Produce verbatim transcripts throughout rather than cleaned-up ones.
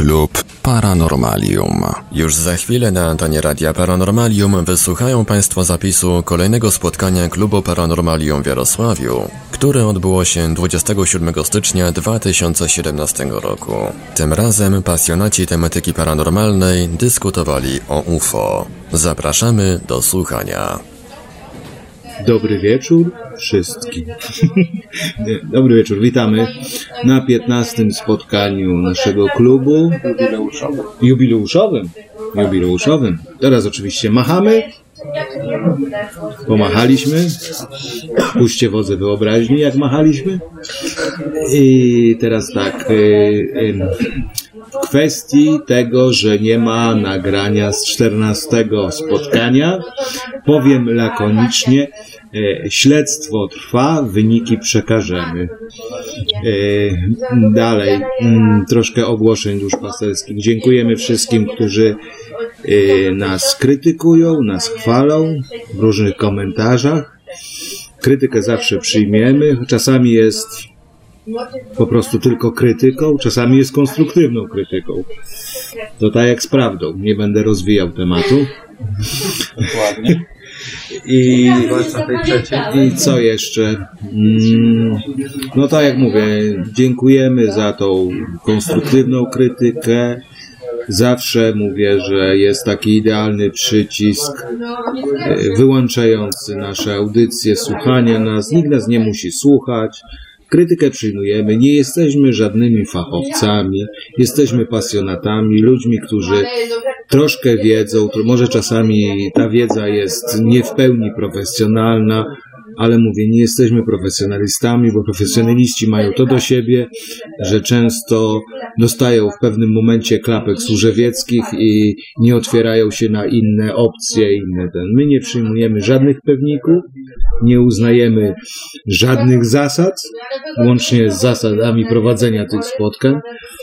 Klub Paranormalium. Już za chwilę na antenie Radia Paranormalium wysłuchają Państwo zapisu kolejnego spotkania Klubu Paranormalium w Jarosławiu, które odbyło się dwudziestego siódmego stycznia dwa tysiące siedemnastego roku. Tym razem pasjonaci tematyki paranormalnej dyskutowali o U F O. Zapraszamy do słuchania. Dobry wieczór wszystkim. Dobry wieczór, witamy na piętnastym spotkaniu naszego klubu jubileuszowym. Jubileuszowym. Jubileuszowym. Teraz oczywiście machamy. Pomachaliśmy. Puśćcie wodze wyobraźni, jak machaliśmy. I teraz tak. W kwestii tego, że nie ma nagrania z czternastego spotkania, powiem lakonicznie, e, śledztwo trwa, wyniki przekażemy. E, dalej, m, troszkę ogłoszeń duszpasterskich. Dziękujemy wszystkim, którzy e, nas krytykują, nas chwalą w różnych komentarzach. Krytykę zawsze przyjmiemy, czasami jest po prostu tylko krytyką, czasami jest konstruktywną krytyką. To tak jak z prawdą. Nie będę rozwijał tematu. Dokładnie. I, I co jeszcze? No tak jak mówię, dziękujemy za tą konstruktywną krytykę. Zawsze mówię, że jest taki idealny przycisk wyłączający nasze audycje, słuchania nas. Nikt nas nie musi słuchać. Krytykę przyjmujemy, nie jesteśmy żadnymi fachowcami, jesteśmy pasjonatami, ludźmi, którzy troszkę wiedzą, to może czasami ta wiedza jest nie w pełni profesjonalna, ale mówię, nie jesteśmy profesjonalistami, bo profesjonaliści mają to do siebie, że często dostają w pewnym momencie klapek służewieckich i nie otwierają się na inne opcje, inne ten. My nie przyjmujemy żadnych pewników, nie uznajemy żadnych zasad, łącznie z zasadami prowadzenia tych spotkań.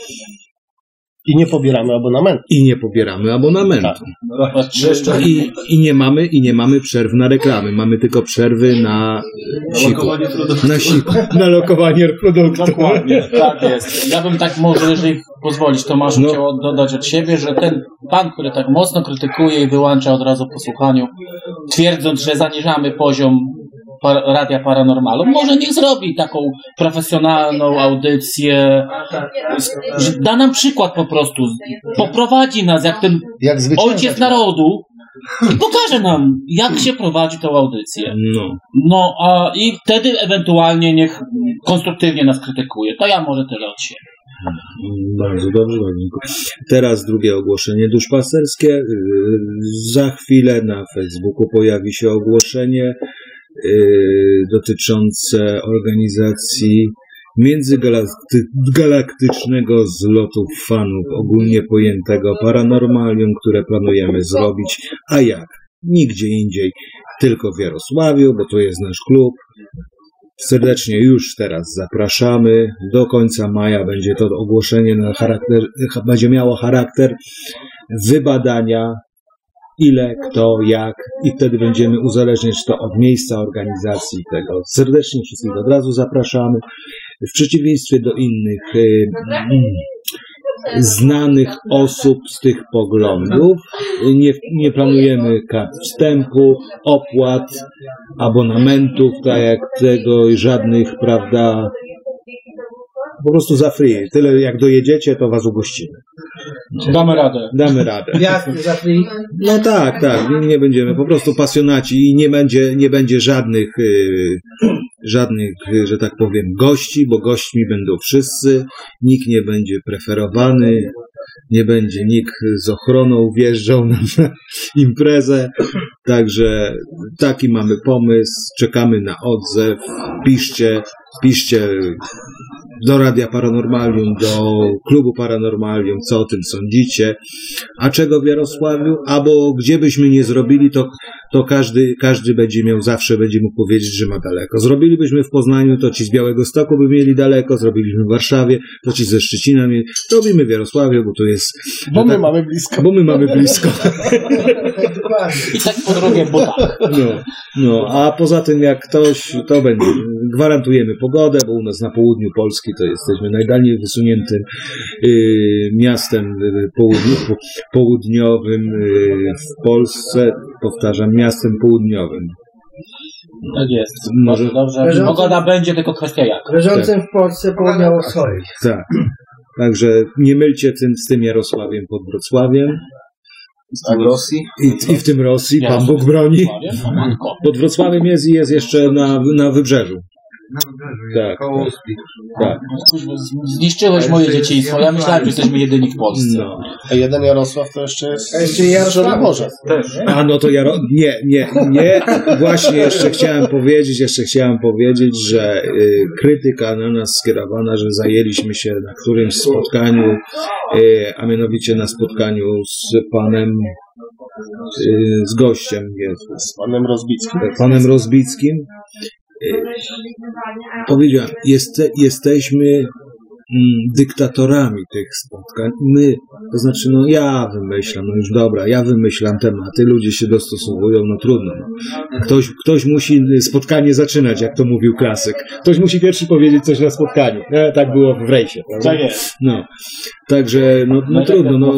I nie pobieramy abonamentu. I nie pobieramy abonamentu. Tak. I, i, nie mamy, I nie mamy przerw na reklamy. Mamy tylko przerwy na siku. Na siku. Na lokowanie produktu. Dokładnie, tak jest. Ja bym tak może, jeżeli pozwolić, Tomasz, no. chciał dodać od siebie, że ten pan, który tak mocno krytykuje i wyłącza od razu po słuchaniu, twierdząc, że zaniżamy poziom Par- Radia Paranormalum, może niech zrobi taką profesjonalną audycję, da nam przykład po prostu, poprowadzi nas jak ten jak ojciec narodu i pokaże nam, jak się prowadzi tą audycję. No, no a i wtedy ewentualnie niech konstruktywnie nas krytykuje. To ja może tyle od siebie. Bardzo dobrze, dziękuję. Teraz drugie ogłoszenie duszpasterskie. Za chwilę na Facebooku pojawi się ogłoszenie Yy, dotyczące organizacji międzygalaktycznego zlotu fanów, ogólnie pojętego Paranormalium, które planujemy zrobić, a jak? Nigdzie indziej, tylko w Jarosławiu, bo to jest nasz klub. Serdecznie już teraz zapraszamy. Do końca maja będzie to ogłoszenie na charakter, będzie miało charakter wybadania, ile, kto, jak i wtedy będziemy uzależniać to od miejsca organizacji tego. Serdecznie wszystkich od razu zapraszamy. W przeciwieństwie do innych y, y, znanych osób z tych poglądów nie, nie planujemy kart wstępu, opłat, abonamentów, tak jak tego i żadnych, prawda, po prostu za free. Tyle jak dojedziecie, to was ugościmy. Damy radę. Damy radę. Jasne, za free. No tak, tak. Nie będziemy po prostu pasjonaci i nie będzie, nie będzie żadnych, yy, żadnych, że tak powiem, gości, bo gośćmi będą wszyscy. Nikt nie będzie preferowany. Nie będzie nikt z ochroną wjeżdżał na imprezę. Także taki mamy pomysł. Czekamy na odzew. Piszcie, piszcie do Radia Paranormalium, do Klubu Paranormalium, co o tym sądzicie, a czego w Jarosławiu, albo gdzie byśmy nie zrobili, to, to każdy, każdy będzie miał, zawsze będzie mógł powiedzieć, że ma daleko. Zrobilibyśmy w Poznaniu, to ci z Białegostoku by mieli daleko, zrobiliśmy w Warszawie, to ci ze Szczecina mieli, robimy w Jarosławiu, bo to jest... Bo my tak, mamy blisko. Bo my mamy blisko. I tak po drugie, bo tak. No, no, a poza tym jak ktoś, to będzie, gwarantujemy pogodę, bo u nas na południu Polski to jesteśmy najdalej wysuniętym y, miastem południu, po, południowym y, w Polsce, powtarzam, miastem południowym. Tak jest. Może dobrze. Leżącym, pogoda będzie, tylko kwestia jak. Leżącym tak. w Polsce południowo-wschodniej. Tak. Także nie mylcie tym z tym Jarosławiem pod Wrocławiem. A w Rosji? I, I w tym Rosji, Pan Bóg broni. Pod Wrocławiem jest i jest jeszcze na, na wybrzeżu. Na wybrzeżu, tak, koło tak. Zniszczyłeś moje dzieciństwo. Ja myślałem, że jesteśmy jedyni w Polsce. No. A jeden Jarosław to jeszcze jest... A jeszcze Jarosław może. A no to Jaro... Nie, nie, nie. Właśnie jeszcze chciałem powiedzieć, jeszcze chciałem powiedzieć, że y, krytyka na nas skierowana, że zajęliśmy się na którymś spotkaniu, y, a mianowicie na spotkaniu z panem y, z gościem, jest, z panem Rozbickim. Panem Rozbickim. Powiedziałem, jeste, jesteśmy mm, dyktatorami tych spotkań. My, to znaczy, no ja wymyślam, no już dobra, ja wymyślam tematy, ludzie się dostosowują, no trudno. No. Ktoś, ktoś musi spotkanie zaczynać, jak to mówił klasyk. Ktoś musi pierwszy powiedzieć coś na spotkaniu. E, tak było w rejsie, prawda? Tak jest. No. Także, no, no trudno, no.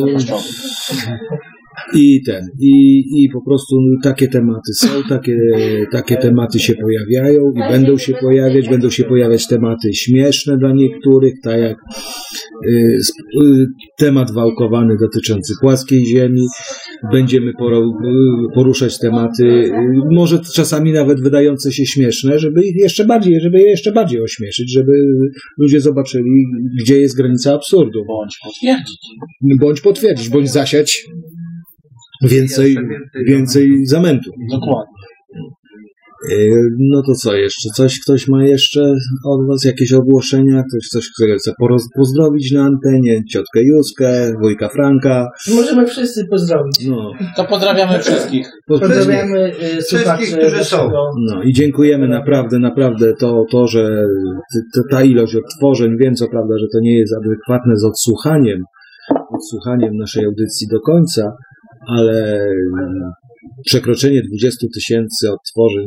I ten, i, i po prostu takie tematy są, takie, takie tematy się pojawiają i będą się pojawiać, będą się pojawiać tematy śmieszne dla niektórych, tak jak y, y, temat wałkowany dotyczący płaskiej ziemi. Będziemy poruszać tematy, y, może czasami nawet wydające się śmieszne, żeby ich jeszcze bardziej, żeby je jeszcze bardziej ośmieszyć, żeby ludzie zobaczyli, gdzie jest granica absurdu. Bądź potwierdzić. Bądź potwierdzić, bądź zasiać Więcej, więcej zamętu. Dokładnie. No to co jeszcze? Coś ktoś ma jeszcze od was? Jakieś ogłoszenia? Ktoś coś chce pozdrowić na antenie? Ciotkę Józkę, wujka Franka? Możemy wszyscy pozdrowić. No. To pozdrawiamy wszystkich. Pozdrawiamy wszystkich, którzy są. No i dziękujemy naprawdę, naprawdę to, to że ta ilość odtworzeń, wiem co prawda, że to nie jest adekwatne z odsłuchaniem, odsłuchaniem naszej audycji do końca, ale przekroczenie dwudziestu tysięcy odtworzeń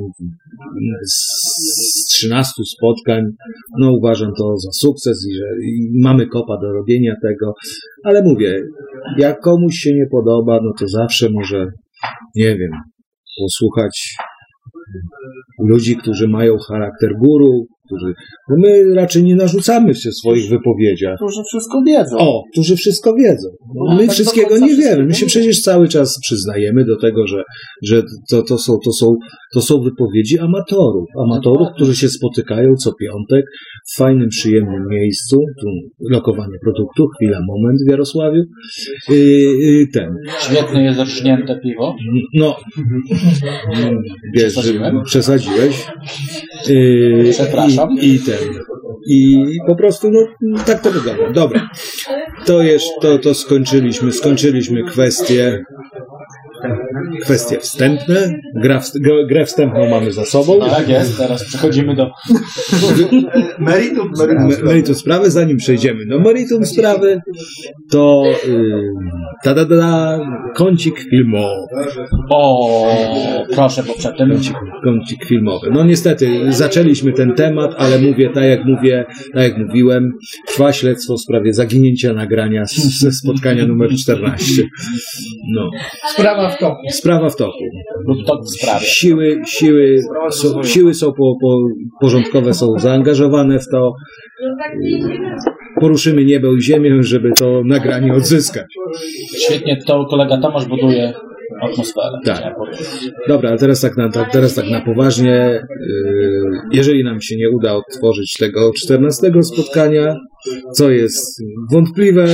z trzynastu spotkań, no uważam to za sukces i że mamy kopa do robienia tego, ale mówię, jak komuś się nie podoba, no to zawsze może, nie wiem, posłuchać ludzi, którzy mają charakter guru, którzy, no my raczej nie narzucamy się w swoich wypowiedziach. Którzy wszystko wiedzą. O, którzy wszystko wiedzą. No, my wszystkiego nie wiemy. My się przecież cały czas przyznajemy do tego, że, że to, to, są, to, są, to są wypowiedzi amatorów. Amatorów, którzy się spotykają co piątek w fajnym, przyjemnym miejscu. Tu lokowanie produktu, chwila, moment w Jarosławiu. Yy, yy, ten. Świetne jest rżnięte piwo. No. Wiesz, Przesadziłem? Przesadziłeś. Yy, Przepraszam. I, I ten. I po prostu, no, tak to wygląda. Dobra. To jest, to, to skończyliśmy. Skończyliśmy kwestie, kwestie wstępne. Gra, grę wstępną mamy za sobą. Tak jest, teraz przechodzimy do meritum, meritum, meritum sprawy. Zanim przejdziemy do meritum sprawy, to yy, ta da, da, da, kącik filmowy. O, proszę, bo przedtem kącik, kącik filmowy. No niestety, zaczęliśmy ten temat, ale mówię, tak jak mówię, tak jak mówiłem, trwa śledztwo w sprawie zaginięcia nagrania ze spotkania numer czternaście. No. Sprawa w toku. Sprawa w toku. lub tok w sprawie. Siły, siły, są, siły są po, po, porządkowe, są zaangażowane w to. Poruszymy niebo i ziemię, żeby to nagranie odzyskać. Świetnie to kolega Tomasz buduje atmosferę. Tak. Dobra, ale teraz tak na, teraz tak na poważnie. Jeżeli nam się nie uda odtworzyć tego czternastego spotkania, co jest wątpliwe,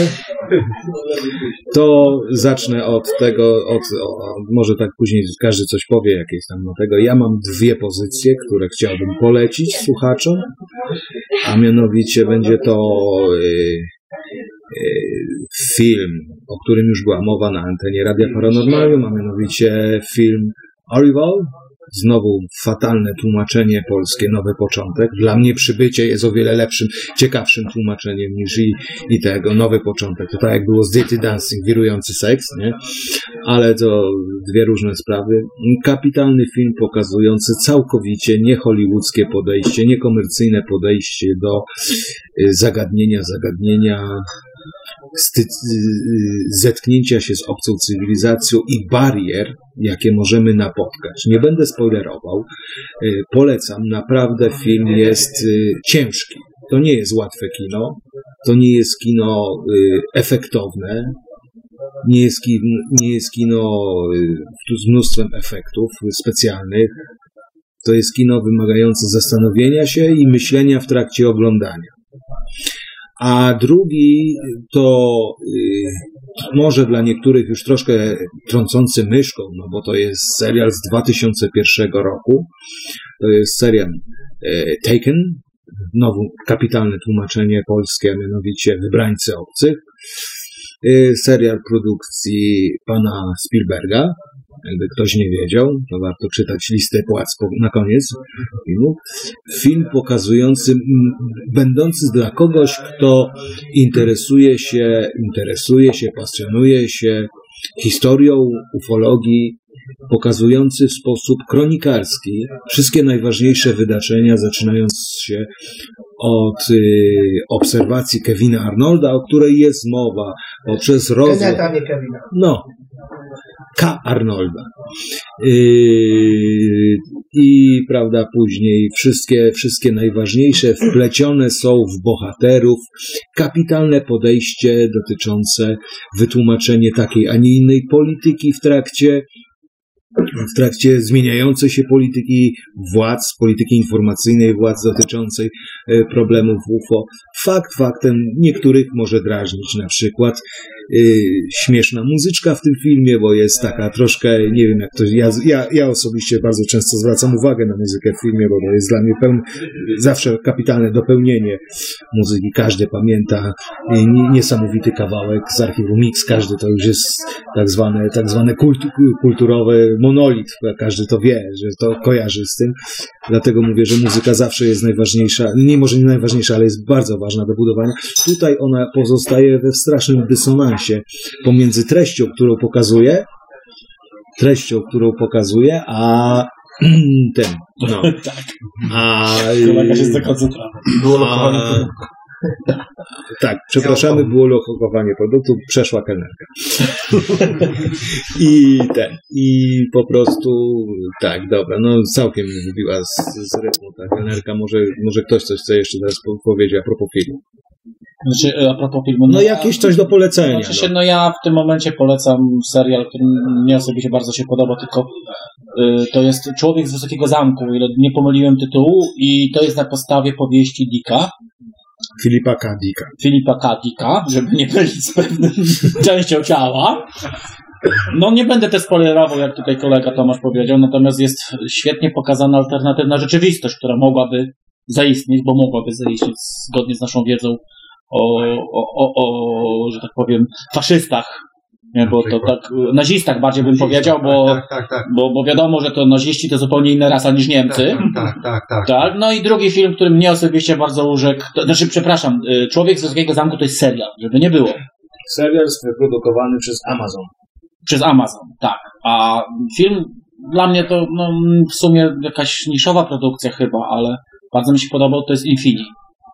to zacznę od tego, od, o, może tak później każdy coś powie, jakieś tam do tego. Ja mam dwie pozycje, które chciałbym polecić słuchaczom, a mianowicie będzie to yy, yy, film, o którym już była mowa na antenie Radia Paranormalium, a mianowicie film Arrival, Znowu fatalne tłumaczenie polskie, Nowy Początek. Dla mnie Przybycie jest o wiele lepszym, ciekawszym tłumaczeniem niż i, i tego Nowy Początek. To tak jak było z Dirty Dancing, wirujący seks, nie? Ale to dwie różne sprawy. Kapitalny film pokazujący całkowicie niehollywoodzkie podejście, niekomercyjne podejście do zagadnienia, zagadnienia Sty- zetknięcia się z obcą cywilizacją i barier, jakie możemy napotkać. Nie będę spoilerował. Polecam. Naprawdę film jest ciężki. To nie jest łatwe kino. To nie jest kino efektowne. Nie jest kino, nie jest kino z mnóstwem efektów specjalnych. To jest kino wymagające zastanowienia się i myślenia w trakcie oglądania. A drugi to y, może dla niektórych już troszkę trącący myszką, no bo to jest serial z dwa tysiące pierwszego roku. To jest serial y, Taken, znowu kapitalne tłumaczenie polskie, a mianowicie Wybrańcy obcych. Y, serial produkcji pana Spielberga. Jakby ktoś nie wiedział, to warto czytać listę płac na koniec filmu. Film pokazujący, będący dla kogoś, kto interesuje się, interesuje się, pasjonuje się historią ufologii, pokazujący w sposób kronikarski wszystkie najważniejsze wydarzenia, zaczynając się od y, obserwacji Kevina Arnolda, o której jest mowa, poprzez rozwój... Keneta, nie Kevina. No. K. Arnolda. Yy, I prawda, później wszystkie, wszystkie najważniejsze wplecione są w bohaterów. Kapitalne podejście dotyczące wytłumaczenia takiej, a nie innej polityki w trakcie w trakcie zmieniającej się polityki władz, polityki informacyjnej władz dotyczącej problemów U F O. Fakt faktem niektórych może drażnić, na przykład yy, śmieszna muzyczka w tym filmie, bo jest taka troszkę, nie wiem jak to, ja, ja, ja osobiście bardzo często zwracam uwagę na muzykę w filmie, bo to jest dla mnie pełne, zawsze kapitalne dopełnienie muzyki. Każdy pamięta yy, niesamowity kawałek z archiwum Mix, każdy to już jest tak zwane, tak zwane kultu, kulturowe monolit, każdy to wie, że to kojarzy z tym, dlatego mówię, że muzyka zawsze jest najważniejsza, nie może nie najważniejsza, ale jest bardzo ważna do budowania. Tutaj ona pozostaje we strasznym dysonansie pomiędzy treścią, którą pokazuje, treścią, którą pokazuje, a ten, no. A, Kolega się zdekoncentrował. Było lokowanie a, tak, przepraszamy, było lokowanie produktu, przeszła kelnerka. I ten, i po prostu, tak, dobra, no całkiem mnie wybiła z, z rytmu ta kelnerka. Może, może ktoś coś chce jeszcze teraz powiedzieć a propos filmu. Znaczy, a propos filmu. No jakieś coś do polecenia. Znaczy się, no. no ja w tym momencie polecam serial, który mnie osobiście bardzo się podoba, tylko y, to jest Człowiek z Wysokiego Zamku, o ile nie pomyliłem tytułu, i to jest na podstawie powieści Dicka. Filipa K. Dicka. Filipa K. Dicka, żeby nie mylić z pewną częścią ciała. No nie będę też spoilerował, jak tutaj kolega Tomasz powiedział, natomiast jest świetnie pokazana alternatywna rzeczywistość, która mogłaby zaistnieć, bo mogłaby zaistnieć zgodnie z naszą wiedzą o, o, o, o że tak powiem, faszystach. Nie, bo to tak, nazistach bardziej bym powiedział, bo, tak, tak, tak. bo, bo wiadomo, że to naziści to zupełnie inna rasa niż Niemcy. Tak, tak, tak, tak. Tak, no i drugi film, który mnie osobiście bardzo urzekł, to, znaczy, przepraszam, Człowiek z Wysokiego Zamku to jest serial, żeby nie było. Serial wyprodukowany przez Amazon. Przez Amazon, tak. A film dla mnie to no, w sumie jakaś niszowa produkcja chyba, ale bardzo mi się podobał, to jest Infinity.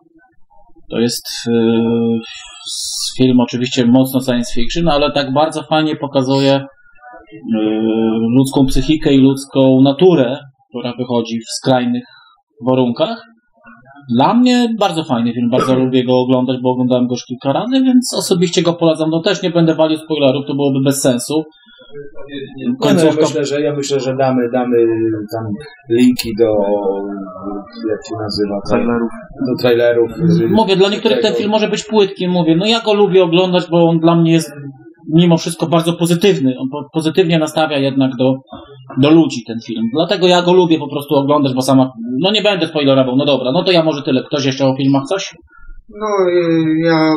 To jest yy, film oczywiście mocno science fiction, ale tak bardzo fajnie pokazuje yy, ludzką psychikę i ludzką naturę, która wychodzi w skrajnych warunkach. Dla mnie bardzo fajny film, bardzo lubię go oglądać, bo oglądałem go już kilka razy, więc osobiście go polecam. No też nie będę walił spoilerów, to byłoby bez sensu. Końcówka... No, ja, myślę, że, ja myślę, że damy, damy tam linki do, jak się nazywa, trailerów. Do trailerów. Mówię, dla niektórych ten film może być płytki, mówię, no ja go lubię oglądać, bo on dla mnie jest mimo wszystko bardzo pozytywny. On po, pozytywnie nastawia jednak do, do ludzi ten film. Dlatego ja go lubię po prostu oglądać, bo sama, no nie będę spoilerował, no dobra, no to ja może tyle. Ktoś jeszcze o filmach coś? No ja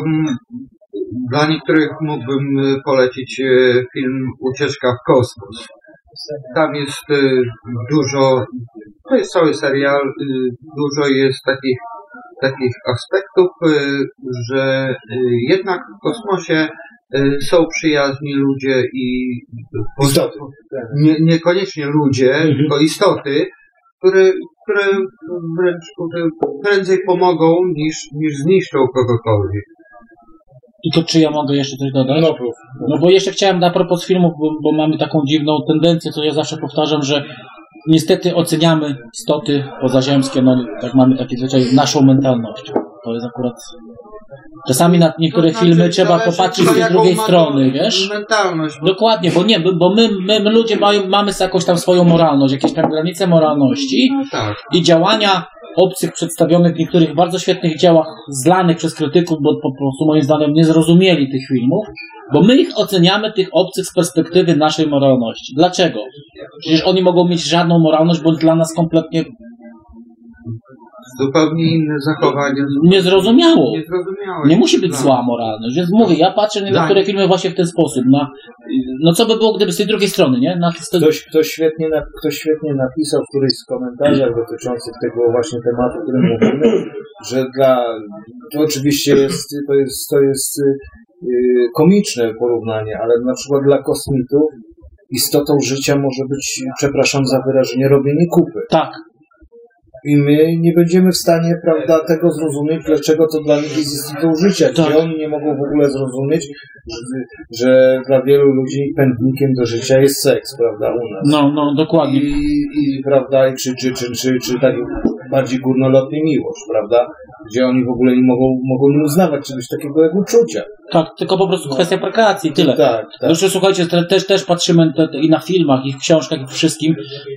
dla niektórych mógłbym polecić film Ucieczka w kosmos tam jest y, dużo, to jest cały serial, y, dużo jest takich, takich aspektów, y, że y, jednak w kosmosie y, są przyjazni ludzie i Istoty. nie, niekoniecznie ludzie, Mhm. tylko istoty, które, które wręcz które prędzej pomogą niż, niż zniszczą kogokolwiek. Tylko czy ja mogę jeszcze coś dodać? No, prób. No bo jeszcze chciałem a propos filmów, bo, bo mamy taką dziwną tendencję, co ja zawsze powtarzam, że niestety oceniamy istoty pozaziemskie, no tak mamy taki zwyczaj, naszą mentalnością. To jest akurat... Czasami na niektóre To znaczy, filmy trzeba zależy, popatrzeć z kto tej jaką drugiej ma strony, wiesz? Mentalność. Bo Dokładnie, bo nie, bo my, my, my ludzie mają, mamy jakąś tam swoją moralność, jakieś tam granice moralności no tak. i działania obcych przedstawionych w niektórych bardzo świetnych dziełach zlanych przez krytyków, bo po prostu moim zdaniem nie zrozumieli tych filmów, bo my ich oceniamy, tych obcych, z perspektywy naszej moralności. Dlaczego? Przecież oni mogą mieć żadną moralność, bo dla nas kompletnie Zupełnie inne zachowanie. niezrozumiało. Niezrozumiałe. Nie musi być Dla- zła moralność, więc mówię, ja patrzę na Dla- niektóre filmy właśnie w ten sposób. Na, no co by było, gdyby z tej drugiej strony, nie? Na, z tej... Ktoś, ktoś, świetnie na, ktoś świetnie napisał w którymś z komentarzach dotyczących tego właśnie tematu, o którym mówimy, że dla, to oczywiście jest, to jest, to jest yy, komiczne porównanie, ale na przykład dla kosmitów istotą życia może być, przepraszam za wyrażenie, robienie kupy. Tak, I my nie będziemy w stanie, prawda, tego zrozumieć, dlaczego to dla nich jest istotą życia. Tak. Gdzie oni nie mogą w ogóle zrozumieć, że, że dla wielu ludzi pędnikiem do życia jest seks, prawda, u nas. no, no, dokładnie. I, i prawda, i czy, czy, czy, czy, czy tak bardziej górnolotnie miłość, prawda, gdzie oni w ogóle nie mogą, mogą nie uznawać czegoś takiego jak uczucia. Tak, tylko po prostu kwestia rekreacji, tyle. Tak, tak. Zresztą słuchajcie, te, też, też patrzymy te, te, i na filmach, i w książkach, i w wszystkim,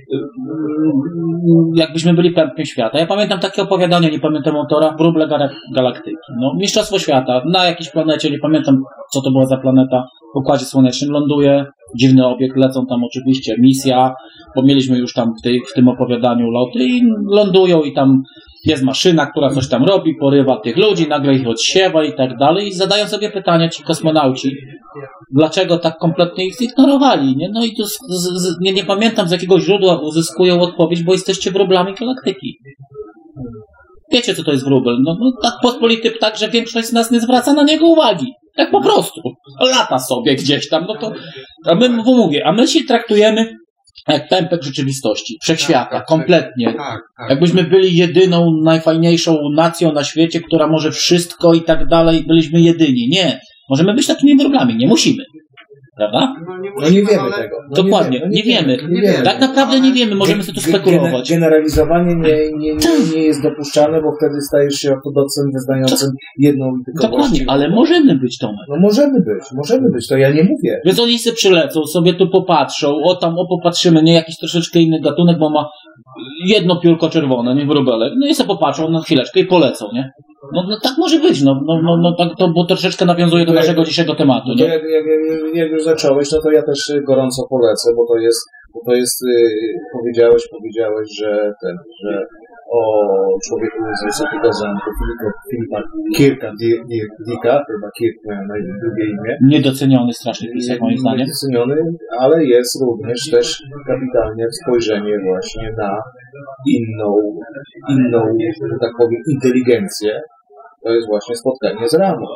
jakbyśmy byli pępkiem świata. Ja pamiętam takie opowiadanie, nie pamiętam autora, Wróble Galaktyki. No, Mistrzostwo Świata, na jakiejś planecie, nie pamiętam co to była za planeta, w Układzie Słonecznym ląduje, dziwny obiekt, lecą tam oczywiście, misja, bo mieliśmy już tam w, tej, w tym opowiadaniu loty i lądują i tam jest maszyna, która coś tam robi, porywa tych ludzi, nagle ich odsiewa i tak dalej i zadają sobie pytanie ci kosmonauci, dlaczego tak kompletnie ich zignorowali, nie? No i tu z, z, z, nie, nie pamiętam z jakiego źródła uzyskują odpowiedź, bo jesteście wróblami galaktyki. Wiecie, co to jest wróbel? No, no tak pospolity ptak, że większość z nas nie zwraca na niego uwagi. Tak po prostu. Lata sobie gdzieś tam, no to... A my, mówię, a my się traktujemy jak pępek rzeczywistości, wszechświata, Tak, tak, kompletnie. Tak, tak. Jakbyśmy byli jedyną, najfajniejszą nacją na świecie, która może wszystko i tak dalej, byliśmy jedyni. Nie. Możemy być takimi wróblami, nie musimy. Prawda? No nie, No musimy, nie wiemy ale... tego. No Dokładnie, no nie wiemy. Nie wiemy. Tak naprawdę nie wiemy, możemy sobie tu Ge- ge- spekulować. Generalizowanie nie, nie, nie, nie jest dopuszczalne, bo wtedy stajesz się ortodoksem wyznającym jedną i tylko Dokładnie, właściwą. ale możemy być, Tomek. No możemy być, możemy być, to ja nie mówię. Więc oni sobie przylecą, sobie tu popatrzą, o tam, o popatrzymy, nie jakiś troszeczkę inny gatunek, bo ma jedno piórko czerwone, nie wróbelek. No i sobie popatrzą na chwileczkę i polecą, nie? No, no tak może być, no, no, no, no tak, to, bo troszeczkę nawiązuje do To jak- naszego dzisiejszego tematu, To nie? jak, jak, jak, jak już zacząłeś, no to ja też gorąco polecę, bo to jest, bo to jest yy, powiedziałeś, powiedziałeś, że ten, że o człowieku z Wysokiego Zamku, Filipa, Filipa Kirka Di- Di- Dicka, chyba Kirk miał na drugie imię, Niedoceniony strasznie pisek, moim zdaniem. Niedoceniony, ale jest również też kapitalnie spojrzenie właśnie na inną, inną, że tak powiem, inteligencję. To jest właśnie Spotkanie z Ramą.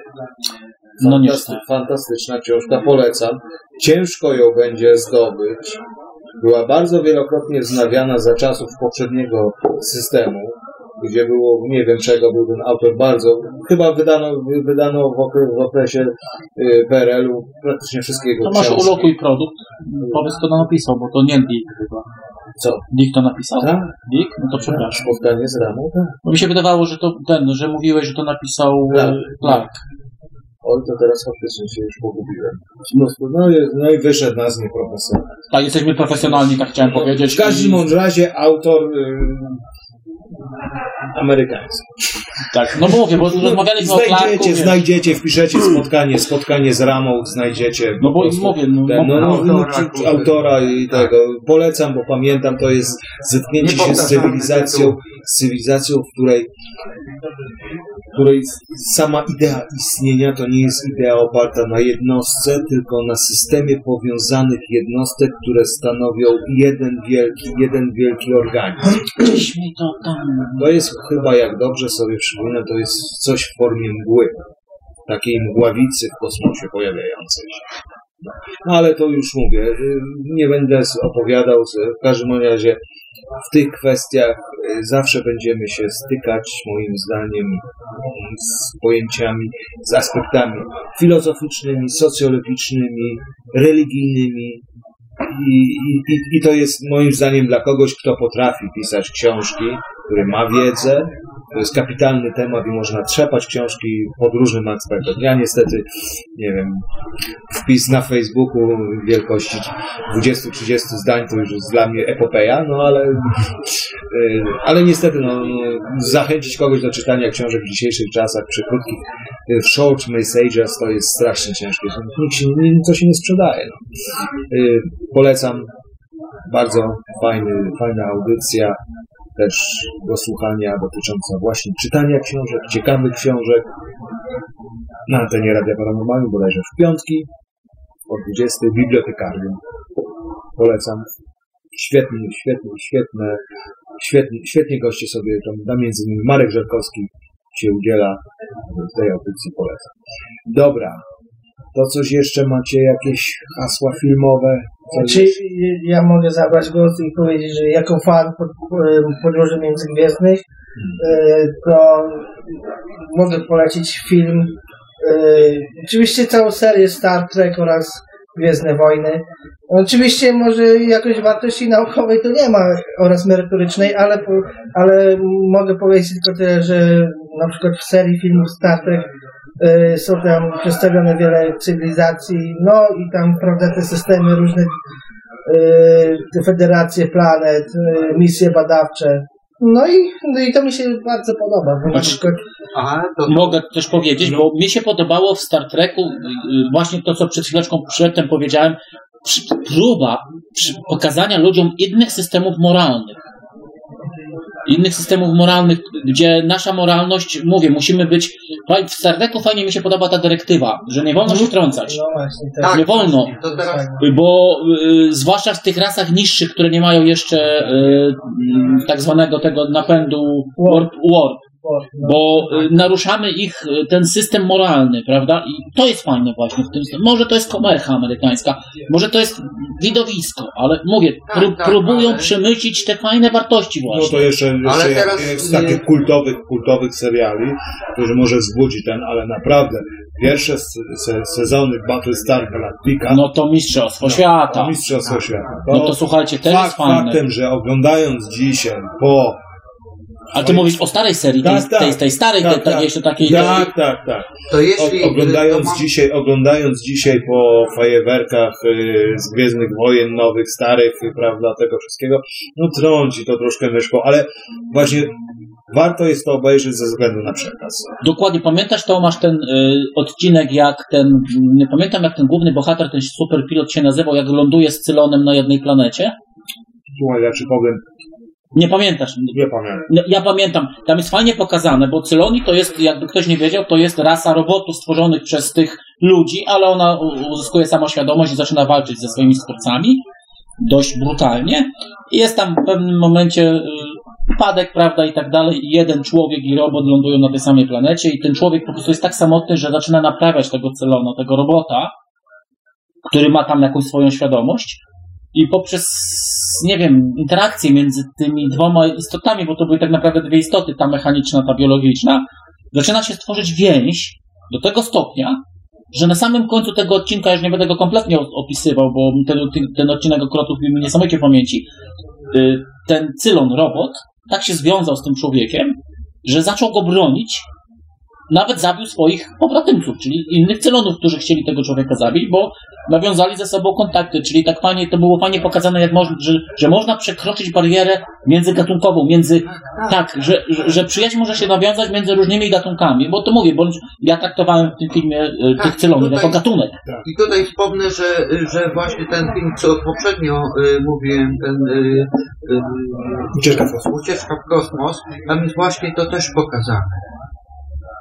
No Fantasty- niestety. Fantastyczna książka, polecam. Ciężko ją będzie zdobyć. Była bardzo wielokrotnie wznawiana za czasów poprzedniego systemu, gdzie było, nie wiem czego, był ten autor bardzo, chyba wydano, wydano w, okre, w okresie y, P R L u praktycznie wszystkie jego To masz książki. ulokuj produkt, powiedz kto to napisał, bo to nie Dick chyba. Co? Dick to napisał? Tak? Dick? No to przepraszam. Spotkanie z Ramą? Tak. Bo mi się wydawało, że to ten, że mówiłeś, że to napisał Clark. Clark. Oj, to teraz faktycznie się już pogubiłem. No, no, jest- no i wyszedł nas nieprofesjonalny. Tak, jesteśmy profesjonalni, tak chciałem powiedzieć. W każdym bądź razie autor y, amerykański. Tak, no mówię, bo rozmawialiśmy o Clarku. Znajdziecie, wiesz. znajdziecie, wpiszecie spotkanie, spotkanie z Ramą, znajdziecie. No bo po prostu mówię, no, ten, no, no, no, Autora, czy- autora i tego. Polecam, bo pamiętam, to jest zetknięcie się z cywilizacją, z cywilizacją, w której której sama idea istnienia to nie jest idea oparta na jednostce, tylko na systemie powiązanych jednostek, które stanowią jeden wielki, jeden wielki organizm. Gdzieś mi to tam... To jest chyba, jak dobrze sobie przypominam, to jest coś w formie mgły. Takiej mgławicy w kosmosie pojawiającej się. No ale to już mówię, nie będę opowiadał, w każdym razie w tych kwestiach zawsze będziemy się stykać, moim zdaniem, z pojęciami, z aspektami filozoficznymi, socjologicznymi, religijnymi i, i, i to jest moim zdaniem dla kogoś, kto potrafi pisać książki, który ma wiedzę. To jest kapitalny temat i można trzepać książki pod różnym aspektem. Ja niestety, nie wiem, wpis na Facebooku wielkości dwadzieścia trzydzieści zdań to już jest dla mnie epopeja, no ale ale niestety no, zachęcić kogoś do czytania książek w dzisiejszych czasach przy krótkich short messages to jest strasznie ciężkie. Nikt się, to się nie sprzedaje. No. Polecam. Bardzo fajny, fajna audycja. Też do słuchania dotycząca właśnie czytania książek, ciekawych książek na antenie Radia Paranormalium, bodajże w piątki o dwudziestej, Bibliotekarium. Polecam. Świetnie, świetnie, świetne, świetnie, świetnie goście sobie, tam między innymi Marek Żerkowski się udziela w tej audycji, polecam. Dobra. To coś jeszcze macie, jakieś hasła filmowe? Czy ja mogę zabrać głos i powiedzieć, że jako fan Podróży Międzygwiezdnych to mogę polecić film, oczywiście całą serię Star Trek oraz Gwiezdne Wojny. Oczywiście może jakoś wartości naukowej to nie ma oraz merytorycznej, ale, ale mogę powiedzieć tylko tyle, że na przykład w serii filmów Star Trek są tam przedstawione wiele cywilizacji, no i tam, prawda, te systemy różne, te federacje planet, misje badawcze. No i, no i to mi się bardzo podoba. Bo na przykład... Aha, to... Mogę też powiedzieć, bo mi się podobało w Star Treku właśnie to, co przed chwileczką przedtem powiedziałem, próba pokazania ludziom innych systemów moralnych. Innych systemów moralnych, gdzie nasza moralność, mówię, musimy być... W Star Treku fajnie mi się podoba ta dyrektywa, że nie wolno się wtrącać. No właśnie, tak. Nie wolno. To teraz... Bo y, zwłaszcza w tych rasach niższych, które nie mają jeszcze y, tak zwanego tego napędu warp, warp. Bo y, naruszamy ich y, ten system moralny, prawda? I to jest fajne właśnie w tym. Może to jest komercha amerykańska, może to jest widowisko, ale mówię, tak, pró- tak, próbują ale... przemycić te fajne wartości właśnie. No to jeszcze, jeszcze ale jak, teraz... jak z takich kultowych, kultowych seriali, którzy może wzbudzi ten, ale naprawdę pierwsze se, sezony Battlestar Galactica. No to Mistrzostwo no, Świata. To Mistrzostwo Świata. To no to słuchajcie, też fakt, jest fajne. Faktem, że oglądając dzisiaj po Ale ty mówisz o starej serii, tej, tak, tak, tej, tej starej, tak, tej, tej tak, jeszcze takiej... Tak, tak, tak. To jeśli... O, oglądając, to mam... dzisiaj, oglądając dzisiaj po fajerwerkach y, z Gwiezdnych Wojen, nowych, starych, y, prawda, tego wszystkiego, no trąci to troszkę myszką, ale właśnie warto jest to obejrzeć ze względu na przekaz. Dokładnie, pamiętasz Tomasz ten y, odcinek, jak ten, nie pamiętam jak ten główny bohater, ten superpilot się nazywał, jak ląduje z Cylonem na jednej planecie? Słuchaj, ja ci powiem, Nie pamiętasz? nie pamiętam. No, ja pamiętam, tam jest fajnie pokazane, bo Cyloni to jest, jakby ktoś nie wiedział, to jest rasa robotów stworzonych przez tych ludzi, ale ona uzyskuje samoświadomość i zaczyna walczyć ze swoimi stwórcami dość brutalnie. I jest tam w pewnym momencie y, upadek, prawda, i tak dalej, i jeden człowiek i robot lądują na tej samej planecie i ten człowiek po prostu jest tak samotny, że zaczyna naprawiać tego Cylona, tego robota, który ma tam jakąś swoją świadomość. I poprzez, nie wiem, interakcję między tymi dwoma istotami, bo to były tak naprawdę dwie istoty, ta mechaniczna, ta biologiczna, zaczyna się stworzyć więź do tego stopnia, że na samym końcu tego odcinka, już nie będę go kompletnie opisywał, bo ten, ten odcinek akurat utkwił mi niesamowicie w pamięci, ten Cylon robot tak się związał z tym człowiekiem, że zaczął go bronić, nawet zabił swoich pobratymców, czyli innych Cylonów, którzy chcieli tego człowieka zabić, bo nawiązali ze sobą kontakty, czyli tak fajnie, to było fajnie pokazane, jak można, że, że można przekroczyć barierę międzygatunkową, między, tak, że, że, że przyjaźń może się nawiązać między różnymi gatunkami, bo to mówię, bo ja traktowałem w tym filmie y, tak, tych Cylonów tutaj, jako gatunek. I tutaj wspomnę, że, że właśnie ten film, co poprzednio y, mówiłem, ten y, y, Ucieczka w kosmos. Ucieczka w kosmos, tam jest właśnie to też pokazane.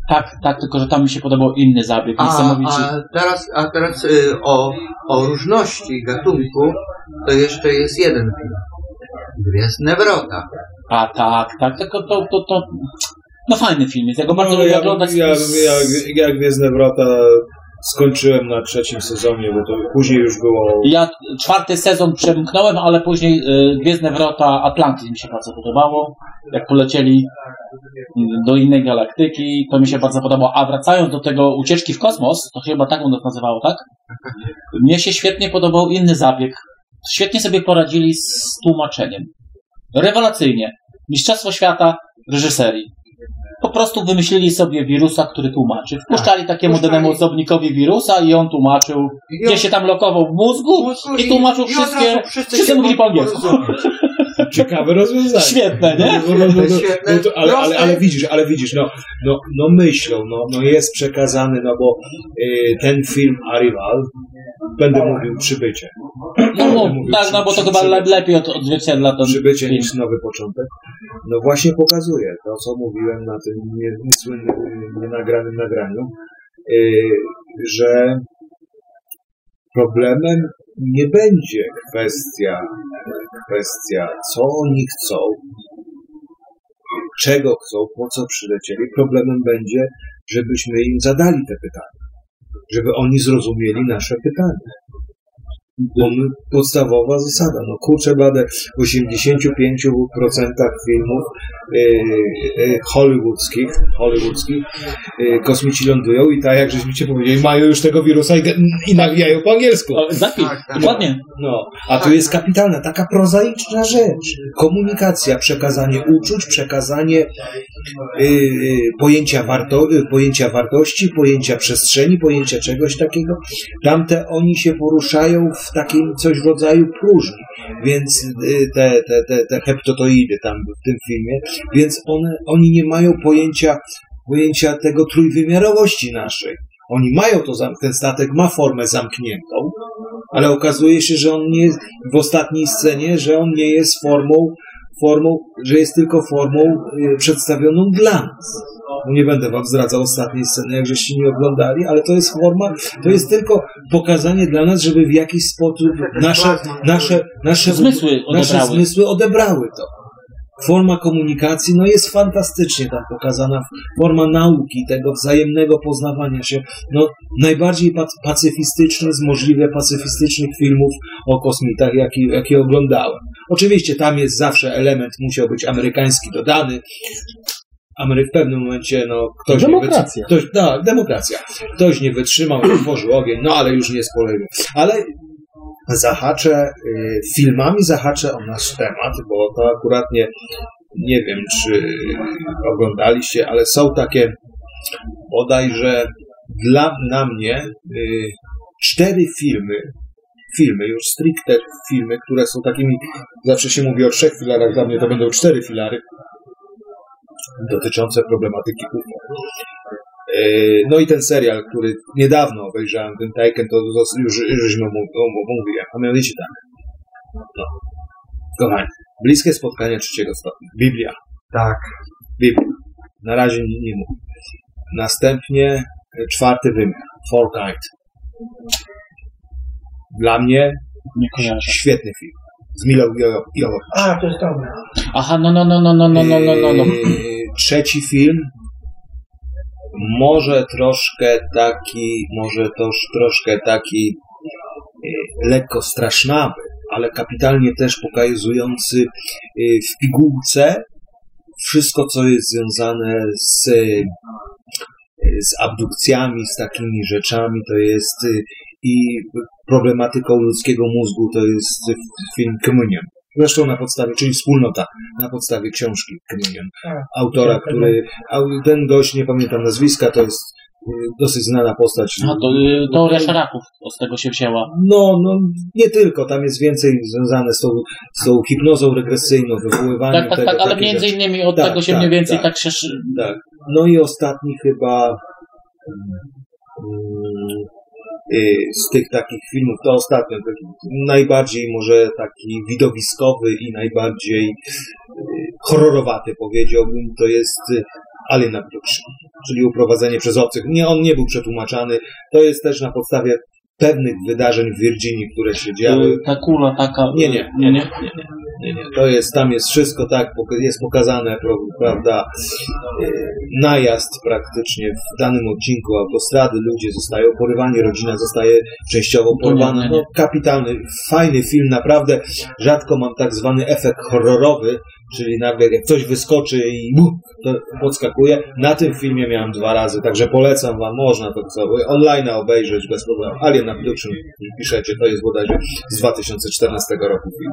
Tak, tak, tylko że tam mi się podobał inny zabieg. A, Niesamowicie. a teraz, a teraz y, o, o różności gatunku to jeszcze jest jeden film. Gwiezdne Wrota. A tak, tak, tylko to, to, to, no fajny film jest, ja go bardzo No, lubię ja, oglądać. ja, ja, ja Gwiezdne Wrota skończyłem na trzecim sezonie, bo to później już było... Ja czwarty sezon przemknąłem, ale później y, Gwiezdne Wrota Atlantis mi się bardzo podobało. Jak polecieli y, do innej galaktyki, to mi się bardzo podobało. A wracając do tego ucieczki w kosmos, to chyba tak on to nazywało, tak? Mnie się świetnie podobał inny zabieg. Świetnie sobie poradzili z tłumaczeniem. Rewelacyjnie. Mistrzostwo świata reżyserii. Po prostu wymyślili sobie wirusa, który tłumaczy. Wpuszczali takiemu Wpuszczali. danemu osobnikowi wirusa i on tłumaczył, I gdzie on- się tam lokował w mózgu mózgu i tłumaczył i od wszystkie, razu wszyscy wszyscy się mówili po angielsku. porozumieć. Ciekawe rozwiązanie. Świetne, nie? No, no, no, no, Świetne, no to, ale, ale, proste. ale widzisz, ale widzisz, no, no, no myślą, no, no jest przekazany, no bo y, ten film Arrival, będę mówił przybycie. No mów, Mówił tak, przy- no bo to przy- chyba przy- le- lepiej od, odzwierciedla ten Przybycie film. niż nowy początek. No właśnie pokazuje to, co mówiłem na tym nie- niesłynnym, nienagranym nagraniu, y, że problemem nie będzie kwestia, kwestia, co oni chcą, czego chcą, po co przylecieli. Problemem będzie, żebyśmy im zadali te pytania, żeby oni zrozumieli nasze pytania. Bo my, podstawowa zasada, no kurczę blade, w osiemdziesięciu pięciu procentach filmów yy, yy, hollywoodzkich, hollywoodzkich yy, kosmici lądują i tak jak żeśmy ci powiedzieli, mają już tego wirusa i, i nawijają po angielsku. O, Zapis, Tak, tak. dokładnie. No, a tu jest kapitalna, taka prozaiczna rzecz. Komunikacja, przekazanie uczuć, przekazanie yy, pojęcia, warto, yy, pojęcia wartości, pojęcia przestrzeni, pojęcia czegoś takiego. Tamte oni się poruszają w takim coś w rodzaju próżni, więc yy, te, te, te, te heptotoidy tam w tym filmie, więc one, oni nie mają pojęcia, pojęcia tego trójwymiarowości naszej. Oni mają to, zam- ten statek ma formę zamkniętą, ale okazuje się, że on nie jest, w ostatniej scenie, że on nie jest formą, formą, że jest tylko formą y, przedstawioną dla nas. No nie będę wam zdradzał ostatniej sceny, jak żeście nie oglądali, ale to jest forma, to jest tylko pokazanie dla nas, żeby w jakiś sposób nasze, nasze, nasze, Zmysły nasze odebrały. zmysły odebrały to. Forma komunikacji, no jest fantastycznie tam pokazana, forma nauki, tego wzajemnego poznawania się, no najbardziej pac- pacyfistyczny z możliwie pacyfistycznych filmów o kosmitach, jaki, jaki oglądałem. Oczywiście tam jest zawsze element, musiał być amerykański dodany, Amery w pewnym momencie, no, ktoś Demokracja. nie wytrzymał. Ktoś, tak, demokracja. Ktoś nie wytrzymał i otworzył ogień, no ale już nie spoleję. Ale zahaczę, y, filmami zahaczę o nasz temat, bo to akurat nie, nie wiem, czy oglądaliście, ale są takie bodajże dla na mnie y, cztery filmy, filmy, już stricte filmy, które są takimi, zawsze się mówi o trzech filarach, dla mnie to będą cztery filary, dotyczące problematyki U F O. Yy, No i ten serial, który niedawno obejrzałem, ten Taken, to już, już mówiłem, a mianowicie tak. No. Kochani, bliskie spotkania trzeciego stopnia. Biblia. Tak. Biblia. Na razie nie, nie mówię. Następnie czwarty wymiar. Fourkind. Dla mnie Nie kojarzę. świetny film. Z Milą Jovovich. A, to jest dobre. Aha, no, no, no, no, no, no, no, no, no, no. Yy, Trzeci film, może troszkę taki, może też troszkę taki yy, lekko strasznawy, ale kapitalnie też pokazujący yy, w pigułce wszystko, co jest związane z, yy, z abdukcjami, z takimi rzeczami, to jest yy, i problematyką ludzkiego mózgu, to jest yy, film Communion. Zresztą na podstawie, czyli wspólnota, na podstawie książki Communion. Autora, który, au- ten gość, nie pamiętam nazwiska, to jest y, dosyć znana postać. No to y, teoria szaraków z tego się wzięła. No, no, nie tylko, tam jest więcej związane z tą, z tą hipnozą regresyjną, wywoływaniem Tak, tak, tego. tak, ale takie między rzeczy. innymi od Tak, tego się tak, mniej więcej tak. tak, się... szy- Tak. No i ostatni chyba mm, y, z tych takich filmów, to ostatnio, taki, najbardziej może taki widowiskowy i najbardziej y, horrorowaty powiedziałbym, to jest y, Alien Abduction. czyli uprowadzenie przez obcych. Nie, on nie był przetłumaczany. To jest też na podstawie pewnych wydarzeń w Virginii, które się działy. Ta kula taka... Nie, nie, nie, nie, nie, nie, nie, nie. To jest, tam jest wszystko tak, jest pokazane, prawda, najazd praktycznie w danym odcinku autostrady, ludzie zostają porywani, rodzina zostaje częściowo porwana. No, kapitalny, fajny film, naprawdę. Rzadko mam tak zwany efekt horrorowy, czyli nagle jak coś wyskoczy i uh, to podskakuje. Na tym filmie miałem dwa razy, także polecam wam, można to sobie online obejrzeć bez problemu. Alien Abduction piszecie, to jest bodajże z dwa tysiące czternastego roku film.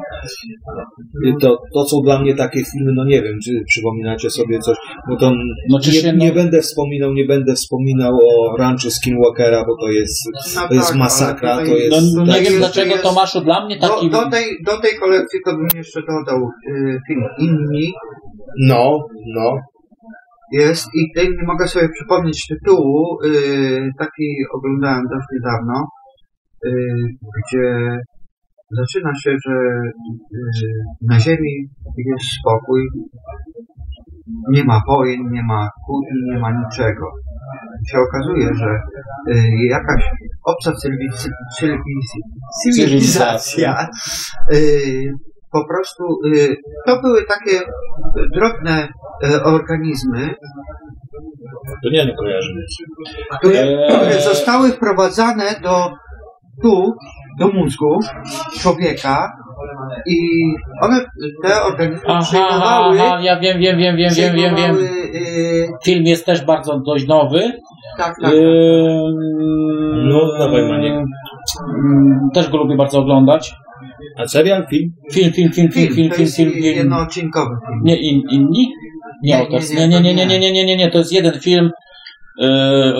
To, to są dla mnie takie filmy, no nie wiem, czy przypominacie sobie coś, bo to no, nie, się, no... nie będę wspominał, nie będę wspominał o Ranchu Skinwalkera, bo to jest, no to jest tak, masakra, to to jest... No, nie tak, wiem jest, dlaczego jest, Tomaszu, dla mnie taki... Do, do, tej, do tej kolekcji to bym jeszcze dodał y, film Inni. No, no. Jest i tutaj nie mogę sobie przypomnieć tytułu, y, taki oglądałem dość niedawno, y, gdzie zaczyna się, że y, na Ziemi jest spokój, nie ma wojen, nie ma kłótni, nie ma niczego. Się okazuje, że y, jakaś obca cywiliz- cywiliz- cywilizacja y, po prostu y, to były takie drobne y, organizmy, To nie, nie kojarzę. które, które zostały wprowadzane do tu, do mózgu człowieka i one, te organizmy Aha, przejmowały... aha, ja wiem, wiem, wiem, wiem, wiem, wiem, wiem. Y, Film jest też bardzo dość nowy. tak, tak. Yy, No, dawaj, Maniek. Też go lubię bardzo oglądać. A serial, film? Film, film, film, film, film, to film, jest film, film. jednoodcinkowy film. Nie, in, inni? Nie, Nie, Autos. nie, Nie, nie, nie, nie, to nie, nie, nie, nie, nie, to jest jeden film. Yy,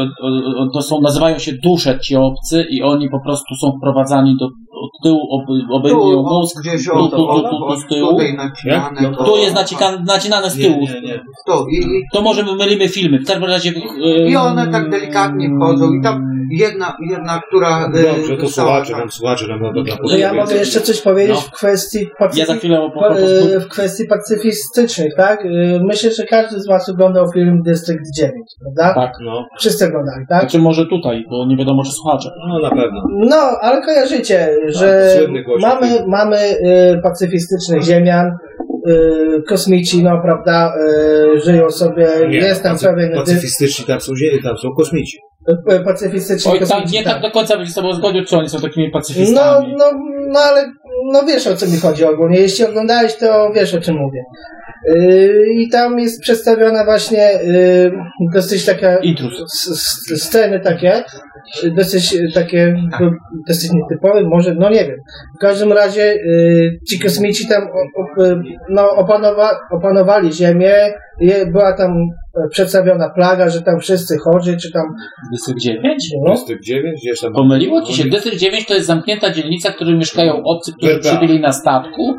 to są, nazywają się dusze ci obcy i oni po prostu są wprowadzani do, od tyłu, ob, obejmują Tu, mózg, gdzieś tu, od, tu, tu, od, tu, tu od, z tyłu. tutaj nacinane, Jak? to, Tu jest nacinane, nacinane z Nie, tyłu. nie, nie. to i, i To może my mylimy filmy. W każdym razie... Yy, I one tak delikatnie wchodzą i tam jedna, jedna która... e, Dobrze, to została słuchacze tak- nam, słuchacze nam będą To ja mogę jeszcze coś powiedzieć No. w kwestii Ja za pacyfi- chwilę po, pa- po prostu... e, w kwestii pacyfistycznych, tak? E, Myślę, że każdy z was oglądał film Dystrykt dziewięć, prawda? Tak. No, Wszyscy oglądali, tak? Znaczy może tutaj, bo nie wiadomo czy słuchacze. no na pewno. No, ale kojarzycie, że Tak, słynny głośnik. mamy, mamy e, pacyfistycznych ziemian, e, kosmici, no prawda, e, żyją sobie, jest tam pacy- pewien dy- pacyfistyczni, tam są, zie- tam są kosmici. e, pacyfistyczni Oj, tak, kosmici. nie tak do końca byś sobie zgodził, czy oni są takimi No, pacyfistami. no, no ale no wiesz o co mi chodzi ogólnie. Jeśli oglądałeś, to wiesz o czym mówię. Yy, I tam jest przedstawiona właśnie yy, dosyć taka Intruz. s- s- sceny takie, yy, dosyć yy, takie no, dosyć nietypowe, może, no nie wiem. W każdym razie yy, ci kosmici tam o, o, yy, no, opanowa, opanowali Ziemię, je, była tam e, przedstawiona plaga, że tam wszyscy chorzy, czy tam Dystrykt dziewięć? no, Dystrykt dziewięć, gdzieś tam... Pomyliło ci się? Dystrykt dziewięć to jest zamknięta dzielnica, w której mieszkają obcy, którzy Getto. przybyli na statku.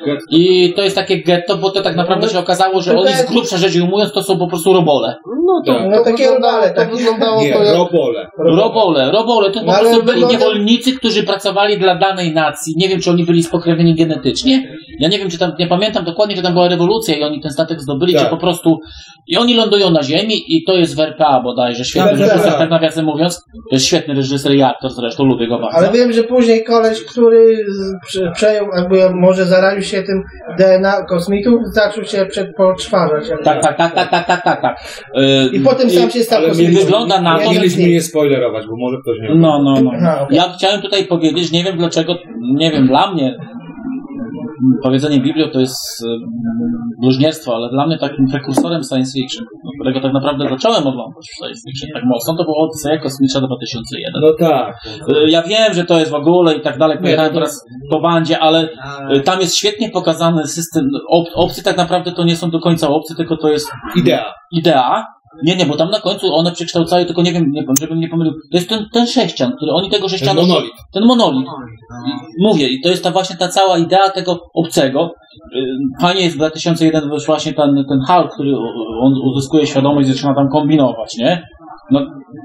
I to jest takie getto, bo to tak naprawdę się okazało, że oni z grubsza rzecz ujmując, to są po prostu robole. No to, Tak. No to, takie wyglądało, robale, to takie- wyglądało Nie, to jak... robole. Robole, robole, to po No, ale prostu byli wygląda- niewolnicy, którzy pracowali dla danej nacji. Nie wiem, czy oni byli spokrewnieni genetycznie. Ja nie wiem, czy tam, nie pamiętam dokładnie, czy tam była rewolucja i oni ten statek zdobyli, Tak. czy po prostu... I oni lądują na ziemi i to jest w R P A bodajże. Świetny Tak, tak, reżyser, tak. tak nawiasem mówiąc. To jest świetny reżyser i aktor zresztą, lubię go bardzo. Ale wiem, że później koleś, który z- prze- przejął, albo może zaraził się tym D N A kosmitów, zaczął się przepoczwarzać. Tak, tak, tak, tak, tak, tak, tak, tak. Yy, I potem sam się stał ale kosmitą. wygląda na to, Nie, Mieliśmy nie, nie spoilerować, bo może ktoś nie No, no, no. Aha, okej. Ja chciałem tutaj powiedzieć, nie wiem dlaczego, nie wiem, dla mnie powiedzenie Biblio to jest y, bluźnierstwo, ale dla mnie takim prekursorem science fiction, no, którego tak naprawdę zacząłem oglądać w science fiction tak mocno, to było Odyseja Kosmiczna dwa tysiące jeden. No tak. Y, Ja wiem, że to jest w ogóle i tak dalej, pojechałem teraz po bandzie, ale y, tam jest świetnie pokazany system, ob, obcy tak naprawdę to nie są do końca obcy, tylko to jest Idea. idea. Nie, nie, bo tam na końcu one przekształcały, tylko nie wiem, nie, żebym nie pomylił, to jest ten, ten sześcian, który oni tego Ten sześcianu... monolit. Ten monolit. I mówię, i to jest ta właśnie ta cała idea tego obcego. Y, Fajnie jest w dwa tysiące jeden już właśnie ten, ten Hulk, który on uzyskuje świadomość i zaczyna tam kombinować, nie? No,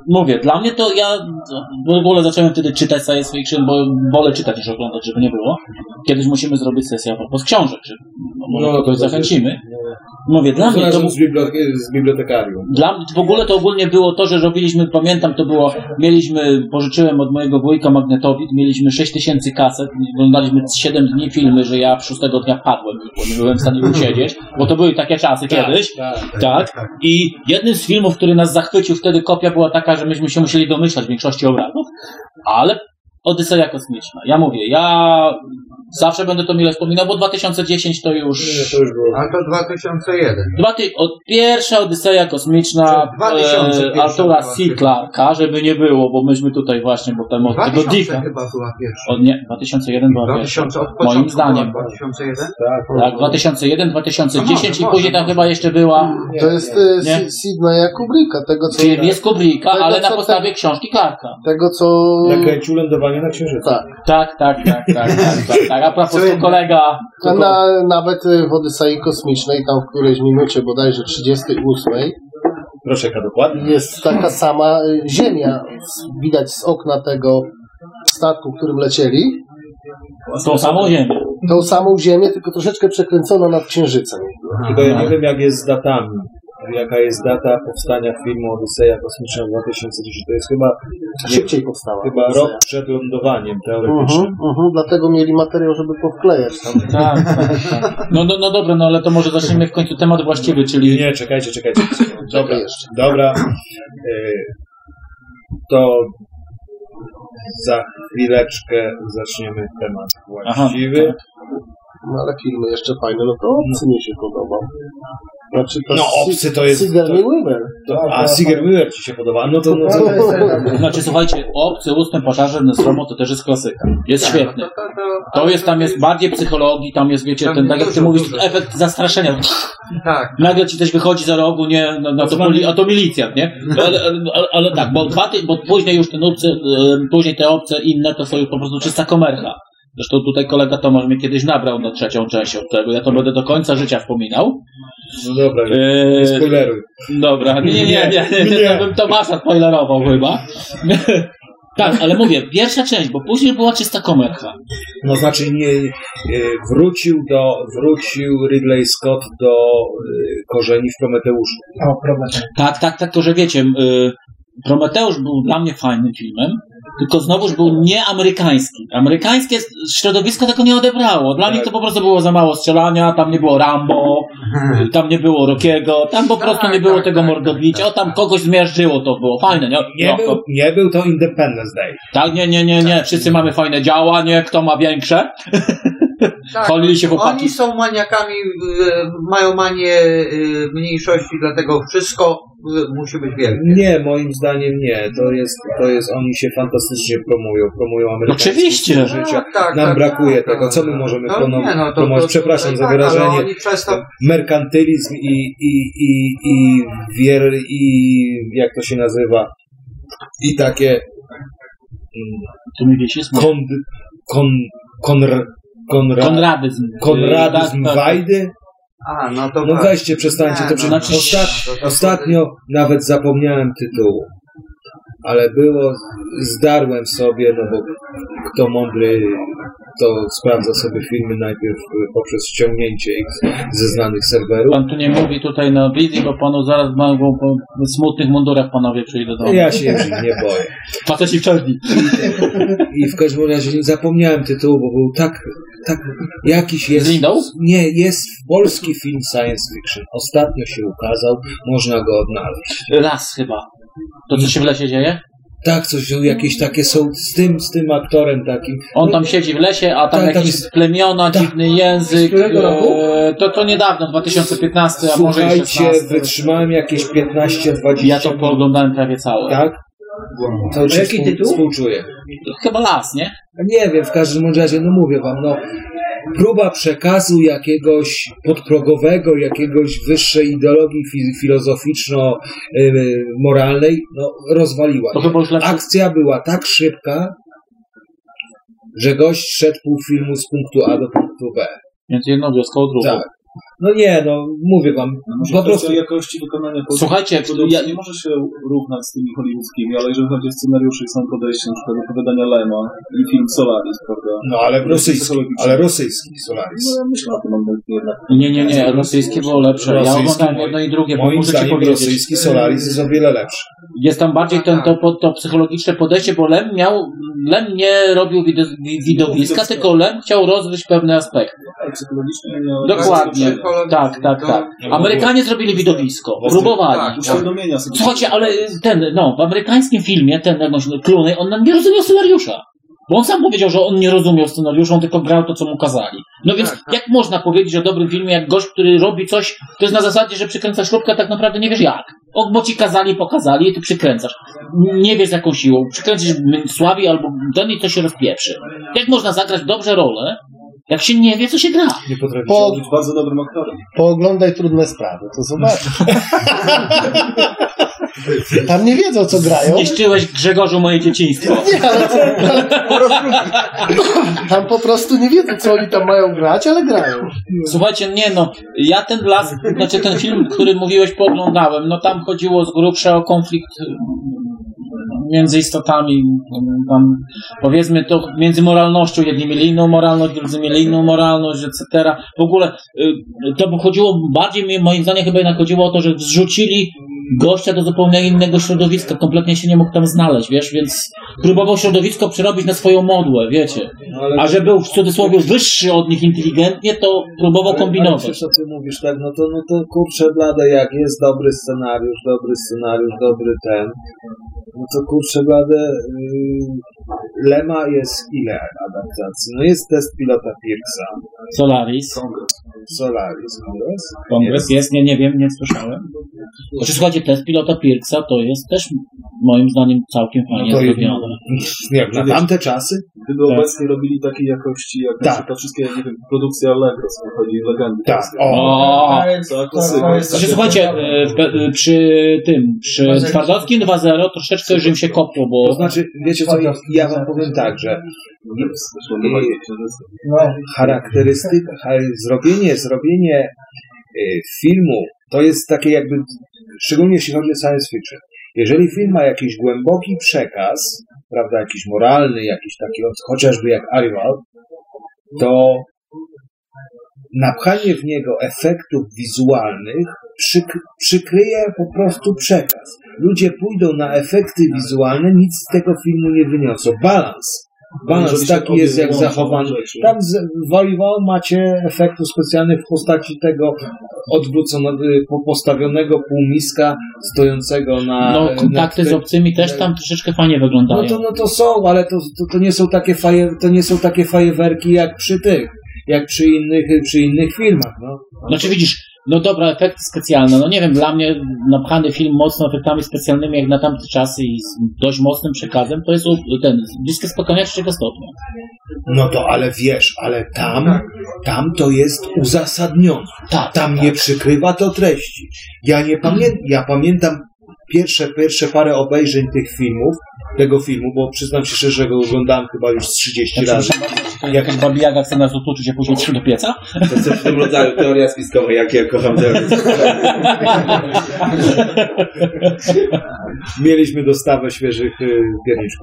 mówię, dla mnie to ja w ogóle zacząłem wtedy czytać science fiction, bo wolę czytać niż oglądać, żeby nie było. Kiedyś musimy zrobić sesję a propos książek, że no, może no, kogoś zachęcimy. Mówię, dla mnie to... Z, biblioteki, z bibliotekarium. Dla mnie w ogóle to ogólnie było to, że robiliśmy, pamiętam, to było, mieliśmy, pożyczyłem od mojego wujka magnetowid, mieliśmy sześć tysięcy kaset, oglądaliśmy siedem dni filmy, że ja szóstego dnia padłem, bo nie byłem w stanie usiedzieć, bo to były takie czasy tak, kiedyś. Tak, tak, tak. tak. I jednym z filmów, który nas zachwycił wtedy, kopia była taka, że myśmy się musieli domyślać w większości obrazów, ale Odyseja kosmiczna. Ja mówię, ja zawsze będę to mile wspominał, bo dwa tysiące dziesięć to już... Nie, to już było. A to dwa tysiące jeden. Dwa ty... Od pierwsza Odyseja kosmiczna e, Artura C. Clarke'a, żeby nie było, bo myśmy tutaj właśnie, bo tam od tego Dicka... chyba była pierwsza. Od, nie, dwa tysiące jeden była pierwsza. Moim zdaniem. dwa tysiące jeden? Tak, tak, dwa tysiące jeden, dwa tysiące dziesięć no, i później tam chyba jeszcze była... To jest Sidneya Kubricka, tego co... Film jest Kubricka, ale na podstawie te... książki Clarke'a. Tego co... Nakręcił Lądowanie na Księżycu. Tak. Tak, tak, tak, tak, tak, tak, tak. A propos to kolega... A na, nawet w Odysei Kosmicznej, tam w którejś minucie bodajże trzydziestej ósmej proszę, jaka dokładnie? Jest taka sama Ziemia. Widać z okna tego statku, którym lecieli. Tą samą Ziemię. Tą samą Ziemię, tylko troszeczkę przekręcona nad Księżycem. Tylko ja nie wiem, jak jest z datami. Jaka jest data powstania filmu Odyseja Kosmiczna dwa tysiące dziesięć. To jest chyba... Szybciej powstała. Chyba Odyseja. Rok przed lądowaniem teoretycznie. Uh-huh, uh-huh, dlatego mieli materiał, żeby powklejać tam. Tak, tak, tak. No, no, no dobra, no ale to może zaczniemy w końcu temat właściwy, czyli... Nie, czekajcie, czekajcie. Dobra, dobra. To za chwileczkę zaczniemy temat właściwy. Aha, tak. No ale filmy jeszcze fajne, no to Obcy mi się podobał. Znaczy to no Obcy to jest... Sigourney Weaver. A Sigourney Weaver ci się podoba? No to... No to... Znaczy słuchajcie, Obcy, Ustęp, Pożarze, Nostromo to też jest klasyka. Jest świetny. To jest, tam jest bardziej psychologii, tam jest, wiecie, ten, tak jak ty mówisz, efekt zastraszenia. Tak. Nagle ci coś wychodzi za rogu, nie, no, no to, poli, a to milicjant, nie? Ale, ale, ale tak, bo, dwa, bo później już ten obcy, później te obce inne to są już po prostu czysta komercha. Zresztą tutaj kolega Tomasz mnie kiedyś nabrał na trzecią część od tego. Ja to będę do końca życia wspominał. No dobra, nie spoileruj. Dobra, nie, nie, nie, nie, nie, nie. To bym Tomasza spoilerował chyba. Tak, ale mówię, pierwsza część, bo później była czysta komercha. No znaczy nie, wrócił do, wrócił Ridley Scott do korzeni w Prometeuszu. O, Prometeusz. Tak, tak, tak, to że wiecie, Prometeusz był dla mnie fajnym filmem, tylko znowuż był nieamerykański. Amerykańskie środowisko tego nie odebrało. Dla tak. nich to po prostu było za mało strzelania, tam nie było Rambo, tam nie było Rockiego, tam po prostu nie było tego mordobicia, o tam kogoś zmiażdżyło, to było fajne. Nie, nie, no, był, to... nie był to Independence Day. Tak, nie, nie, nie, nie. Wszyscy mamy fajne działanie, kto ma większe. Tak, chwalili się chłopaki. Oni są maniakami, mają manię mniejszości, dlatego wszystko musi być wielkie. Nie, moim zdaniem nie. To jest, to jest oni się fantastycznie promują, promują amerykańskie Oczywiście. życia. No, tak, Nam tak, brakuje tak, tego. Co my możemy no, promować? Nie, no, to, promować? To, Przepraszam to, za tak, wyrażenie. to... Merkantylizm i, i, i, i wier, i jak to się nazywa? I takie to mi wiecie, kon, kon, konr, konra, konradyzm. Konradyzm tak, Wajdy? A, no to no weźcie, przestańcie. To no, przy... znaczy... Ostat... Ostatnio nawet zapomniałem tytułu, ale było, zdarłem sobie, no bo kto mądry, to sprawdza sobie filmy najpierw poprzez ściągnięcie ich ze znanych serwerów. Pan tu nie mówi tutaj na wizji, bo panu zaraz mogą po smutnych mundurach panowie przyjdą do domu. Ja się nie boję. Faceci w czerni. I w każdym razie nie zapomniałem tytułu, bo był tak, tak jakiś jest... Zlindą? Nie, jest polski film science fiction. Ostatnio się ukazał, można go odnaleźć. Las chyba. To co się w lesie dzieje? Tak, coś, jakieś takie są z tym, z tym aktorem takim. On tam siedzi w lesie, a tam tak, jakieś jest... plemiona, tak. dziwny język. E, to, to niedawno, dwa tysiące piętnasty, a może i szesnasty. Słuchajcie, wytrzymałem jakieś piętnaście dwadzieścia. Ja to pooglądałem prawie całe. Tak? To jaki współ, tytuł? Współczuję. Chyba Las, nie? Nie wiem, w każdym razie, no mówię wam, no próba przekazu jakiegoś podprogowego, jakiegoś wyższej ideologii filozoficzno-moralnej, no rozwaliła. To chyba już lepszy... Akcja była tak szybka, że gość szedł pół filmu z punktu A do punktu B. Więc jedną wioską, drugą. Tak. No nie, no mówię wam, Może po prostu jakości wykonania produkcji. Słuchajcie, produkcji ja- nie może się równać z tymi hollywoodzkimi, ale jeżeli chodzi o scenariusze i są podejście na przykład do opowiadania Lema i film Solaris, prawda? no ale rosyjski, ale rosyjski Solaris. No ja myślę o tym, ale jednak... Nie, nie, nie, rosyjskie było lepsze. Ja Rosyjski, oglądałem jedno i drugie, bo Moim muszę ci zdaniem powiedzieć. rosyjski Solaris jest o wiele lepszy. Jest tam bardziej ten, to, to psychologiczne podejście, bo Lem miał, Lem nie robił wido, widowiska, tylko Lem chciał rozgryźć pewne aspekty. Tak, psychologicznie nie... Dokładnie. psychologicznie, Tak, tak, tak. to- Amerykanie zrobili widowisko, próbowali. Tak, Uświadomienia sobie. Słuchajcie, ale ten, no, w amerykańskim filmie, ten jakąś Clooney, on nam nie rozumiał scenariusza. Bo on sam powiedział, że on nie rozumiał scenariusza, on tylko grał to, co mu kazali. No więc Tak, tak. jak można powiedzieć o dobrym filmie, jak gość, który robi coś, to jest na zasadzie, że przykręca śrubkę, tak naprawdę nie wiesz jak. O, bo ci kazali, pokazali i ty przykręcasz. Nie wiesz z jaką siłą. Przykręcisz słabiej albo ten i to się rozpieprzy. Jak można zagrać dobrze rolę, jak się nie wie, co się gra? Nie potrafię. Po, Być bardzo dobrym aktorem. pooglądaj Trudne Sprawy, to zobaczysz. Tam nie wiedzą, co grają. Zniszczyłeś, Grzegorzu, moje dzieciństwo. Nie, ale tam po prostu nie wiedzą, co oni tam mają grać, ale grają. Słuchajcie, nie no, ja ten las, znaczy ten film, który mówiłeś, pooglądałem, no tam chodziło z grubsza o konflikt między istotami, tam powiedzmy to między moralnością, jedni mieli inną moralność, drudzy mieli inną moralność, et cetera. W ogóle y, to chodziło bardziej, moim zdaniem chyba jednak chodziło o to, że zrzucili gościa do zupełnie innego środowiska, kompletnie się nie mógł tam znaleźć, wiesz, więc próbował środowisko przerobić na swoją modłę, wiecie. A że był w cudzysłowie wyższy od nich inteligentnie, to próbował Ale kombinować. przecież o tym mówisz, tak, no to, no to kurczę blade, jak jest dobry scenariusz, dobry scenariusz, dobry ten, no to kurczę blade, yy, Lema jest ile adaptacji? No jest test pilota Pirksa, Solaris, Solaris, Kongres? Kongres jest, nie, nie wiem, nie słyszałem. Znaczy, słuchajcie, test pilota Pirksa to jest też moim zdaniem całkiem fajnie No to zrobione. Nie wiem, na tamte czasy? Gdyby Tak. obecnie robili takiej jakości, jak Tak. na przykład wszystkie, nie wiem, produkcje Allegro, co wychodzi legendy. Tak. O! To jest- To to- to jest- Znaczy, słuchajcie, e, w, e, przy tym, przy Twardowskim dwa zero troszeczkę już im się kopło, To bo znaczy, wiecie co, ja wam powiem tak, że No, charakterystyka, cha- zrobienie, zrobienie y, filmu to jest takie jakby, szczególnie jeśli chodzi o science fiction. Jeżeli film ma jakiś głęboki przekaz, prawda, jakiś moralny, jakiś taki, chociażby jak Arrival, to napchanie w niego efektów wizualnych przyk- przykryje po prostu przekaz. Ludzie pójdą na efekty wizualne, nic z tego filmu nie wyniosą. Balans. Balans Jeżeli się taki jest jak obie łączą zachowany. rzeczy. Tam z- w Arrival macie efektów specjalnych w postaci tego odwróconego, po- postawionego półmiska stojącego na... no, na kontakty z obcymi też tam troszeczkę fajnie wyglądają. no to, no to są, ale to, to, to nie są takie faje, to nie są takie fajerwerki jak przy tych, jak przy innych, przy innych filmach, no. Znaczy widzisz, no dobra, efekty specjalne, no nie wiem, dla mnie napchany film mocno efektami specjalnymi jak na tamte czasy i z dość mocnym przekazem, to jest u- ten, Bliskie Spotkania trzeciego stopnia. No to ale wiesz, ale tam, tam to jest uzasadnione. Tak, Tam tak. nie przykrywa to treści. Ja nie pamiętam, ja pamiętam pierwsze, pierwsze parę obejrzeń tych filmów, tego filmu, bo przyznam się szczerze, że go oglądałem chyba już z trzydzieści razy. Jak jakaś babi Jaga chce nas utuczyć, a później trzy do pieca? To coś w tym rodzaju, teoria spiskowa, jak ja kocham teorię spiskową. Mieliśmy dostawę świeżych y, pierniczków.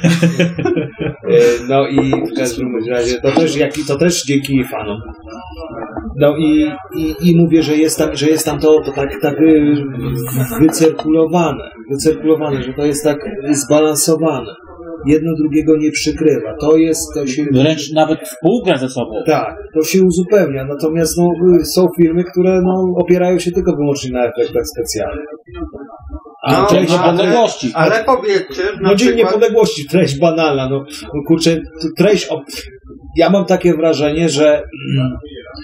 Y, no i w każdym razie to też, jak, to też dzięki fanom. No i, i, i mówię, że jest tam, że jest tam to, to tak, tak y, wycyrkulowane, wycyrkulowane, że to jest tak zbalansowane. Jedno drugiego nie przykrywa. To jest, to się... Wręcz nawet współgra ze sobą. Tak, to się uzupełnia. Natomiast no, są filmy, które no, opierają się tylko wyłącznie na efektach specjalnych. A No, treść, ale- Niepodległości. Ale powiedzcie, na no Dzień przykład... Niepodległości, treść banalna. No, no kurczę, t- treść... O... Ja mam takie wrażenie, że mm,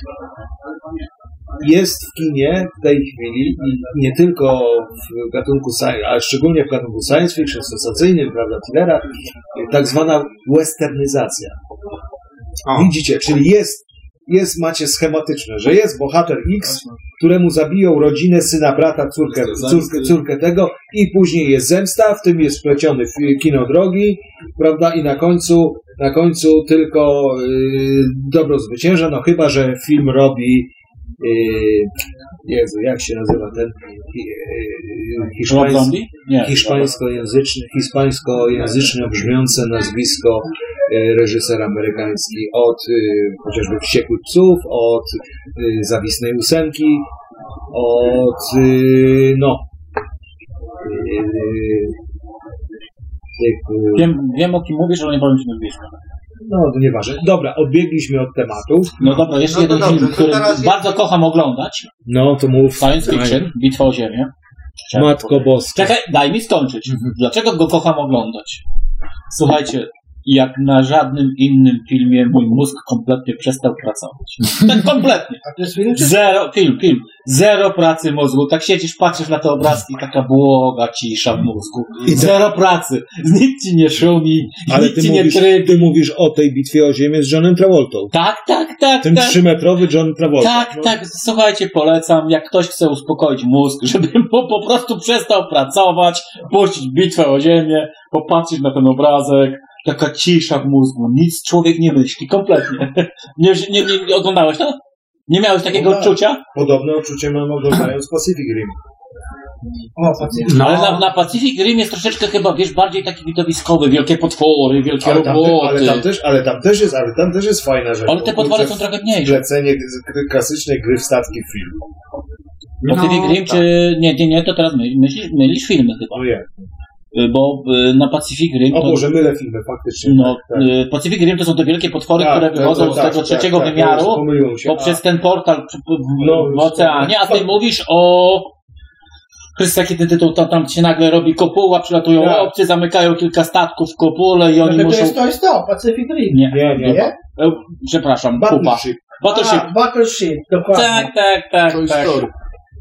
jest w kinie w tej chwili i nie tylko w gatunku science, ale szczególnie w gatunku science fiction, sensacyjnym, prawda, thrillera, tak zwana westernyzacja. O. Widzicie, czyli jest, jest, macie schematyczne, że jest bohater X, któremu zabiją rodzinę, syna, brata, córkę, córkę, córkę tego i później jest zemsta, w tym jest wpleciony w kino drogi, prawda, i na końcu, na końcu tylko yy, dobro zwycięża, no chyba, że film robi Jezu, jak się nazywa ten Hiszpański, nie, hiszpańskojęzyczny, hiszpańskojęzyczne brzmiące nazwisko reżyser amerykański od chociażby Wściekłych Psów, od Zawisnej Ósemki, od no wiem, wiem o kim mówisz, ale nie powiem ci nazwiska. No, to nieważne. Dobra, odbiegliśmy od tematu. No dobra, jeszcze No to jeden dobrze, film, to który teraz bardzo kocham oglądać. No, to mów. Science Fiction, Bitwa o Ziemię. Matko Boska. Czekaj, daj mi skończyć. Dlaczego go kocham oglądać? Słuchajcie, jak na żadnym innym filmie mój mózg kompletnie przestał pracować. Tak kompletnie. A to jest film? Czy... Zero, film, film. Zero pracy mózgu. Tak siedzisz, patrzysz na te obrazki, taka błoga cisza w mózgu. Zero pracy. Nikt ci nie szumi, Ale nikt ty ci mówisz, nie trybi. ty mówisz o tej bitwie o ziemię z Johnem Travoltą. Tak, tak, tak. Ten tak. trzymetrowy John Travolta. Tak, no. tak, słuchajcie, polecam, jak ktoś chce uspokoić mózg, żeby mu po prostu przestał pracować, puścić bitwę o ziemię, popatrzeć na ten obrazek, taka cisza w mózgu, nic człowiek nie myśli, kompletnie. Nie, nie, nie, nie oglądałeś to? Nie miałeś takiego No tak. odczucia? Podobne odczucie mam oglądając Pacific Rim. O, Pacyfik. No. Ale na, na Pacific Rim jest troszeczkę chyba, wiesz, bardziej taki widowiskowy, wielkie potwory, wielkie Ale tam, te, roboty. ale, tam też, ale tam też jest, ale tam też jest fajna rzecz. Ale te bo potwory kurczę, są trochę mniejsze. Zlecenie klasycznej gry w statki w film. Pacific No, Rim, tak. czy... Nie, nie, nie, to teraz my, myślisz, mylisz filmy chyba. No jak? Bo y, na Pacific Rim O to... Boże, mylę filmy, faktycznie. No, tak, tak. y, Pacific Rim to są te wielkie potwory, Tak, które tak, wychodzą tak, z tego tak, trzeciego tak, wymiaru tak, pomyliłem się. poprzez A. ten portal w, w, No, w oceanie, a ty mówisz o... Chryste, jaki ten tytuł, tam, tam się nagle robi kopuła, przylatują Tak. obcy, zamykają kilka statków w kopule i oni No to muszą... jest to, jest to, Pacific Rim. Nie, Nie, nie, Nie? E, przepraszam, kupa. Battleship. Battleship. A, Battleship, dokładnie. Tak, tak, tak, To jest tak. story.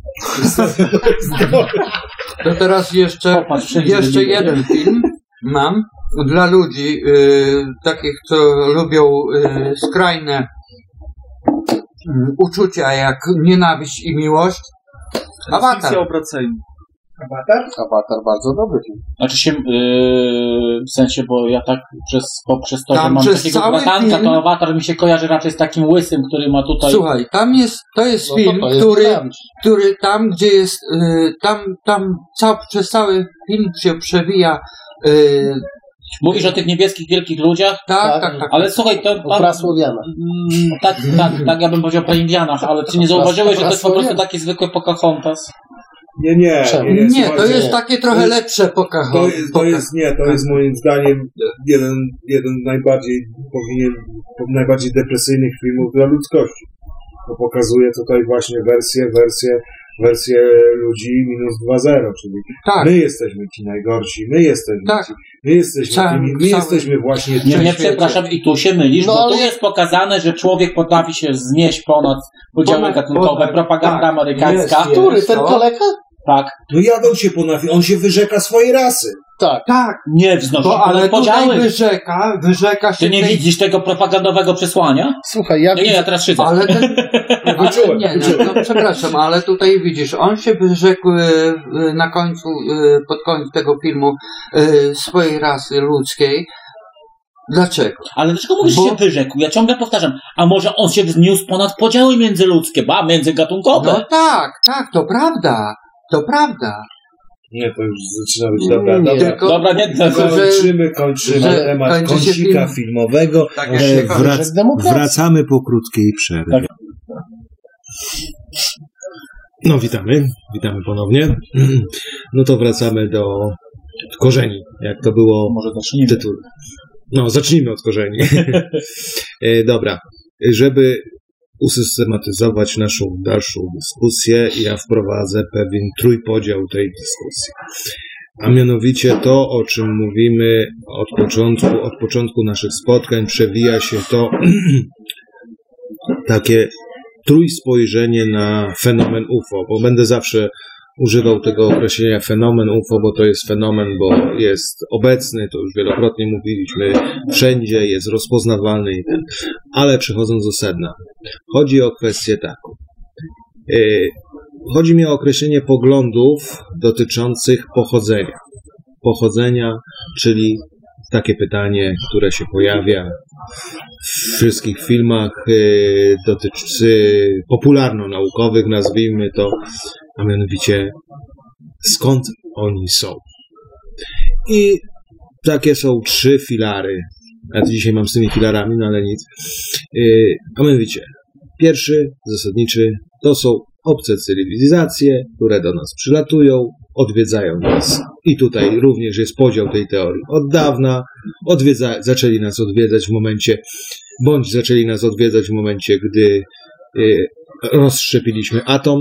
To teraz jeszcze, Popatrz, wszędzie jeszcze wybiegł. jeden film mam dla ludzi y, takich, co lubią y, skrajne y, uczucia jak nienawiść i miłość. Awatar. Avatar? Avatar, bardzo dobry film. Znaczy się, yy, w sensie, bo ja tak przez, poprzez to, Tam że mam przez takiego cały bratanka, film- to awatar mi się kojarzy raczej z takim łysym, który ma tutaj... Słuchaj, tam jest, to jest No to film, to jest który, nienawiść. który tam, gdzie jest, y, tam, tam cał, przez cały film się przewija, y, Mówisz o tych niebieskich, wielkich ludziach? tak, Tak. tak, tak. Ale słuchaj, to... O Prasłowiana. Mm, tak, tak, tak, ja bym powiedział po Indianach, ale czy nie zauważyłeś, że to jest po prostu taki zwykły Pocahontas? Nie, nie. Czemu? nie, Nie, to słuchajcie, jest takie trochę to jest- lepsze Pocahontas. To jest, to jest, nie, to jest moim zdaniem jeden, jeden najbardziej powinien, najbardziej depresyjnych filmów dla ludzkości. Bo pokazuje tutaj właśnie wersję, wersję, wersję ludzi minus dwa zero, czyli Tak. my jesteśmy ci najgorsi, my jesteśmy Tak. ci, my jesteśmy Całym- tymi, my całym- jesteśmy właśnie Nie, ci. nie, świecie. przepraszam, i tu się mylisz, No, bo tu ale- jest pokazane, że człowiek potrafi się znieść ponad podziały Ponad- gatunkowe, ponad- propaganda tak, amerykańska. jest, Który? jest Ten to. kaleka? Tak. No jadą się po nafi, on się wyrzeka swojej rasy. Tak. Tak, Nie wznosi bo, ale ponad tutaj podziały. wyrzeka, wyrzeka się Ty nie tej- widzisz tego propagandowego przesłania? Słuchaj, ja No nie, ja teraz szydzę. Ale ten, ale Wyczułem, nie, wyczułem. no, no, przepraszam, ale tutaj widzisz, on się wyrzekł y, y, na końcu, y, pod koniec tego filmu y, swojej rasy ludzkiej. Dlaczego? Ale dlaczego mówisz Bo- się wyrzekł? Ja ciągle powtarzam, a może on się wzniósł ponad podziały międzyludzkie, ba, międzygatunkowe. No tak, tak, to prawda, to prawda. Nie, to już zaczyna być dobra, Nie. dobra. Tylko, Dobra, nie, to, Że- Kończymy, kończymy że temat kończy się kącika film. filmowego. Tak E, jak się kończy. wrac- Demokracja. wracamy po krótkiej przerwie. Tak. No witamy, witamy ponownie. No to wracamy do korzeni, jak to było może w zacznijmy. tytule. No, zacznijmy od korzeni. E, Dobra, żeby usystematyzować naszą dalszą dyskusję, ja wprowadzę pewien trójpodział tej dyskusji. A mianowicie to, o czym mówimy od początku, od początku naszych spotkań, przewija się to takie trójspojrzenie na fenomen U F O, bo będę zawsze używał tego określenia fenomen U F O, bo to jest fenomen, bo jest obecny, to już wielokrotnie mówiliśmy, wszędzie jest rozpoznawalny i ten. Ale przechodząc do sedna, chodzi o kwestię taką. Yy, Chodzi mi o określenie poglądów dotyczących pochodzenia. Pochodzenia, czyli takie pytanie, które się pojawia w wszystkich filmach y, dotyczy popularno-naukowych, nazwijmy to, a mianowicie skąd oni są. I takie są trzy filary. Ja dzisiaj mam z tymi filarami, no ale nic. Y, a mianowicie, pierwszy, zasadniczy, to są obce cywilizacje, które do nas przylatują, odwiedzają nas. I tutaj również jest podział tej teorii. Od dawna odwiedza, zaczęli nas odwiedzać w momencie, bądź zaczęli nas odwiedzać w momencie, gdy y, rozszczepiliśmy atom.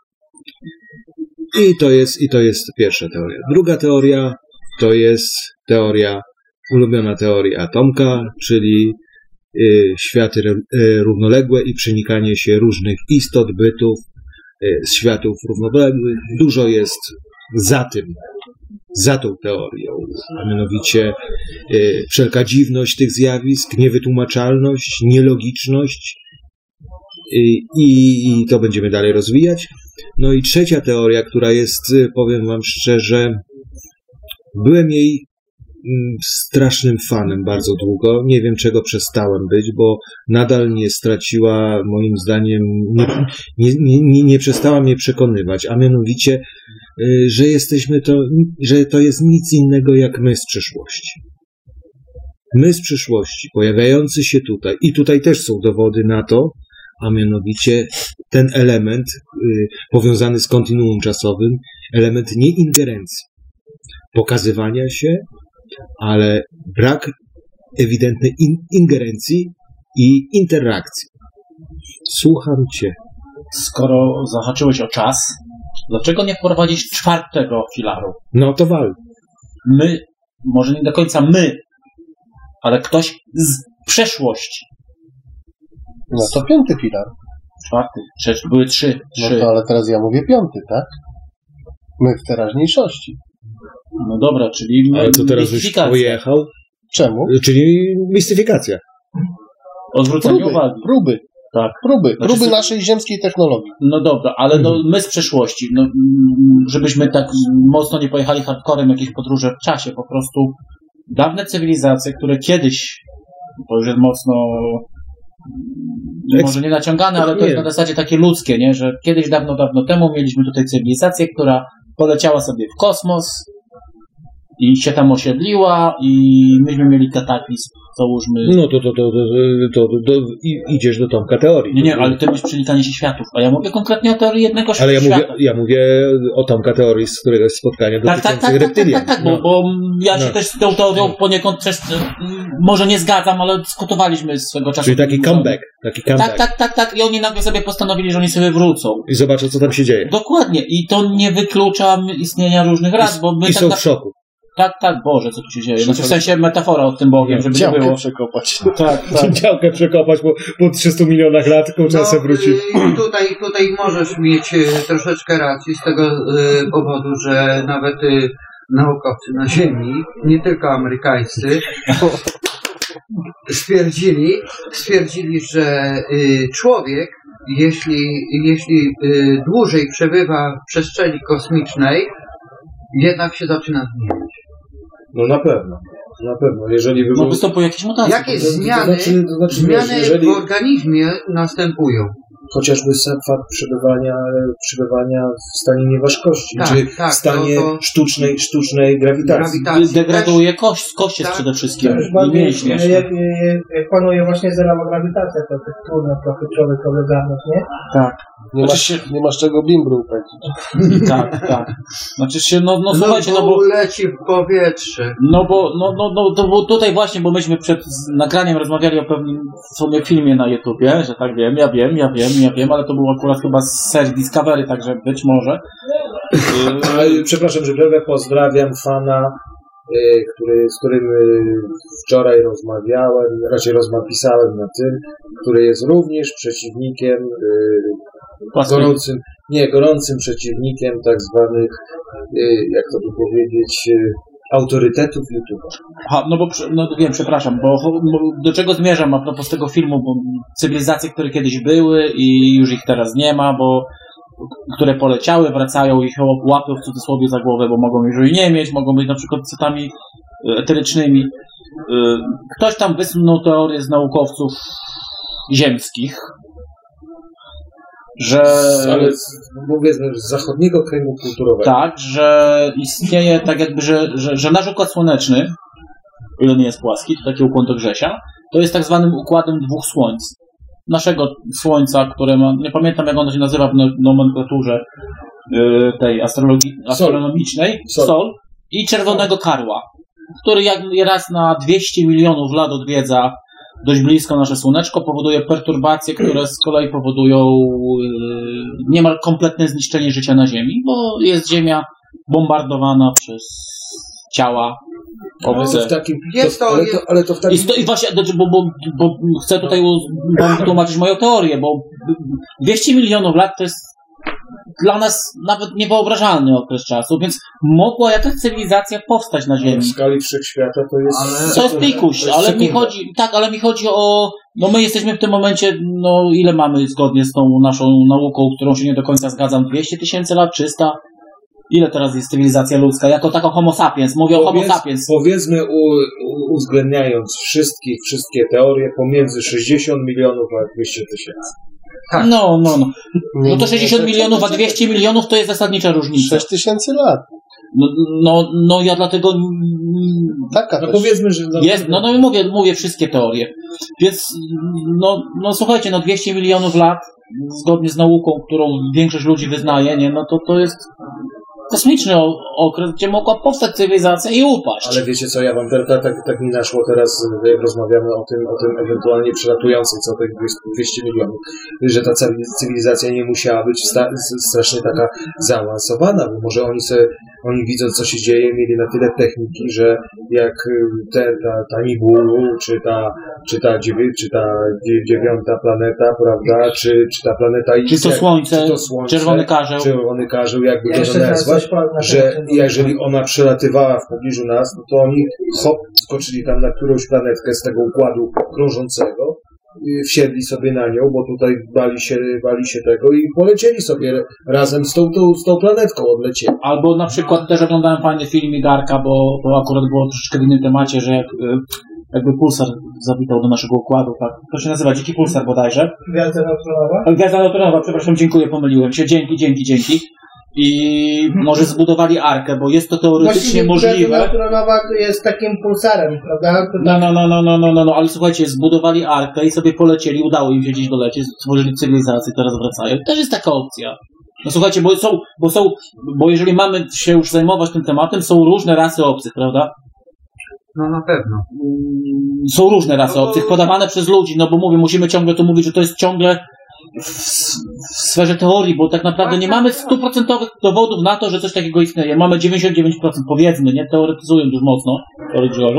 I to jest, i to jest pierwsza teoria. Druga teoria to jest teoria, ulubiona teoria Tomka, czyli y, światy y, równoległe i przenikanie się różnych istot, bytów y, z światów równoległych. Dużo jest za tym, za tą teorią, a mianowicie y, wszelka dziwność tych zjawisk, niewytłumaczalność, nielogiczność y, i to będziemy dalej rozwijać. No i trzecia teoria, która jest, powiem wam szczerze, byłem jej strasznym fanem bardzo długo. Nie wiem, czego przestałem być, bo nadal nie straciła, moim zdaniem, nie, nie, nie, nie przestała mnie przekonywać, a mianowicie, że jesteśmy to, że to jest nic innego jak my z przeszłości. My z przeszłości, pojawiający się tutaj, i tutaj też są dowody na to, a mianowicie ten element y, powiązany z kontinuum czasowym, element nie ingerencji, pokazywania się, ale brak ewidentnej in, ingerencji i interakcji. Słucham cię. Skoro zahaczyłeś o czas, dlaczego nie wprowadzić czwartego filaru? No to wal. My, może nie do końca my, ale ktoś z przeszłości. No to piąty filar. Czwarty. Przecież były trzy. No trzy. to ale teraz ja mówię piąty, tak? My w teraźniejszości. No dobra, czyli my, ale to teraz już pojechał? Czemu? Czyli mistyfikacja. Odwrócenie próby, uwagi. Próby. Tak. Próby. Znaczy, próby naszej ziemskiej technologii. No dobra, ale no, my z przeszłości, no, żebyśmy tak mocno nie pojechali hardcorem jakieś podróże w czasie, po prostu dawne cywilizacje, które kiedyś, to już jest mocno może nie naciągane, ale to jest na zasadzie takie ludzkie, nie? Że kiedyś dawno, dawno temu mieliśmy tutaj cywilizację, która poleciała sobie w kosmos i się tam osiedliła i myśmy mieli kataklizm, załóżmy. No to, to, to, to, to, to, to idziesz do Tomka teorii. Nie, nie, ale ty mówisz przenikanie się światów, a ja mówię konkretnie o teorii jednego ale ja świata. Mówię, ja mówię o Tomka teorii z któregoś spotkania tak, dotyczących tak, tak, reptylian. Tak, tak, tak, no. bo, bo ja się no. też z tą teorią poniekąd też może nie zgadzam, ale dyskutowaliśmy swego czasu. Czyli taki comeback. Taki comeback. Tak, tak, tak, tak. I oni nagle sobie postanowili, że oni sobie wrócą. I zobaczą, co tam się dzieje. Dokładnie. I to nie wyklucza istnienia różnych ras, bo my I tak są na... w szoku. Tak, tak, Boże, co tu się dzieje. Znaczy w sensie metafora o tym Bogiem, żeby nie było. przekopać. Tak, tak. Działkę przekopać po, po trzystu milionach lat, tylko czasem no, wróci. Tutaj, tutaj możesz mieć troszeczkę racji z tego y, powodu, że nawet y, naukowcy na Ziemi, nie tylko amerykańscy, stwierdzili, stwierdzili, że y, człowiek, jeśli, jeśli y, dłużej przebywa w przestrzeni kosmicznej, jednak się zaczyna zmieniać. No na pewno. Na pewno. Jeżeli wy... No występują jakieś mutacje. Jakie to, to zmiany, znaczy, to znaczy, zmiany wiesz, jeżeli... w organizmie następują? Chociażby sam fakt przebywania, przebywania w stanie nieważkości, tak, czy tak, w stanie to, to... sztucznej, sztucznej grawitacji. grawitacji degraduje kość, kość jest tak, przede wszystkim. To już I bardziej, mięśnie. jak, jak, jak panuje właśnie zerowa grawitacja, to tak trudno trochę człowiek ogarnąć, nie? Tak. Nie masz, się... nie masz czego bimbru upędzić. Tak, tak. Znaczy się, no, no, no słuchajcie, bo no bo... leci w powietrze. No bo, no, no, no, to było tutaj właśnie, bo myśmy przed nagraniem rozmawiali o pewnym sobie filmie na YouTubie, że tak wiem, ja wiem, ja wiem, ja wiem, ale to było akurat chyba z serii Discovery, także być może. Yy, Przepraszam, że przerwę, pozdrawiam fana, yy, który, z którym yy, wczoraj rozmawiałem, raczej rozmawiałem na tym, który jest również przeciwnikiem, yy, gorącym, nie, gorącym przeciwnikiem tak zwanych, yy, jak to by powiedzieć, yy, autorytetów YouTube'a. Aha, no bo, no wiem, przepraszam, bo do czego zmierzam a propos tego filmu, bo cywilizacje, które kiedyś były i już ich teraz nie ma, bo które poleciały, wracają i ich łapią w cudzysłowie za głowę, bo mogą już jej nie mieć, mogą być na przykład cytami eterycznymi. Ktoś tam wysunął teorię z naukowców ziemskich, że... Ale mówię z zachodniego kręgu kulturowego. Tak, że istnieje tak jakby, że, że, że nasz układ słoneczny, o ile nie jest płaski, to taki układ do Grzesia, to jest tak zwanym układem dwóch słońc. Naszego słońca, które ma, nie pamiętam jak ono się nazywa w nomenklaturze yy, tej astrologii, astronomicznej, Sol. Sol, i czerwonego karła, który jak raz na dwieście milionów lat odwiedza dość blisko nasze słoneczko, powoduje perturbacje, które z kolei powodują yy, niemal kompletne zniszczenie życia na Ziemi, bo jest Ziemia bombardowana przez ciała obce. No, takim, jest to, ale, to, ale to w takim... I, sto, i właśnie, bo, bo, bo chcę tutaj tłumaczyć moją teorię, bo dwieście milionów lat to jest dla nas nawet niewyobrażalny okres czasu, więc mogła jakaś cywilizacja powstać na Ziemi. W skali wszechświata to jest... Ale... To jest pikuś, ale sekunda. mi chodzi, tak, ale mi chodzi o, no my jesteśmy w tym momencie, no ile mamy zgodnie z tą naszą nauką, którą się nie do końca zgadzam, dwieście tysięcy lat, trzysta? Ile teraz jest cywilizacja ludzka? Jako taka homo sapiens. Mówię Powiedz, o homo sapiens. Powiedzmy, u, u, uwzględniając wszystkie, wszystkie teorie, pomiędzy sześćdziesiąt milionów a dwieście tysięcy. Tak. No, no, no. No to sześćdziesiąt milionów, a dwieście milionów to jest zasadnicza różnica. sześć tysięcy lat. No, no, no ja dlatego... Taka no powiedzmy, że... No, jest, no, no mówię, mówię wszystkie teorie. Więc, no, no słuchajcie, no dwieście milionów lat, zgodnie z nauką, którą większość ludzi wyznaje, nie, no to to jest... kosmiczny okres, gdzie mogła powstać cywilizacja i upaść. Ale wiecie co, ja wam tak, tak, tak mi naszło teraz, jak rozmawiamy o tym, o tym ewentualnie przelatującym, co tych dwieście milionów, że ta cywilizacja nie musiała być sta- strasznie taka zaawansowana, bo może oni sobie, oni widząc co się dzieje, mieli na tyle techniki, że jak te, ta, ta Nibulu, czy ta, czy ta, dziewię, czy ta dziewiąta planeta, prawda, czy, czy ta planeta X, czy to słońce, czy to słońce czerwony karzeł, czerwony karzeł, jakby to nazwać, że jeżeli ona przelatywała w pobliżu nas, no to oni hop, skoczyli tam na którąś planetkę z tego układu krążącego, wsiedli sobie na nią, bo tutaj bali się, bali się tego i polecieli sobie razem z tą, tą, z tą planetką, odlecieli. Albo na przykład też oglądałem fajny film Igarka, bo, bo akurat było troszeczkę w innym temacie, że jak, jakby pulsar zawitał do naszego układu, tak? To się nazywa Dziki Pulsar bodajże. Gwiazda neutronowa? Gwiazda neutronowa, przepraszam, dziękuję, pomyliłem się. Dzięki, dzięki, dzięki. I może zbudowali arkę, bo jest to teoretycznie Właściwie możliwe. Gwiazda neutronowa jest takim pulsarem, prawda? To no, no, no, no, no, no, no, no, ale słuchajcie, zbudowali arkę i sobie polecieli, udało im się gdzieś dolecieć, stworzyli cywilizację, teraz wracają. Też jest taka opcja. No słuchajcie, bo są, bo są, bo jeżeli mamy się już zajmować tym tematem, są różne rasy obcych, prawda? No na pewno. Są różne rasy obcych, podawane przez ludzi, no bo mówię, musimy ciągle to mówić, że to jest ciągle w, w sferze teorii, bo tak naprawdę nie mamy stuprocentowych dowodów na to, że coś takiego istnieje. Mamy dziewięćdziesiąt dziewięć procent, powiedzmy, nie teoretyzując już mocno, teorii Grzegorzu.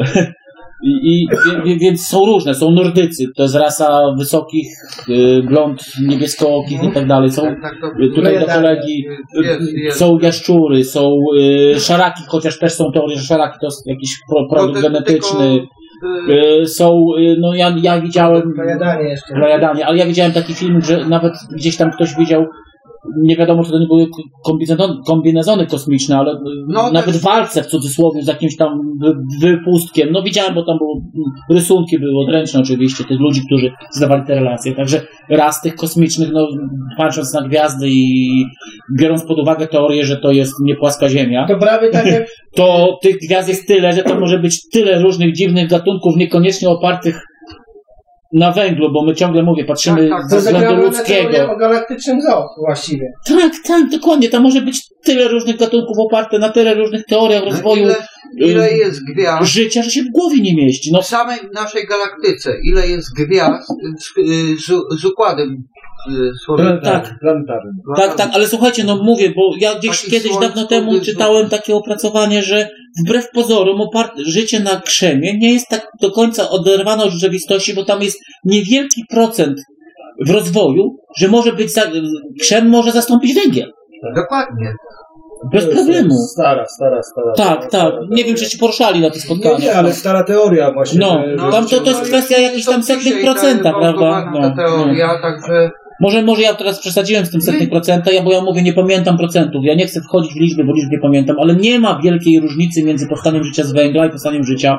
I, i, więc są różne, są Nordycy, to jest rasa wysokich, y, blond, niebieskoookich i tak dalej. Są tutaj do kolegi, y, są jaszczury, są y, szaraki, chociaż też są teorie, że szaraki to jest jakiś pro, produkt genetyczny. Y, są, y, no ja, ja widziałem Grajadanie jeszcze. Grajadanie, ale ja widziałem taki film, że nawet gdzieś tam ktoś widział, nie wiadomo, czy to nie były kombinezony, kombinezony kosmiczne, ale no, nawet też... walce w cudzysłowie z jakimś tam wypustkiem. No widziałem, bo tam było, rysunki były odręczne oczywiście, tych ludzi, którzy zdawali te relacje. Także raz tych kosmicznych, no patrząc na gwiazdy i biorąc pod uwagę teorię, że to jest nie płaska Ziemia, to prawie tak jak... to tych gwiazd jest tyle, że to może być tyle różnych dziwnych gatunków, niekoniecznie opartych na węglu, bo my ciągle, mówię, patrzymy tak, tak, ze względu ludzkiego. O galaktycznym zoo właściwie. Tak, tak, dokładnie. Tam może być tyle różnych gatunków oparte na tyle różnych teoriach rozwoju ile, ile jest gwiazd życia, że się w głowie nie mieści. No. W samej naszej galaktyce, ile jest gwiazd z, z, z układem słowem tak, planetarnym. Tak, tak, ale słuchajcie, no mówię, bo ja gdzieś Taki kiedyś dawno temu czytałem takie opracowanie, że wbrew pozorom oparte, życie na krzemie nie jest tak do końca oderwane od rzeczywistości, bo tam jest niewielki procent w rozwoju, że może być za, krzem może zastąpić węgiel. Tak. Dokładnie. Bez problemu. Stara, stara, stara. Tak, tak. Stara, nie wiem, czy się poruszali na te spotkania. Nie, nie, ale stara teoria właśnie. No, no tam to, to jest kwestia jakichś tam setnych procenta, prawda? No, teoria, no. Także... Może, może ja teraz przesadziłem z tym setnych procenta, ja, bo ja mówię, nie pamiętam procentów. Ja nie chcę wchodzić w liczby, bo liczb nie pamiętam, ale nie ma wielkiej różnicy między powstaniem życia z węgla i powstaniem życia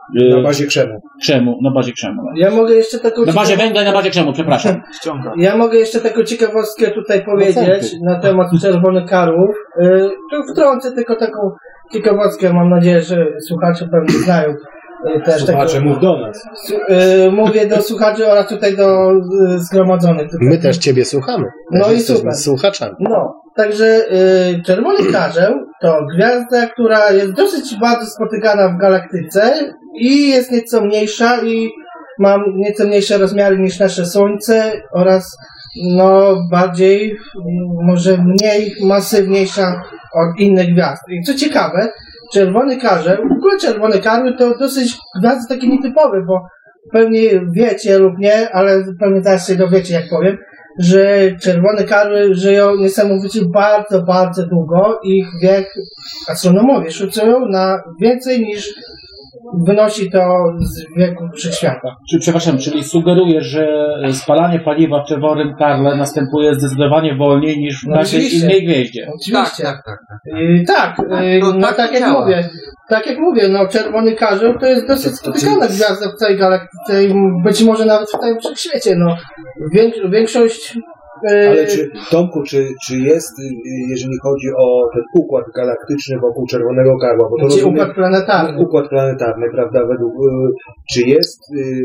Na bazie krzemu. Krzemu, na bazie krzemu. Ja mogę jeszcze taką... Na bazie węgla i na bazie krzemu, przepraszam. Ściąga. Ja mogę jeszcze taką ciekawostkę tutaj powiedzieć na temat czerwonych karłów. Y, tu wtrącę tylko taką ciekawostkę, mam nadzieję, że słuchacze pewnie znają. y, Też Słuchacze, taką, mów do nas. Su- y, mówię do słuchaczy oraz tutaj do y, zgromadzonych. Tutaj. My też ciebie słuchamy. No Też i jesteśmy super. słuchaczami. No, także y, Czerwony Karzeł to gwiazda, która jest dosyć bardzo spotykana w galaktyce i jest nieco mniejsza i ma nieco mniejsze rozmiary niż nasze Słońce oraz no bardziej, y, może mniej masywniejsza od innych gwiazd. I co ciekawe, Czerwony Karzeł, w ogóle Czerwone Karły to dosyć gwiazdy takie nietypowe, bo pewnie wiecie lub nie, ale pewnie zaraz się dowiecie, jak powiem, że czerwone karły żyją niesamowicie bardzo, bardzo długo. Ich wiek astronomowie szacują na więcej niż wynosi to z wieku wszechświata. Czy, przepraszam, czyli sugerujesz, że spalanie paliwa w czerwonym karle następuje zdecydowanie wolniej niż w No każdej oczywiście. innej gwieździe? Oczywiście. Tak, tak, tak. Yy, tak, yy, To no tak tak jak działa. mówię, tak jak mówię, no czerwony karzeł to jest dosyć spotykana gwiazda w całej galaktyce i być może nawet w całym wszechświecie, no. Wiek, większość... Yy, Ale czy, Tomku, czy, czy jest, y, jeżeli chodzi o ten układ galaktyczny wokół Czerwonego Karła, bo to Czy rozumiem, układ planetarny? układ planetarny, prawda, według, y, czy jest, y,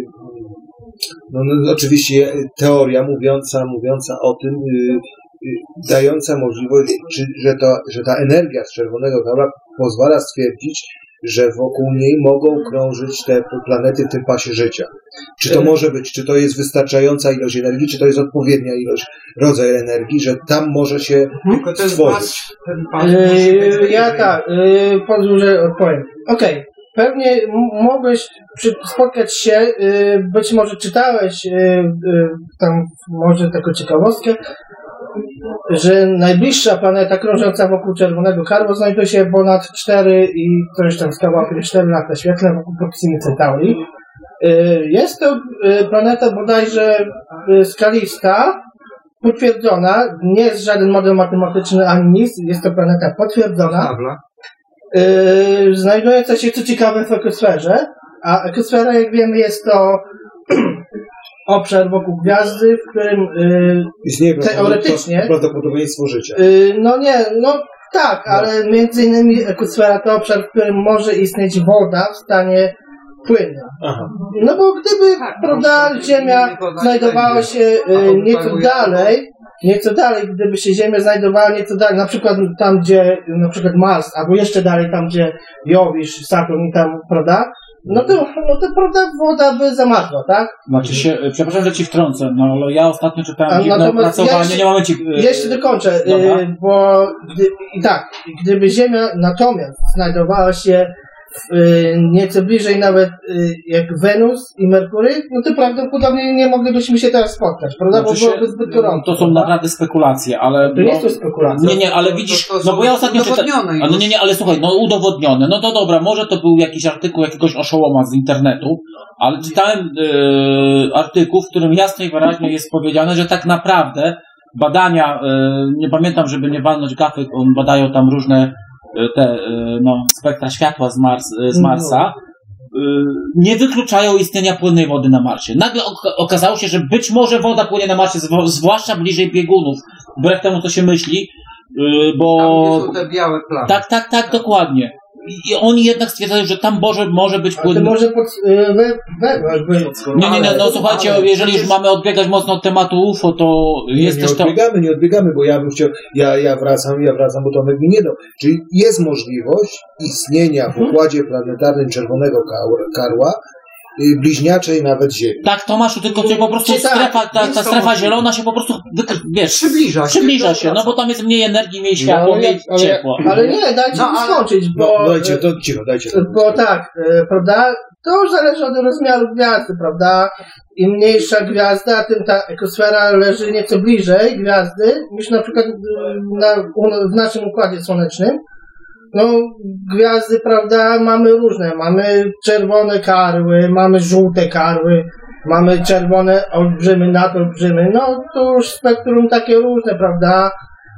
no, no oczywiście teoria mówiąca, mówiąca o tym, y, y, dająca możliwość, czy, że, to, że ta energia z Czerwonego Karła pozwala stwierdzić, że wokół niej mogą krążyć te planety w tym pasie życia. Czy to może być, czy to jest wystarczająca ilość energii, czy to jest odpowiednia ilość, rodzaj energii, że tam może się Tylko ten stworzyć. pas, ten pas musi być Yy, ja wyżej. tak, yy, pozwól, że odpowiem. Okej, pewnie m- mogłeś przy, spotkać się, yy, być może czytałeś yy, yy, tam może taką ciekawostkę, że najbliższa planeta krążąca wokół Czerwonego Karła znajduje się ponad cztery i coś tam z kawałkiem cztery lata świetlne wokół Proximy Centauri. Yy, Jest to yy, planeta bodajże yy, skalista, potwierdzona, nie jest żaden model matematyczny ani nic, jest to planeta potwierdzona, Tabla. yy, znajdująca się co ciekawe w ekosferze, a ekosfera, jak wiemy, jest to obszar wokół gwiazdy, w którym yy, Istnieje teoretycznie- prawdopodobieństwo życia. yy, no nie, no tak, ale między innymi ekosfera to obszar, w którym może istnieć woda w stanie płynnym. Aha. No bo gdyby, Tak, prawda, no, Ziemia nie woda znajdowała będzie. się y, A on nieco paruje- dalej, nieco dalej, gdyby się Ziemia znajdowała nieco dalej, na przykład tam, gdzie, na przykład Mars, albo jeszcze dalej, tam, gdzie Jowisz, Saturn i tam, prawda, no to, no to, prawda, woda by zamarzła, tak? Znaczy się, przepraszam, że ci wtrącę, no ale ja ostatnio czytałem A dziwne natomiast opracowanie, ja jeszcze- nie mamy ci... e, Jeszcze dokończę, Dobra. y, bo gdy, i tak, gdyby Ziemia natomiast znajdowała się w, y, nieco bliżej nawet y, jak Wenus i Merkury, no to prawdopodobnie nie moglibyśmy się teraz spotkać, prawda? Znaczy Bo się, byłoby zbyt gorąco. To są naprawdę spekulacje, ale... To nie są spekulacje. Nie, nie, ale To- widzisz, to- to no bo ja są ostatnio czytałem... udowodnione Ale już. nie, nie, ale słuchaj, no udowodnione, no to dobra, może to był jakiś artykuł jakiegoś oszołoma z internetu, ale czytałem yy, artykuł, w którym jasno i wyraźnie jest powiedziane, że tak naprawdę badania, yy, nie pamiętam, żeby nie walnąć gafy, on badają tam różne yy, te, yy, no, spektra światła z, Mars, yy, z Marsa, yy, nie wykluczają istnienia płynnej wody na Marsie. Nagle ok- okazało się, że być może woda płynie na Marsie, zw- zwłaszcza bliżej biegunów, wbrew temu, co się myśli, yy, bo... Tam, gdzie są te białe plamy. Tak, tak, tak, dokładnie. I, i oni jednak stwierdzają, że tam może, może być A to płyn... może pod, y, we, we, jakby, Nie, nie, nie, no Ale- słuchajcie, ale jeżeli już przecież- mamy odbiegać mocno od tematu U F O, to Nie, jest nie też to... odbiegamy, nie odbiegamy, bo ja bym chciał, ja, ja wracam, ja wracam, bo Tomek mi nie dał. Czyli jest możliwość istnienia w układzie planetarnym Czerwonego Kar- Karła y, bliźniaczej nawet Ziemi. Tak, Tomaszu, tylko to po prostu Czy tak, strefa, ta, jest ta to strefa możliwe. zielona się po prostu, wykr- wiesz, Przybliża się. przybliża się, no bo tam jest mniej energii, mniej światła, ale mniej jak- ale- ciepła. ale nie, dajcie No, mi ale- skończyć, No, bo... dajcie, to cicho, dajcie to. Bo tak, e, prawda, to zależy od rozmiaru gwiazdy, prawda? Im mniejsza gwiazda, tym ta ekosfera leży nieco bliżej gwiazdy niż na przykład e, na, u- w naszym Układzie Słonecznym. No, gwiazdy, prawda, mamy różne. Mamy czerwone karły, mamy żółte karły, mamy czerwone olbrzymy, nadolbrzymy. No, to już spektrum takie różne, prawda?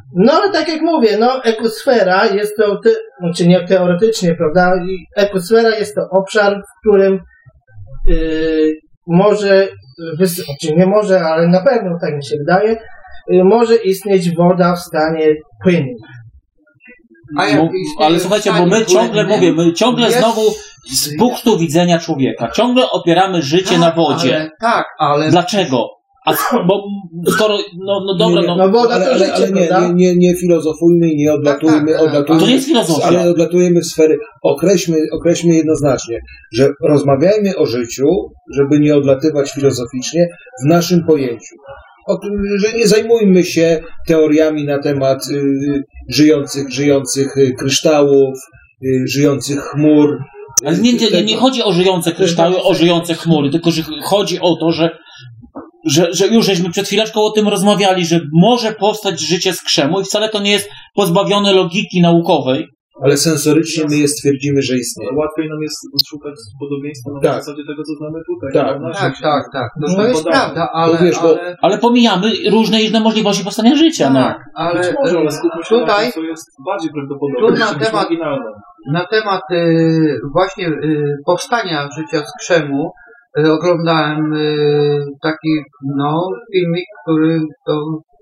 No ale tak jak mówię, no ekosfera jest to, te, znaczy nie teoretycznie, prawda, i ekosfera jest to obszar, w którym yy, może, wys- znaczy nie może, ale na pewno, tak mi się wydaje, yy, może istnieć woda w stanie płynnym. A jak No, istnieje ale słuchajcie, bo my stanie ciągle płynnym, mówię, my ciągle jest- znowu z punktu widzenia człowieka, ciągle opieramy życie tak, na wodzie. Ale, tak, ale Dlaczego? A bo skoro, no, no dobra, Nie, nie, no, No woda ale, to ale, życie, ale nie, prawda? nie, nie, nie filozofujmy i nie odlatujmy, Tak, tak, odlatujmy, to nie jest filozofia. ale odlatujemy w sfery. Określmy, określmy jednoznacznie, że rozmawiajmy o życiu, żeby nie odlatywać filozoficznie w naszym pojęciu. O tym, że nie zajmujmy się teoriami na temat y, żyjących, żyjących y, kryształów, y, żyjących chmur. ale nie, nie, nie, nie chodzi o żyjące kryształy, o żyjące chmury, tylko że chodzi o to, że Że, że już żeśmy przed chwileczką o tym rozmawiali, że może powstać życie z krzemu i wcale to nie jest pozbawione logiki naukowej. Ale sensorycznie my je stwierdzimy, że istnieje. Łatwiej nam jest szukać podobieństwa na Tak. zasadzie tego, co znamy tutaj. Tak. No, tak, tak, tak. No, to No, jest bo- prawda, ale, bo wiesz, bo- ale Ale pomijamy różne inne możliwości powstania życia. No. tak, ale Być może, ale skupmy się tutaj na tym, co jest bardziej prawdopodobne, tu na co jest temat- oryginalne. na temat y, właśnie y, powstania życia z krzemu y, oglądałem y, taki no, filmik, który to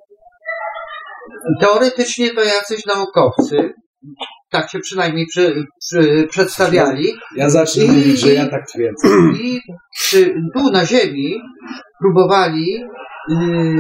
teoretycznie to jacyś naukowcy, tak się przynajmniej przy, przy, przedstawiali, Ja zacznę I- mówić, że ja tak twierdzę. i przy, tu na Ziemi próbowali y,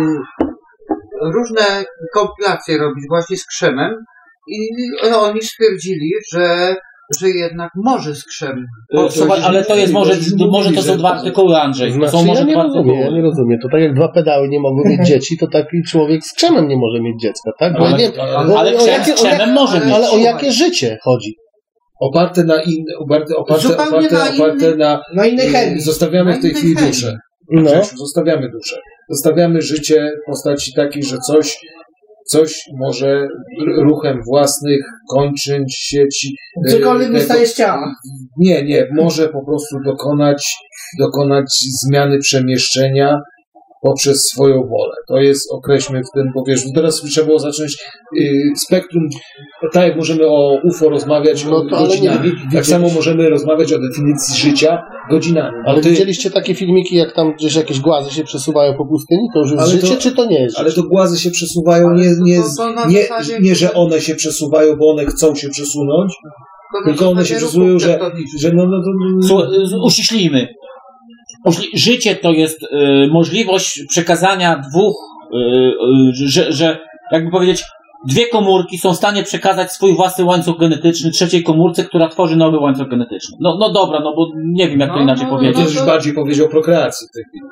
różne kompilacje robić właśnie z krzemem i no, oni stwierdzili, że, że jednak może z krzem. E, Słuchaj, ale to jest może, może to są dwa artykuły, Andrzej. To Znaczy, są może ja nie dwa rozumiem, ja artykuły. nie rozumiem. To tak jak dwa pedały nie mogą mieć dzieci, to taki człowiek z krzemem nie może mieć dziecka, tak? Bo Ale- nie, ale- bo Ale o krzem jakie, z krzemem o jak, może mieć. ale o jakie życie chodzi? Oparte na inne, oparte, oparte, Zupełnie oparte, na oparte innym- na... No innej chemii. Zostawiamy w tej Na chwili innej duszę. No. Grzesiu, Zostawiamy duszę. Zostawiamy życie w postaci takiej, że coś, coś może r- ruchem własnych kończyć sieci. e, Cokolwiek tego- wystaje z ciała. Nie, nie, może po prostu dokonać, dokonać zmiany przemieszczenia poprzez swoją wolę. To jest, określmy w tym, bo wiesz, teraz trzeba było zacząć y, spektrum, tak jak możemy o U F O rozmawiać No to, ale godzinami, nie, tak samo możemy rozmawiać o definicji życia godzinami. Bo Ale ty, widzieliście takie filmiki, jak tam gdzieś jakieś głazy się przesuwają po pustyni? To już jest Ale życie, to- czy to nie jest ale życie? to głazy się przesuwają Ale nie, to- nie, to- to na nie, zasadzie- nie, że one się przesuwają, bo one chcą się przesunąć, To na tylko one się zasadzie przesuwają, ruchów że, tektonicznych. że no, no, no, no, Słuchaj, z- uściślijmy. Uśli- Życie to jest y, możliwość przekazania dwóch, y, y, że, że jakby powiedzieć, dwie komórki są w stanie przekazać swój własny łańcuch genetyczny trzeciej komórce, która tworzy nowy łańcuch genetyczny. No, no dobra, no bo nie wiem jak to No, inaczej no, no, to powiedzieć. już bardziej powiedział prokreacji w tej chwili.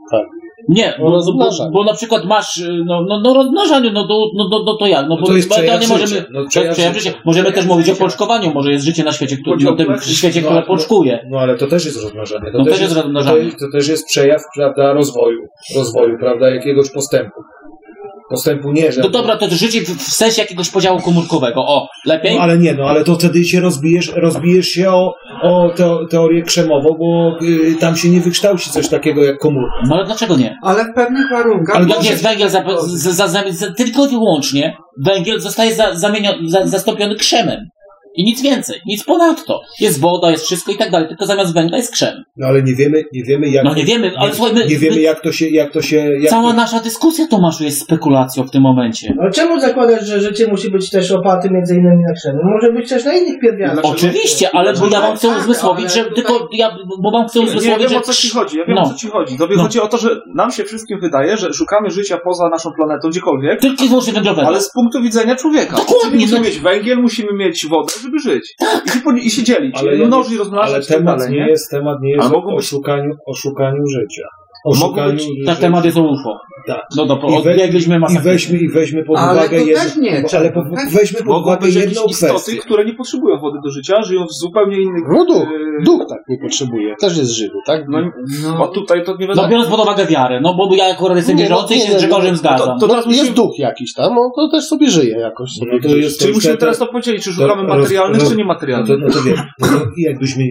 Nie, bo, bo, rozmnażaniu. bo na przykład masz, y, no, no, no rozmnażaniu, no, no, no, no, no to jak? No, No bo to jest bo przejaw nie życia. możemy, No, to jest przejaw przejaw życia. życia. Możemy też Przejaw mówić o życia. pączkowaniu, może jest życie na świecie, który, Chodzi o na tym plecy. świecie, No, które no, pączkuje. No ale to też jest rozmnażanie. To, No też, też jest jest, rozmnażanie. To, to też jest przejaw, prawda, rozwoju. Rozwoju, prawda, jakiegoś postępu. Postępu nie, że... No dobra, to życie w, w sensie jakiegoś podziału komórkowego. O, lepiej? No ale nie, no ale to wtedy się rozbijesz, rozbijesz się o, o teo, teorię krzemową, bo y, tam się nie wykształci coś takiego jak komórka. No ale dlaczego nie? Ale w pewnych warunkach. Ale Jak może- jest węgiel za, za, za, za, za, tylko i wyłącznie węgiel zostaje za, zamienio, za, zastąpiony krzemem. I nic więcej, nic ponadto. Jest woda, jest wszystko i tak dalej, tylko zamiast węgla jest krzem. No ale nie wiemy, nie wiemy jak... No nie wiemy, ale nie, słuchaj, my, nie wiemy my, jak to się... Jak to się jak cała to... nasza dyskusja, Tomaszu, jest spekulacją w tym momencie. Ale czemu zakładasz, że życie musi być też oparte między innymi na krzemie? Może być też na innych pierwiastkach. Oczywiście, ale bo ja wam chcę Tak, uzmysłowić, ale że tutaj- tylko ja, bo wam chcę Nie, nie uzmysłowić, wiem że o co ci chodzi, ja wiem no. o co ci chodzi. Tobie No. chodzi o to, że nam się wszystkim wydaje, że szukamy życia poza naszą planetą, gdziekolwiek, tylko i wyłącznie węglowego. ale z punktu widzenia człowieka. Dokładnie, Czyli musimy no. mieć węgiel, musimy mieć wodę, żeby żyć. I się, po- i się dzielić, Ale ja mnożyć, nie- rozmnażać Ale i tak temat dalej, nie nie? jest, temat nie jest Ale o, mogą o, być- szukaniu, o szukaniu życia. O Mogą szukaniu być- życia. Tak, temat jest o U F O. Tak. No dobra, I, we, odbiegliśmy i, masakrycznie. weźmy, I weźmy pod Ale uwagę to jedno, też nie, ale po, tak? weźmy pod Mogą uwagę być jakieś jedną istoty, kwestię. które nie potrzebują wody do życia, żyją w zupełnie innych... No duch, e, duch tak nie potrzebuje, też jest żywy, tak? No, No, a tutaj to nie No wiadomo. biorąc pod uwagę wiarę, no bo ja akurat jestem Nie, no, wierzący i nie, się nie, z Grzegorzem no, zgadzam. to- No, teraz jest musimy- duch jakiś tam, on to też sobie żyje jakoś. Sobie No to jest Czyli to musimy wtedy- teraz to powiedzieć, czy to szukamy roz- materialnych, roz- czy No niematerialnych. to, no to wiesz, no to jakbyśmy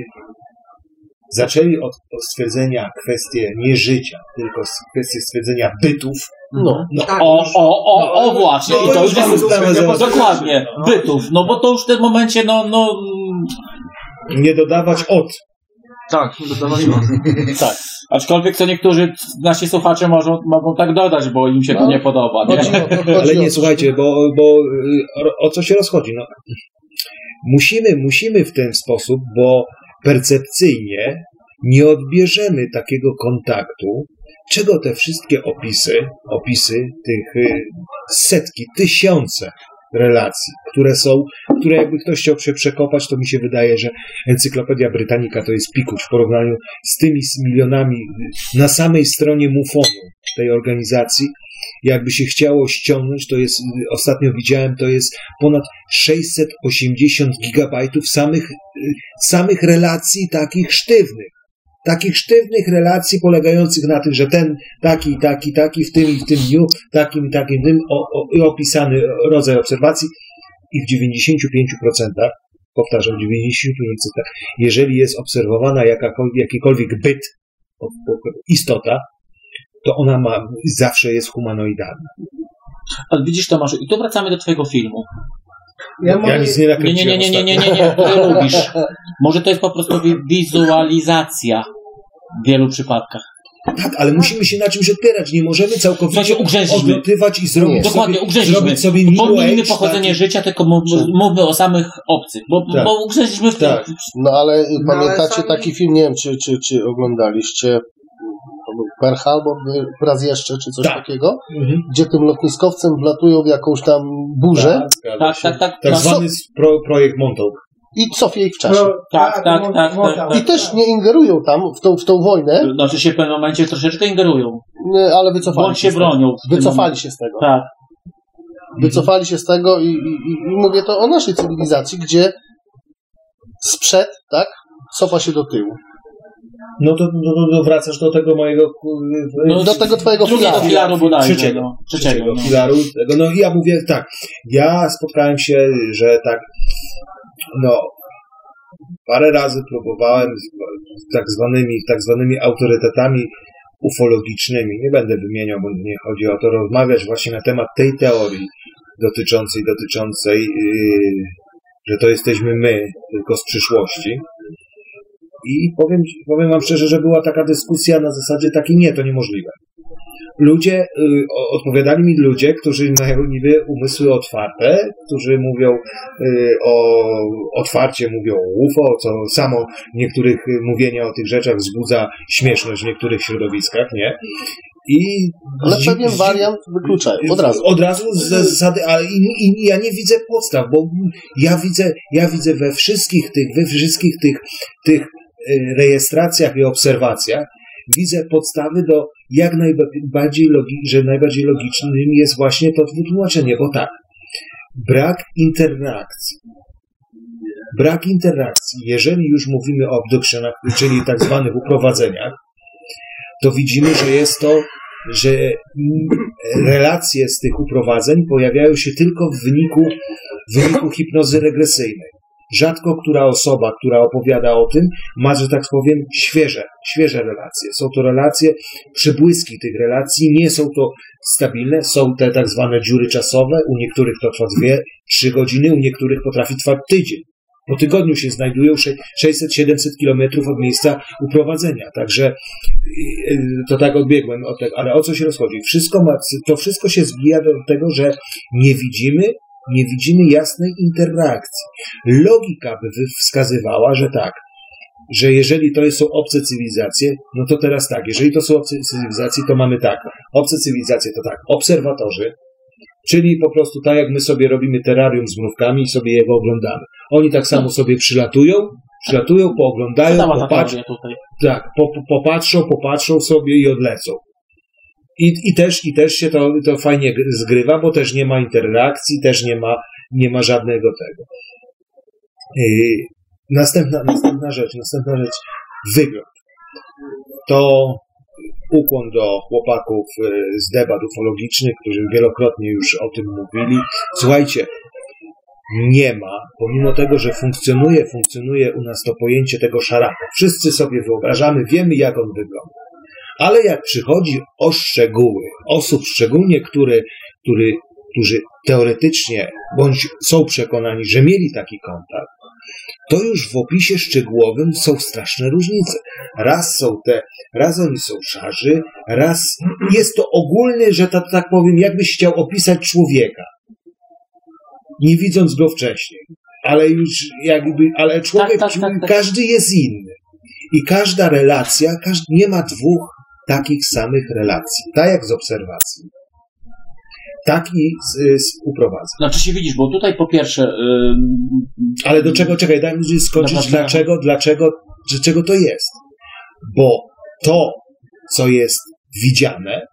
zaczęli od, od stwierdzenia kwestii nie życia, tylko z kwestii stwierdzenia bytów, No. No. O, o, o, o właśnie, No, i to już mamy jest sprawę za- dokładnie, bytów, no bo to już w tym momencie, no, no, Nie dodawać od. Tak, dodawaliśmy. tak. Aczkolwiek co niektórzy nasi słuchacze mogą, mogą tak dodać, bo im się to No. nie podoba. Nie? Chodzi o to, chodzi Ale o nie, to, słuchajcie, bo, bo y, o, o co się rozchodzi? No, musimy, musimy w ten sposób, bo percepcyjnie nie odbierzemy takiego kontaktu, czego te wszystkie opisy, opisy tych y, setki, tysiące relacji, które są, które jakby ktoś chciał się przekopać, to mi się wydaje, że Encyklopedia Britannica to jest pikuś w porównaniu z tymi z milionami na samej stronie mufonu tej organizacji. Jakby się chciało ściągnąć, to jest, ostatnio widziałem, to jest ponad sześćset osiemdziesiąt gigabajtów samych, samych relacji takich sztywnych. Takich sztywnych relacji polegających na tym, że ten taki, taki, taki w tym i w tym dniu, takim i takim tym o, o, i opisany rodzaj obserwacji i w dziewięćdziesięciu pięciu procentach, powtarzam, w dziewięćdziesięciu pięciu procentach, jeżeli jest obserwowana jakakolwiek, jakikolwiek byt, istota, to ona ma, zawsze jest humanoidalna. Ale widzisz, Tomasz, i tu wracamy do twojego filmu. Ja, Ja mogę, nic nie Nie, nakręciłem nie, nie, nie, nie, ostatnio. nie, nie, który lubisz. Może to jest po prostu wi- wizualizacja w wielu przypadkach. Tak, ale musimy się na czymś opierać. Nie możemy całkowicie Słuchajcie, ugrzęźliśmy. odlatywać i zrobić Nie. Dokładnie, sobie, ugrzęźliśmy. zrobić sobie new Pomijmy age, pochodzenie taki- życia, tylko mów, mówmy o samych obcych, bo, Tak. bo ugrzęźliśmy w tym. Tak. No ale No, ale pamiętacie sami- taki film, nie wiem, czy, czy, czy oglądaliście to był Pearl Harbor raz jeszcze, czy coś Tak. takiego, Mhm. gdzie tym lotniskowcem wlatują w jakąś tam burzę zgadza Tak, się. tak, tak. Tak No, zwany pro, projekt Montauk. i cofie ich w czasie. no, Tak, a, tak, mo- tak, mo- tak, I tak. też nie ingerują tam w tą, w tą wojnę, Znaczy się w pewnym momencie troszeczkę ingerują. nie, ale wycofali Bądź się się z tego. bronią. w tym Wycofali momencie. się z tego. Tak. Wycofali się z tego i, i, i mówię to o naszej cywilizacji, gdzie sprzed, tak, cofa się do tyłu. No to, no, no, no wracasz do tego mojego... ku- No, Do tego twojego Drugiego filaru. filaru bodajże. Trzeciego. No. Trzeciego. No. filaru. Tego. No i ja mówię tak, ja spotkałem się, że tak, no, parę razy próbowałem z, z tak zwanymi, tak zwanymi autorytetami ufologicznymi, nie będę wymieniał, bo nie chodzi o to, rozmawiać właśnie na temat tej teorii dotyczącej, dotyczącej, yy, że to jesteśmy my, tylko z przyszłości. I powiem, powiem wam szczerze, że była taka dyskusja na zasadzie takiej, nie, to niemożliwe. Ludzie, y, o- odpowiadali mi ludzie, którzy mają niby umysły otwarte, którzy mówią y, o, otwarcie mówią o U F O, co samo niektórych y, mówienia o tych rzeczach wzbudza śmieszność w niektórych środowiskach, nie? I Ale z- pewien z- wariant wykluczają, od razu. Od razu z zasady, ale i, i ja nie widzę podstaw, bo ja widzę, ja widzę we wszystkich tych, we wszystkich tych, tych y, rejestracjach i obserwacjach, widzę podstawy do jak najbardziej logi- że najbardziej logicznym jest właśnie to wytłumaczenie, bo tak, brak interakcji. Brak interakcji, jeżeli już mówimy o abductionach, czyli tak zwanych uprowadzeniach, to widzimy, że jest to, że mm, relacje z tych uprowadzeń pojawiają się tylko w wyniku, w wyniku hipnozy regresyjnej. Rzadko która osoba, która opowiada o tym, ma, że tak powiem, świeże, świeże relacje. Są to relacje, przebłyski tych relacji, nie są to stabilne, są te tak zwane dziury czasowe, u niektórych to trwa dwie, trzy godziny, u niektórych potrafi trwać tydzień. Po tygodniu się znajdują sześćset siedemset kilometrów od miejsca uprowadzenia. Także yy, to tak odbiegłem od tego, ale o co się rozchodzi? Wszystko ma, to wszystko się zbija do tego, że nie widzimy, nie widzimy jasnej interakcji. Logika by wskazywała, że tak, że jeżeli to są obce cywilizacje, no to teraz tak, jeżeli to są obce cywilizacje, to mamy tak, obce cywilizacje to tak, obserwatorzy, czyli po prostu tak jak my sobie robimy terrarium z mrówkami i sobie jego oglądamy. Oni tak samo sobie przylatują, przylatują, pooglądają, Dała ta popatrz, teoria tutaj. tak, po, po, popatrzą, popatrzą sobie i odlecą. I, i, też, I też się to, to fajnie zgrywa, bo też nie ma interakcji, też nie ma, nie ma żadnego tego. Yy, następna, następna rzecz, następna rzecz, wygląd. To ukłon do chłopaków z debat ufologicznych, którzy wielokrotnie już o tym mówili. Słuchajcie, nie ma, pomimo tego, że funkcjonuje, funkcjonuje u nas to pojęcie tego szarafa. Wszyscy sobie wyobrażamy, wiemy jak on wygląda. Ale jak przychodzi o szczegóły, osób szczególnie, które, który, którzy teoretycznie bądź są przekonani, że mieli taki kontakt, to już w opisie szczegółowym są straszne różnice. Raz są te, raz oni są szarzy, raz jest to ogólny, że tak, tak powiem, jakbyś chciał opisać człowieka, nie widząc go wcześniej. Ale już jakby, ale człowiek, tak, tak, tak, tak. każdy jest inny. I każda relacja, każdy, nie ma dwóch takich samych relacji. Tak jak z obserwacji, tak i z, z uprowadzeń. Znaczy się widzisz, bo tutaj po pierwsze... Yy... Ale do czego, czekaj, daj mi skończyć, Dobra, dlaczego, dlaczego, dlaczego to jest. Bo to, co jest widziane,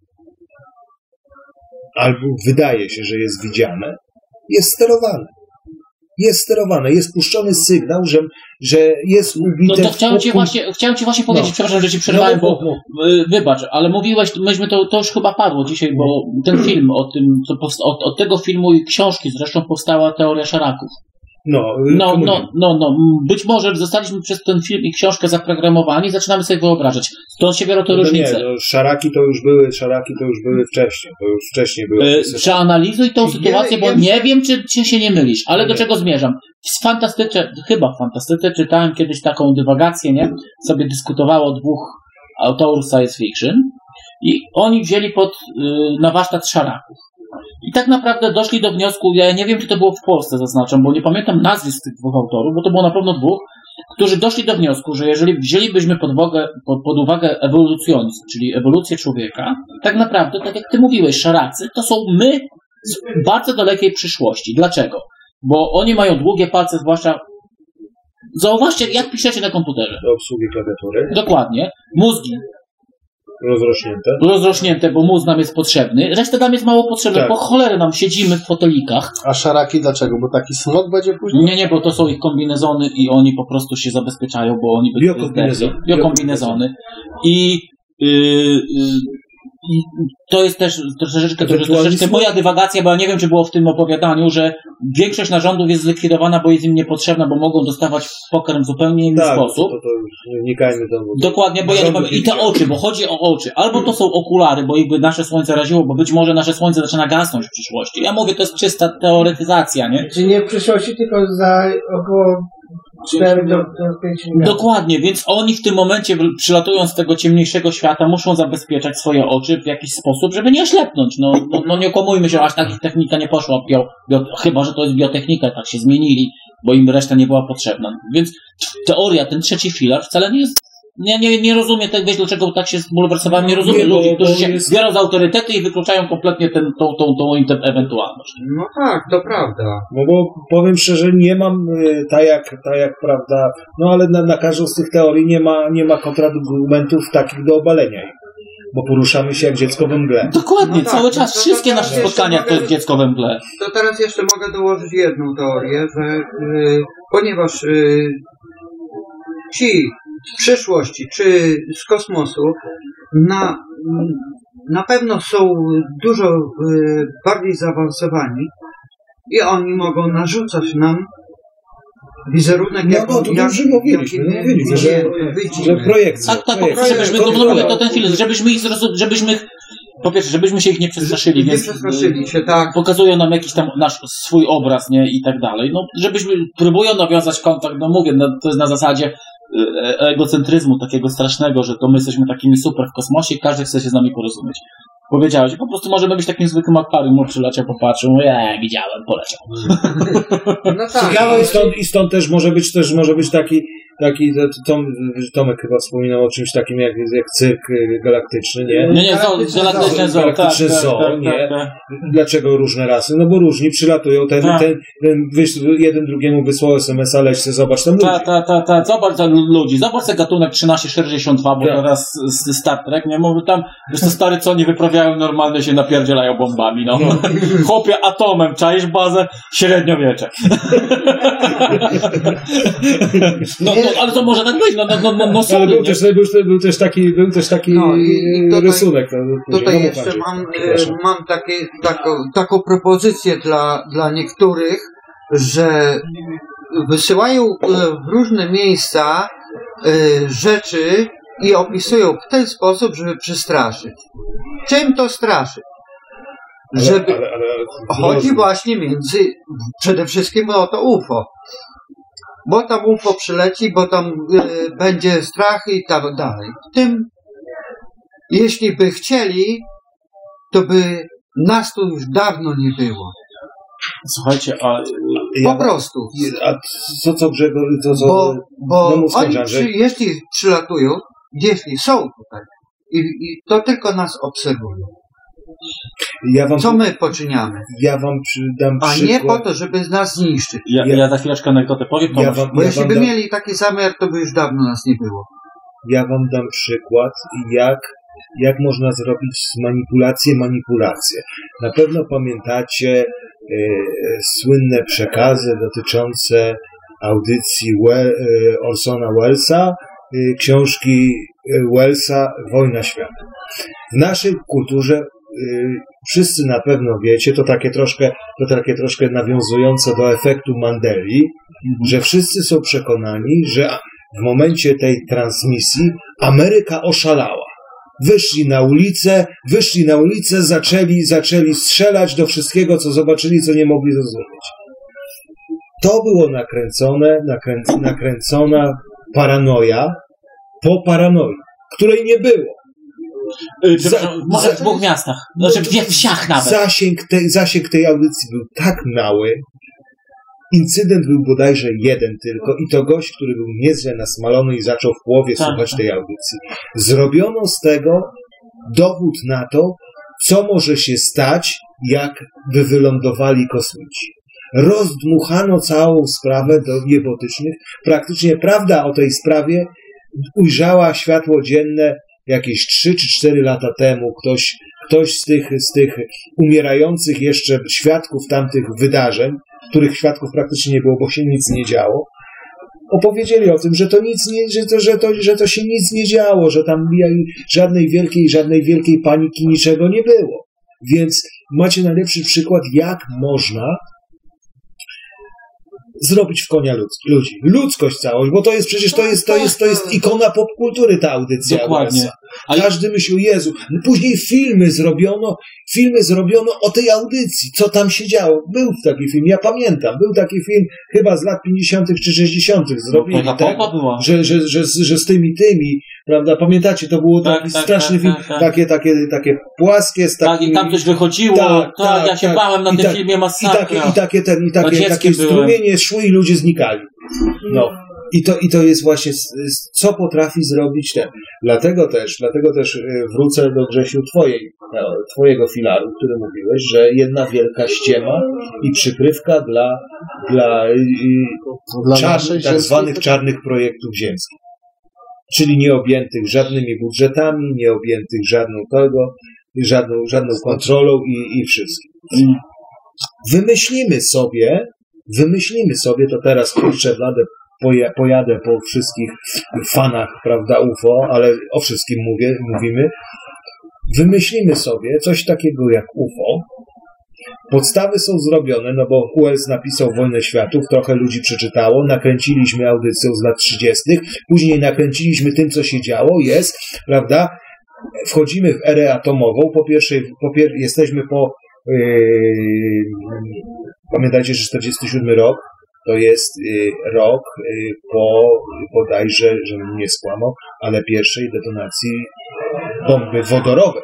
albo wydaje się, że jest widziane, jest sterowane. Jest sterowane, jest puszczony sygnał, że, że jest ubite... No to chciałem ci właśnie, chciałem ci właśnie powiedzieć, no. Przepraszam, że ci przerwałem, no, no, no. bo y, wybacz, ale mówiłeś, myśmy to, to już chyba padło dzisiaj, bo ten film, o tym, to powsta- od, od tego filmu i książki zresztą powstała teoria szaraków. No, no, no, no, no, być może zostaliśmy przez ten film i książkę zaprogramowani, zaczynamy sobie wyobrażać. Stąd się biorą te no różnice. Nie, no, szaraki to już były, szaraki to już były wcześniej, to już wcześniej były. Yy, przeanalizuj tą sytuację, bo nie wiem, czy, czy się nie mylisz, ale nie. Do czego zmierzam? W fantastyce, chyba w fantastyce czytałem kiedyś taką dywagację, nie? Sobie dyskutowało dwóch autorów science fiction i oni wzięli pod, yy, na warsztat szaraków. I tak naprawdę doszli do wniosku, ja nie wiem, czy to było w Polsce, zaznaczam, bo nie pamiętam nazwisk tych dwóch autorów, bo to było na pewno dwóch, którzy doszli do wniosku, że jeżeli wzięlibyśmy pod uwagę, pod, pod uwagę ewolucjonizm, czyli ewolucję człowieka, tak naprawdę, tak jak ty mówiłeś, szaracy, to są my z bardzo dalekiej przyszłości. Dlaczego? Bo oni mają długie palce, zwłaszcza... Zauważcie, jak piszecie na komputerze. Do obsługi klawiatury. Dokładnie. Mózgi. Rozrośnięte. Rozrośnięte, bo mózg nam jest potrzebny. Reszta nam jest mało potrzebna, tak. Po cholerę nam siedzimy w fotelikach. A szaraki dlaczego? Bo taki smog będzie później? Nie, nie, bo to są ich kombinezony i oni po prostu się zabezpieczają, bo oni... Biokombinezony. Biokombinezony. I... Yy, yy, I to jest też troszeczkę, troszeczkę moja dywagacja, bo ja nie wiem, czy było w tym opowiadaniu, że większość narządów jest zlikwidowana, bo jest im niepotrzebna, bo mogą dostawać pokarm w zupełnie inny tak, sposób. To, to nie wnikajmy do tego. Dokładnie, bo ja nie powiem. I te oczy, bo chodzi o oczy. Albo to są okulary, bo ich by nasze słońce raziło, bo być może nasze słońce zaczyna gasnąć w przyszłości. Ja mówię, to jest czysta teoretyzacja, nie? Czyli nie w przyszłości, tylko za około cztery do pięć lat. Dokładnie, więc oni w tym momencie, przylatując z tego ciemniejszego świata, muszą zabezpieczać swoje oczy w jakiś sposób, żeby nie oślepnąć. No, no, no nie okłamujmy się, aż tak technika nie poszła, bio, bio, chyba że to jest biotechnika, tak się zmienili, bo im reszta nie była potrzebna. Więc teoria, ten trzeci filar wcale nie jest... Ja nie, nie rozumiem tego, dlaczego tak się zbulwersowałem, nie rozumiem nie, ludzi, którzy się jest... biorą za autorytety i wykluczają kompletnie ten, tą, tą, tą ewentualność. No tak, to prawda. No bo powiem szczerze, nie mam tak jak, tak jak prawda, no ale na, na każdą z tych teorii nie ma, nie ma kontrargumentów takich do obalenia ich. Bo poruszamy się jak dziecko we mgle. Dokładnie, no cały tak, czas, to, to, wszystkie to nasze spotkania mogę, to jest dziecko we mgle. To teraz jeszcze mogę dołożyć jedną teorię, że yy, ponieważ yy, ci z przyszłości czy z kosmosu na, na pewno są dużo y, bardziej zaawansowani i oni mogą narzucać nam wizerunek no, jako, no, to jak, mówiliśmy, jak, mówiliśmy, że, że, że projekcja. Tak, tak, projekcja, żebyśmy, to, mówię, to ten film, żebyśmy ich zrozum, żebyśmy po pierwsze, żebyśmy się ich nie przestraszyli, nie więc przestraszyli się, tak. Pokazują nam jakiś tam nasz swój obraz, nie, i tak dalej. No, żebyśmy próbują nawiązać kontakt, no mówię, no, to jest na zasadzie egocentryzmu takiego strasznego, że to my jesteśmy takimi super w kosmosie i każdy chce się z nami porozumieć. Powiedziałeś, po prostu możemy być takim zwykłym akwarium, no przyleciał, popatrzył, no ja widziałem, poleciał. No tak. Ciekawe i stąd, i stąd też może być też może być taki, taki Tom, Tomek chyba wspominał o czymś takim jak, jak cyrk galaktyczny, nie? Nie, nie, galaktyczne zoo, galaktyczne tak, zoo, tak, nie? Tak, tak. Dlaczego różne rasy? No bo różni przylatują, ten, tak. ten, ten wyś, jeden drugiemu wysłał es em es a, leć se, zobacz tam ludzi. Tak, tak, tak, ta. Zobacz tam ludzi, zobacz ten gatunek trzynaście czterdzieści dwa, bo tak. teraz Star Trek, nie? Mówię tam, wiesz co, stary, co oni wyprawiają normalnie, się napierdzielają bombami, no. no. Chłopie atomem, czaisz bazę? Średniowiecze. No, no, ale to może tak być, no, no, no, no ale był też, był, był też taki, był też taki no, i tutaj, rysunek. No, tutaj no, jeszcze mam, mam takie, taką, taką propozycję dla, dla niektórych, że wysyłają w różne miejsca rzeczy i opisują w ten sposób, żeby przestraszyć. Czym to straszy? Żeby... Ale, ale, ale, Chodzi właśnie między, przede wszystkim o to U F O. Bo tam U F O przyleci, bo tam y, będzie strach i tak dalej. W tym, jeśli by chcieli, to by nas tu już dawno nie było. Słuchajcie, a... Po prostu. A co, co Grzegorz, co, co... Bo, bo no mów, oni, że... przy, jeśli przylatują, jeśli są tutaj, i, i to tylko nas obserwują. Ja wam, Co my poczyniamy? Ja wam przydam A przykład. nie po to, żeby nas zniszczyć. Ja, ja, ja za chwileczkę anegdotę powiem, Ja Tomasz. wam, Bo ja jeśli wam by dam, mieli taki zamiar, to by już dawno nas nie było. ja wam dam przykład, jak, jak można zrobić manipulację, manipulację. Na pewno pamiętacie e, słynne przekazy dotyczące audycji We, e, Orsona Wellesa, e, książki Wellesa Wojna świata. W naszej kulturze y, wszyscy na pewno wiecie, to takie troszkę, to takie troszkę nawiązujące do efektu Mandeli, że wszyscy są przekonani, że w momencie tej transmisji Ameryka oszalała. Wyszli na ulicę, wyszli na ulicę, zaczęli, zaczęli strzelać do wszystkiego, co zobaczyli, co nie mogli zrozumieć. To było nakręcone, nakręc, nakręcona paranoja po paranoi, której nie było. Przepraszam, może w dwóch miastach. Znaczy w dwóch wsiach nawet. Zasięg tej, zasięg tej audycji był tak mały. Incydent był bodajże jeden tylko i to gość, który był niezwykle nasmalony i zaczął w połowie tak, słuchać tak. tej audycji. Zrobiono z tego dowód na to, co może się stać, jakby wylądowali kosmici. Rozdmuchano całą sprawę do niebotycznych. Praktycznie prawda o tej sprawie ujrzała światło dzienne jakieś trzy czy cztery lata temu. Ktoś, ktoś z tych, z tych umierających jeszcze świadków tamtych wydarzeń, których świadków praktycznie nie było, bo się nic nie działo, opowiedzieli o tym, że to nic nie, że to, że to, że to się nic nie działo, że tam żadnej wielkiej, żadnej wielkiej paniki, niczego nie było. Więc macie najlepszy przykład, jak można zrobić w konia ludzki, ludzi. Ludzkość całość, bo to jest przecież to jest, to jest, to jest ikona popkultury, ta audycja. Dokładnie. Każdy myślał, Jezu. No później filmy zrobiono, filmy zrobiono o tej audycji, co tam się działo. Był taki film, ja pamiętam, był taki film chyba z lat pięćdziesiątych czy sześćdziesiątych zrobili, no, tak? była. Że, że, że, że z tymi tymi, prawda, pamiętacie, to było tak, taki tak, straszny tak, film, tak, tak. Takie, takie, takie płaskie, z tak, takimi... i tam coś wychodziło, tak, to tak, ja się tak. bałem na I tym tak, filmie I Masakra. takie, i takie, ten, i takie, dzieckiem takie byłem. strumienie szły i ludzie znikali. No. I to, I to jest właśnie, co potrafi zrobić ten. Dlatego też, dlatego też wrócę do, Grzesiu, twojej, twojego filaru, który mówiłeś, że jedna wielka ściema i przykrywka dla, dla, dla czarnych, tak zwanych czarnych projektów ziemskich. Czyli nieobjętych żadnymi budżetami, nieobjętych żadną tego, żadną, żadną kontrolą i, i wszystkim. Wymyślimy sobie, wymyślimy sobie, to teraz kurczę bladę, poja, pojadę po wszystkich fanach, prawda, U F O, ale o wszystkim mówię, mówimy. Wymyślimy sobie coś takiego jak U F O. Podstawy są zrobione, no bo Wells napisał Wojnę Światów, trochę ludzi przeczytało, nakręciliśmy audycję z lat trzydziestych, później nakręciliśmy tym, co się działo, jest, prawda, wchodzimy w erę atomową, po pierwsze, po pier- jesteśmy po Yy, pamiętajcie, że czterdziesty siódmy rok to jest yy, rok yy, po bodajże, żebym nie skłamał, ale pierwszej detonacji bomby wodorowej.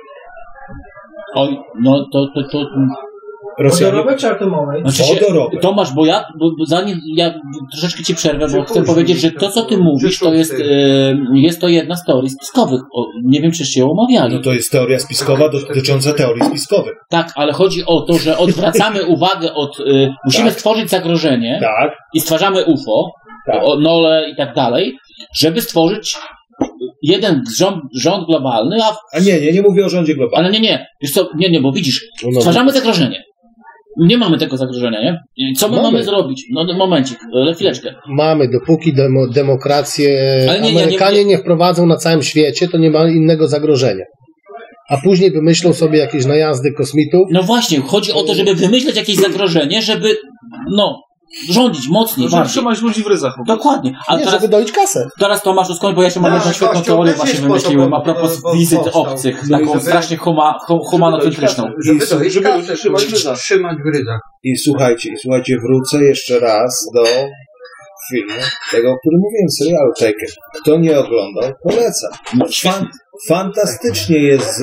Oj, no to... to, to... Wodorowej czy atomowej? Znaczy Wodorowej. Tomasz, bo ja, bo zanim ja troszeczkę ci przerwę, bo chcę powiedzieć, że to, co ty mówisz, to jest, y, jest to jedna z teorii spiskowych. O, nie wiem, czyście ją omawiali. No to jest teoria spiskowa dotycząca teorii spiskowych. Tak, ale chodzi o to, że odwracamy uwagę od... Y, musimy tak. stworzyć zagrożenie tak. i stwarzamy U F O, tak. o, Nole i tak dalej, żeby stworzyć jeden rząd, rząd globalny, a... A nie, nie, nie mówię o rządzie globalnym. Ale nie, nie, wiesz co, nie, nie, bo widzisz, no, stwarzamy zagrożenie. Nie mamy tego zagrożenia, nie? Co my mamy, mamy zrobić? No momencik, ale chwileczkę. Mamy, dopóki demo, demokrację nie, nie, Amerykanie nie, nie, nie wprowadzą na całym świecie, to nie ma innego zagrożenia. A później wymyślą sobie jakieś najazdy kosmitów. No właśnie, chodzi o to, żeby wymyśleć jakieś zagrożenie, żeby, no, rządzić mocniej, Żeby bardziej. trzymać ludzi w ryzach. Dokładnie. A Nie, teraz, żeby doić kasę. teraz Tomasz uskąd, bo ja jeszcze mam No, jedną świetną Kościół teorię też właśnie jest po to, wymyśliłem bo- a propos bo- bo wizyt powstał. obcych, No i taką żeby- strasznie huma, hu, humanotyczną. Żeby to żeby kasę, ludzi trzymać w ryzach. trzymać w ryzach. I słuchajcie, i słuchajcie, wrócę jeszcze raz do filmu, tego, o którym mówiłem, serialu Taken. Kto nie oglądał, polecam. Fan, fantastycznie jest,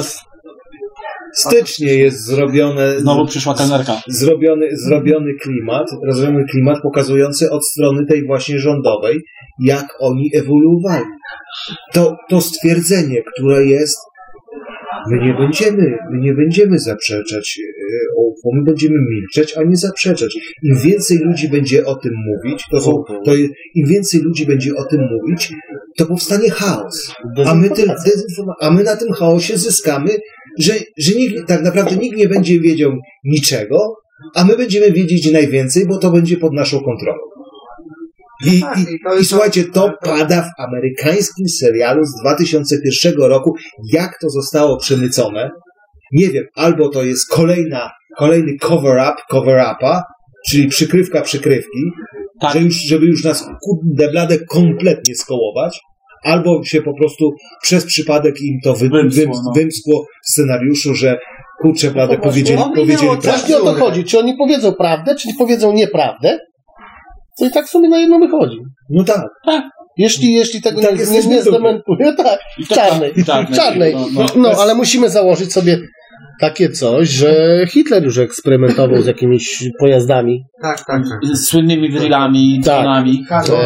fantastycznie jest zrobione, Znowu przyszła kelnerka. zrobiony, zrobiony klimat, zrobiony klimat pokazujący od strony tej właśnie rządowej, jak oni ewoluowali. To, to stwierdzenie, które jest, my nie będziemy, my nie będziemy zaprzeczać, e, o, my będziemy milczeć, a nie zaprzeczać. Im więcej ludzi będzie o tym mówić, to, są, to je- im więcej ludzi będzie o tym mówić, to powstanie chaos. A my, tym, dezinforma- a my na tym chaosie zyskamy, że, że nikt, tak naprawdę nikt nie będzie wiedział niczego, a my będziemy wiedzieć najwięcej, bo to będzie pod naszą kontrolą. I, Tak, i, i to i jest- słuchajcie, to pada w amerykańskim serialu z dwa tysiące pierwszego roku. Jak to zostało przemycone? Nie wiem, albo to jest kolejna, kolejny cover-up, cover-upa, czyli przykrywka przykrywki, Tak. że już, żeby już nas kurde blade kompletnie skołować, albo się po prostu przez przypadek im to wy, Wymskło, wym, no. wymskło w scenariuszu, że kurczę blade powiedzieli, Oni powiedzieli miało prawdę. Właśnie o to chodzi. Czy oni powiedzą prawdę, czy powiedzą nieprawdę? To i tak w sumie na jedno wychodzi. No tak. Jeśli, jeśli tego Tak nie, nie, jesteśmy nie dumni. zdementuje, tak, I to czarnej. tak, czarnej, czarnej. no, No, no. ale musimy założyć sobie takie coś, że Hitler już eksperymentował z jakimiś pojazdami. Tak, tak, tak. Z słynnymi drillami, Tak. dronami.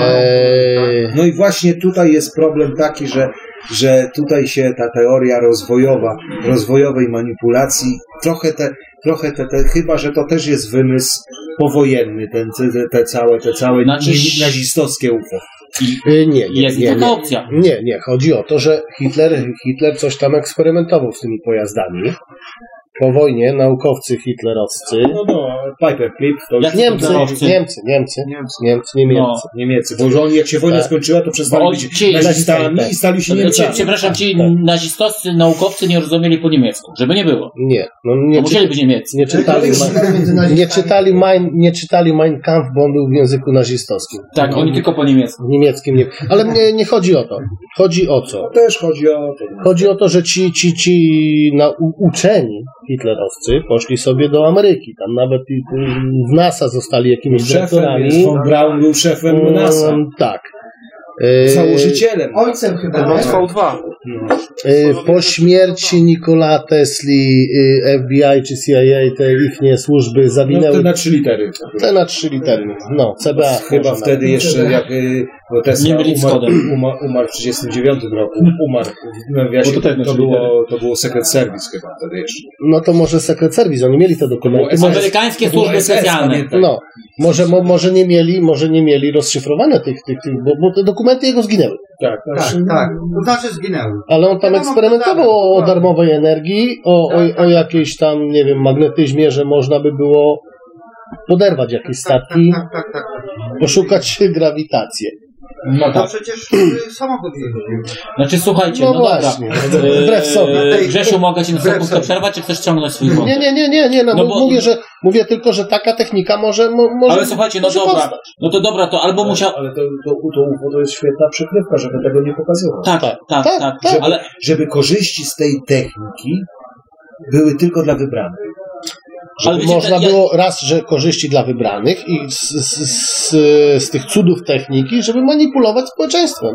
Eee, No i właśnie tutaj jest problem taki, że, że tutaj się ta teoria rozwojowa, rozwojowej manipulacji, trochę te, trochę te, te chyba, że to też jest wymysł powojenny, ten, te, te całe, te całe Znaczy- ni- nazistowskie U F O. y, nie, nie, Jest nie, taka nie. opcja. Nie, nie. Chodzi o to, że Hitler, Hitler coś tam eksperymentował z tymi pojazdami. Po wojnie naukowcy hitlerowscy, No, no, Paperclip, to już Jak Niemcy, hitlerowcy. Niemcy, Niemcy, Niemcy, nie Niemcy. No. Niemieccy, bo oni jak się wojna Tak. skończyła, to przestali Bo być ci- nazistami tak, tak. i stali się Ci, Niemcami. przepraszam, ci Tak. nazistowscy naukowcy nie rozumieli po niemiecku, żeby nie było. Nie, no To nie, musieli czy, być Niemieccy. nie czytali, ma, nie czytali Mein, nie czytali Mein Kampf, bo on był w języku nazistowskim. Tak, oni tylko po niemiecku. W niemieckim nie. Ale nie, nie chodzi o to. Chodzi o co? Też chodzi o to. Chodzi o to, że ci, ci, ci na, u, uczeni hitlerowcy poszli sobie do Ameryki. Tam nawet i, w NASA zostali jakimiś Szefem dyrektorami. jest, von Braun był szefem NASA. Mm, tak. E, Założycielem. Ojcem chyba. No, nie? V dwa. e, po śmierci Nikola Tesli e, F B I czy C I A, te ich służby No zawinęły to na trzy litery. te na trzy litery. No, C B A. Chyba może wtedy nawet. jeszcze jak y, bo Tesla Nie byli z umarł, kodem. umarł, umarł w tysiąc dziewięćdziesiątym dziewiątym roku. Umarł w nawiasie. Bo to też na To trzy było, to było Secret Service chyba wtedy jeszcze. No to może Secret Service, oni mieli te dokumenty. To było Może, Amerykańskie To było służby S S, specjalne. pamiętaj. no, może, mo, może nie mieli, może nie mieli rozszyfrowane tych, tych, tych bo, bo te dokumenty jego zginęły. Tak, Tak, tak. To znaczy zginęły. Ale on tam No, eksperymentował o, o darmowej energii, o, o, o jakiejś tam, nie wiem, magnetyzmie, że można by było poderwać jakieś statki, Tak, tak, tak. poszukać grawitację. No To tak. przecież y, samochód jeździł. Znaczy słuchajcie, No no, właśnie, dobra. wbrew sobie. Eee, Grzesiu, mogę ci na Wbrew sekundkę sobie. przerwać, czy chcesz ciągnąć swój wątek? Nie, nie, nie, nie, nie, no, No bo bo- mówię, że mówię tylko, że taka technika może, mo, może Ale słuchajcie, no może dobra, powstać. no to dobra, to albo musiał... Ale to, to, to U F O to jest świetna przykrywka, żeby tego nie pokazywać. Tak, tak, tak, tak, tak, tak. ale Żeby korzyści z tej techniki były tylko dla wybranych. Ale wiecie, Można ja- było raz, że korzyści dla wybranych i z, z, z, z tych cudów techniki, żeby manipulować społeczeństwem.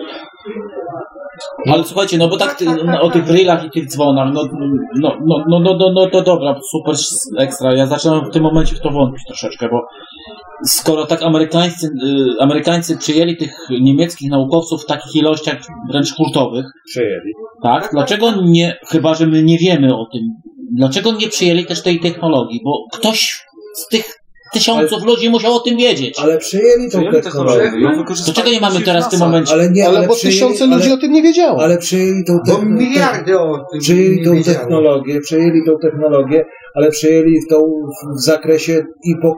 Ale słuchajcie, no bo tak ty, no, o tych drillach i tych dzwonach, no, no, no, no, no, no, no to dobra, super, ekstra. Ja zaczynam w tym momencie w to wątpić troszeczkę, bo skoro tak Amerykańcy, y, Amerykańcy przyjęli tych niemieckich naukowców w takich ilościach wręcz kultowych, Przejęli. tak, dlaczego nie, chyba że my nie wiemy o tym, dlaczego nie przyjęli też tej technologii, bo ktoś z tych tysiąców ludzi musiał o tym wiedzieć. Ale przejęli tą Przyjęli technologię. technologię. ją To wykorzystali czego nie mamy przeciw teraz w tym NASA. momencie? Ale nie, Ale, ale bo przejęli, tysiące ludzi ale, o tym nie wiedziało. ale przejęli tą Bo technologię. miliardy o tym Przejęli nie tą wiedziało. technologię, przejęli tą technologię, ale przejęli tą w, w zakresie i po, o,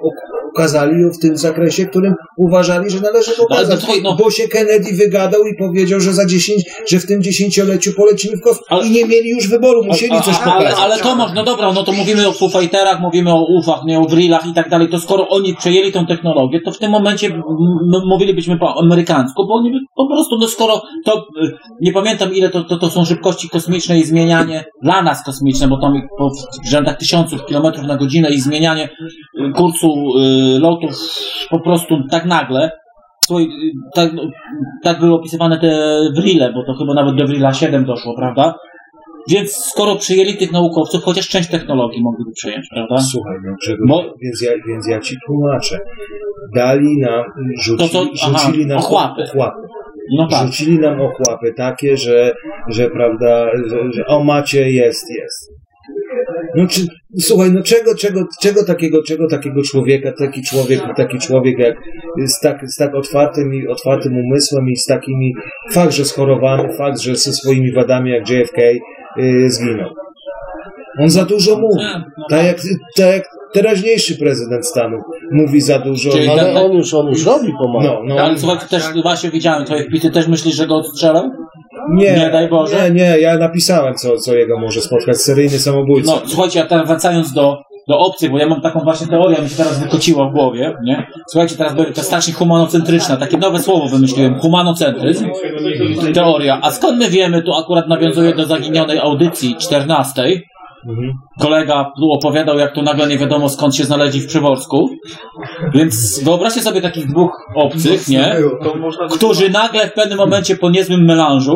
pokazali ją w tym zakresie, którym uważali, że należy pokazać. No, no, bo się Kennedy wygadał i powiedział, że za dziesięć, że w tym dziesięcioleciu polecimy w kosmos. I nie mieli już wyboru, musieli a, a, coś ale, pokazać. ale Tomasz, no dobra, no to mówimy o Foo Fighterach, mówimy o U F ach, nie o Vrillach i tak dalej, to skoro oni przejęli tą technologię, to w tym momencie m- mówilibyśmy po amerykańsku, bo oni by po prostu, no skoro to, nie pamiętam ile to, to, to są szybkości kosmiczne i zmienianie, dla nas kosmiczne, bo tam po, w rzędach tysiąców kilometrów na godzinę i zmienianie kursu y, lotów po prostu tak nagle. Słuchaj, tak, tak były opisywane te Vrille, bo to chyba nawet do Vrilla siedem doszło, prawda? Więc skoro przyjęli tych naukowców, chociaż część technologii mogliby przyjąć, prawda? Słuchaj, no, Grzegorz, Bo... więc, ja, więc ja ci tłumaczę. Dali nam, rzucili, to, to, aha, rzucili nam ochłapy. ochłapy. No tak. Rzucili nam ochłapy takie, że, że prawda, że, że o macie jest, jest. No czy, słuchaj, no czego, czego, czego takiego, czego takiego człowieka, taki człowiek, taki człowiek jak z tak, z tak otwartym i otwartym umysłem i z takimi, fakt, że schorowany, fakt, że ze swoimi wadami jak J F K yy, zginął. On za dużo mówi. Tak jak, tak jak teraźniejszy prezydent Stanów mówi za dużo. Czyli Ale ten- on już, on już robi pomaga. No, no. Ale słuchaj, też właśnie widziałem twoje wpisy, też myślisz, że go odstrzelał? Nie, Nie daj Boże. Nie, nie, ja napisałem, co, co jego może spotkać. Seryjny samobójca. No, słuchajcie, a teraz wracając do, do obcych, bo ja mam taką właśnie teorię, mi się teraz wykociła w głowie, nie? Słuchajcie, teraz będzie to strasznie humanocentryczna, takie nowe słowo wymyśliłem, humanocentryzm, teoria. A skąd my wiemy, tu akurat nawiązuje do zaginionej audycji czternastej, Mhm. kolega tu opowiadał, jak to nagle nie wiadomo skąd się znaleźli w Przyworsku. Więc wyobraźcie sobie takich dwóch obcych, nie? Którzy nagle w pewnym momencie po niezłym melanżu,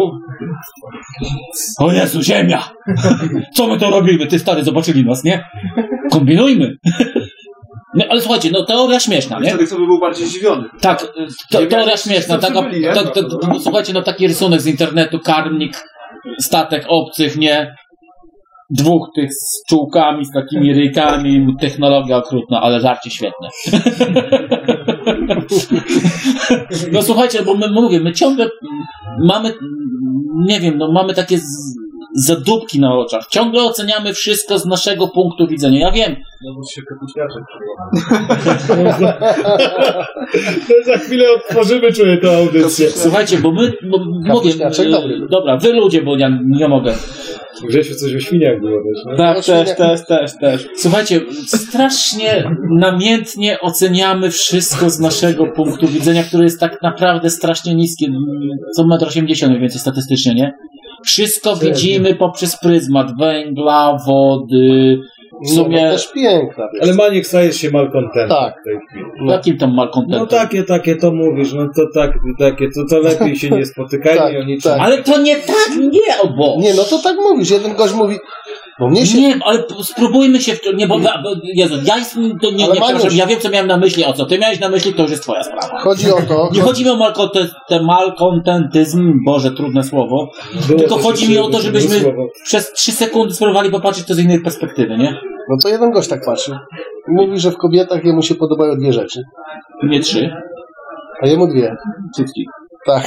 o Jezu, ziemia! Co my to robimy? Ty stary, zobaczyli nas, nie? Kombinujmy! No, ale słuchajcie, no teoria śmieszna, nie? Wtedy sobie był bardziej zdziwiony. Tak, te, teoria śmieszna, taka, ta, ta, ta, słuchajcie, no taki rysunek z internetu, karmnik, statek obcych, nie? Dwóch tych z czułkami, z takimi ryjkami, technologia okrutna, ale żarcie świetne. No słuchajcie, bo my mówię, my ciągle mamy, nie wiem, no mamy takie z, zadupki na oczach. Ciągle oceniamy wszystko z naszego punktu widzenia. Ja wiem. No bo się kapuśniaczek. Za chwilę otworzymy, czuję tę audycję. Słuchajcie, bo my, bo mówię, dobry. dobra, wy ludzie, bo ja nie mogę. Grzesiu, coś o świniach było też, no? Tak, też, też, też, też. Słuchajcie, strasznie namiętnie oceniamy wszystko z naszego punktu widzenia, które jest tak naprawdę strasznie niskie. Co metr osiemdziesiąt mniej więcej statystycznie, nie? Wszystko widzimy poprzez pryzmat węgla, wody, w sumie... No, też piękna. Wiesz. Ale Maniek stajesz się malkontentem Tak. w tej chwili. Jakim tam malkontentem? No takie, takie to mówisz, no to tak, takie, to, to lepiej się nie spotykajmy Tak, o niczym. tak. Ale to nie tak, nie, o bo... Nie, no to tak mówisz. Jeden gość mówi, bo mnie się... Nie, ale p- spróbujmy się w to, nie, bo, bo Jezu, ja jestem, to nie, Ale nie, Maniusz- przepraszam, ja wiem, co miałem na myśli, o co ty miałeś na myśli, to już jest twoja sprawa. Chodzi o to... Nie chodzi mi o malkonte- malkontentyzm, Boże, trudne słowo, Było tylko to chodzi się mi o to, było żebyśmy słowo. przez trzy sekundy spróbowali popatrzeć to z innej perspektywy, nie? No to jeden gość tak patrzy. Mówi, że w kobietach jemu się podobają dwie rzeczy. Nie trzy. A jemu dwie. Cycki. Tak.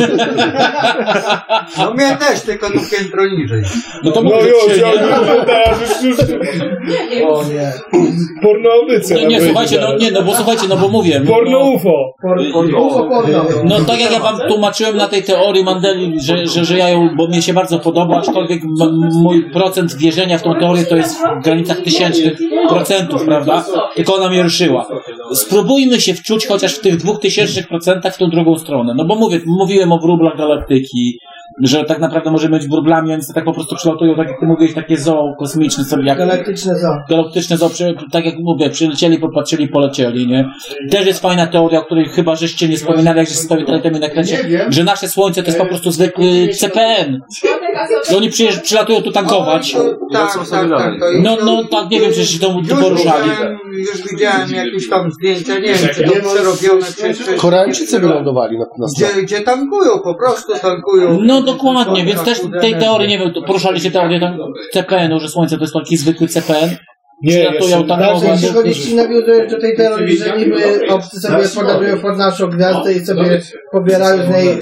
No mnie też, tylko to piętro niżej. No to No mówię, już, trzy, ja nie? już, teraz już, już O nie. porno audycja. Nie, nie, na słuchajcie, no zaraz. nie, no bo słuchajcie, no bo mówię. Porno no, U F O. no tak jak ja wam tłumaczyłem na tej teorii Mandeli, że, że, że ja ją, bo mnie się bardzo podoba, aczkolwiek m- mój procent wierzenia w tą teorię to jest w granicach tysięcznych procentów, prawda? Tylko ona mnie ruszyła. Spróbujmy się wczuć chociaż w tych dwóch tysięcznych procentach w tą drugą stronę. No bo mówię, mówiłem o wróblach galaktyki, że tak naprawdę możemy być wróblami, oni sobie tak po prostu przylatują, tak jak ty mówiłeś, takie zoo kosmiczne sobie jak... Galaktyczne zoo. Galaktyczne zoo, przy- tak jak mówię, przylecieli, popatrzyli, polecieli, nie? Też jest fajna teoria, o której chyba żeście nie wspominali, jak żeście sobie tutaj mi nakręcie, że nasze Słońce to jest po prostu zwykły C P N. I oni przyjeżdż, przylatują tu tankować. Tak, tak, tak. To No, no, tak, nie wiem, czy się to tu już poruszali. widziałem, już widziałem jakieś tam zdjęcia, nie wiem, czy to przerobione, czy... czy Koreańczycy wylądowali na, na stole. gdzie, gdzie tankują, po prostu tankują. No dokładnie, więc też tej teorii, nie wiem, poruszali się teorię tam C P N-u, że Słońce to jest taki zwykły C P N. przylatują tam Tak, nowe. jeśli chodzi nawiązujesz do tej teorii, że niby obcy sobie podatują pod naszą gwiazdę i sobie pobierają z niej...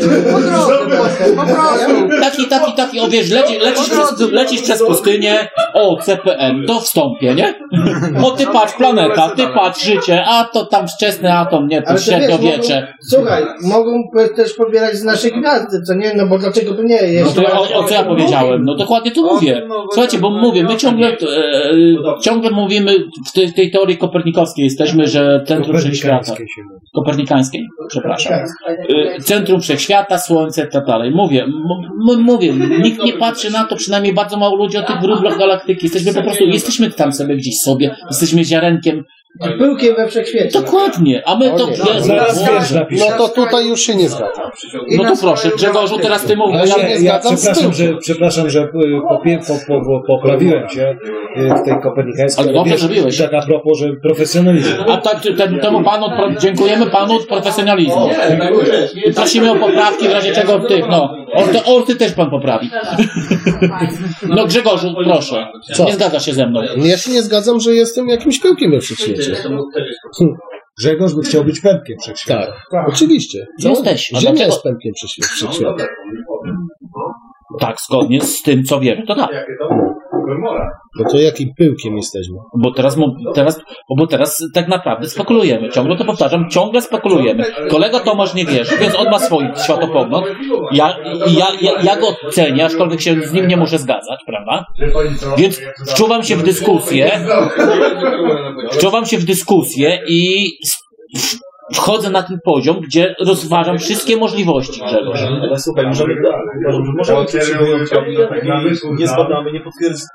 Taki, taki, taki, o wiesz, leci, lecisz, przez, lecisz przez pustynię, o, C P M, to wstąpię, nie? O, ty patrz, planeta, ty patrz, życie, a to tam wczesny atom, nie, to średniowiecze. Słuchaj, mogą też pobierać z naszej gwiazdy, co nie? No bo dlaczego by nie? No to o, o co ja powiedziałem? No dokładnie to mówię. Słuchajcie, bo mówię, my ciągle, e, ciągle mówimy, w tej, tej teorii kopernikowskiej jesteśmy, że centrum wszechświata. Kopernikańskiej, przepraszam. E, centrum wszechświata, słońce i tak dalej. Mówię, m- mówię, nikt nie patrzy na to, przynajmniej bardzo mało ludzi o tych wróblach galaktyki. Jesteśmy po prostu, jesteśmy tam sobie gdzieś sobie, jesteśmy ziarenkiem. Pyłkiem we wszechświecie. Dokładnie, a my to... No to tutaj już się nie zgadzam. No to proszę, Grzegorzu, teraz ty mówisz. Ja się nie Ja zgadzam z przepraszam, tym. że, przepraszam, że popie- po, po, po, poprawiłem się w tej kopernikańskiej. Ale dobrze zrobiłeś. Tak a propos, że profesjonalizm. A tak, ten, temu panu, pro, dziękujemy panu od profesjonalizmu. I prosimy o poprawki, w razie czego tych, no. Orty, orty też pan poprawi. No Grzegorzu, proszę. Co? Nie zgadza się ze mną. Ja się nie zgadzam, że jestem jakimś pyłkiem we wszechświecie. Grzegorz by chciał być pępkiem wszechświata. Tak, oczywiście. Co? Jesteś. A Ziemia dlaczego? jest pępkiem wszechświ- wszechświata. Tak, zgodnie z tym, co wiemy, to tak. No to jakim pyłkiem jesteśmy? Bo teraz, mu- teraz, bo teraz tak naprawdę spekulujemy. Ciągle to powtarzam, ciągle spekulujemy. Kolega Tomasz nie wierzy, więc on ma swój światopogląd. Ja, ja, ja, ja go cenię, aczkolwiek się z nim nie muszę zgadzać, prawda? Więc wczuwam się w dyskusję, wczuwam się w dyskusję i w- wchodzę na ten poziom, gdzie rozważam wszystkie możliwości, Grzegorz. Ale słuchaj, możemy, uważam, że możemy czuć się wyjątkowi, nie zbadamy, nie potwierdzimy,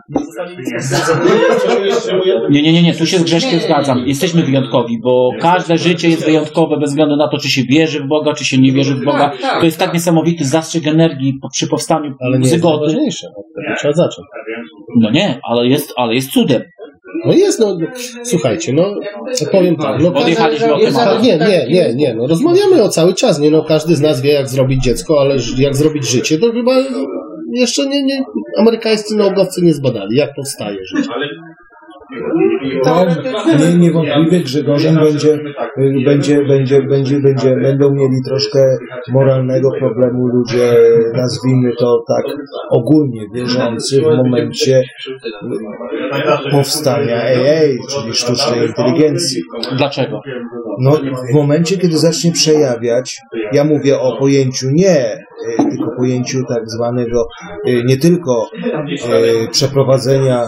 Nie, nie, nie, nie, tu się z Grześkiem zgadzam. Jesteśmy wyjątkowi, bo każde życie jest wyjątkowe bez względu na to, czy się wierzy w Boga, czy się nie wierzy w Boga. To jest tak niesamowity zastrzyk energii po- przy powstaniu Ale nie jest zygody. najważniejsze. Od tego trzeba zacząć. No nie, ale jest, ale jest cudem. No jest, no, no słuchajcie, no powiem tak. No, Odjechaliśmy od jest tematu. nie, nie, nie, nie, no rozmawiamy o cały czas, nie, no każdy z nas wie, jak zrobić dziecko, ale jak zrobić życie, to chyba jeszcze nie, nie amerykańscy naukowcy nie zbadali, jak powstaje życie. No, nie, niewątpliwie Grzegorzem będzie, będzie, będzie, będzie, będzie, będą mieli troszkę moralnego problemu ludzie, nazwijmy to tak ogólnie wierzący w momencie powstania A I, czyli sztucznej inteligencji. Dlaczego? No, w momencie, kiedy zacznie przejawiać, ja mówię o pojęciu nie, y, tylko pojęciu tak zwanego, y, nie tylko y, przeprowadzenia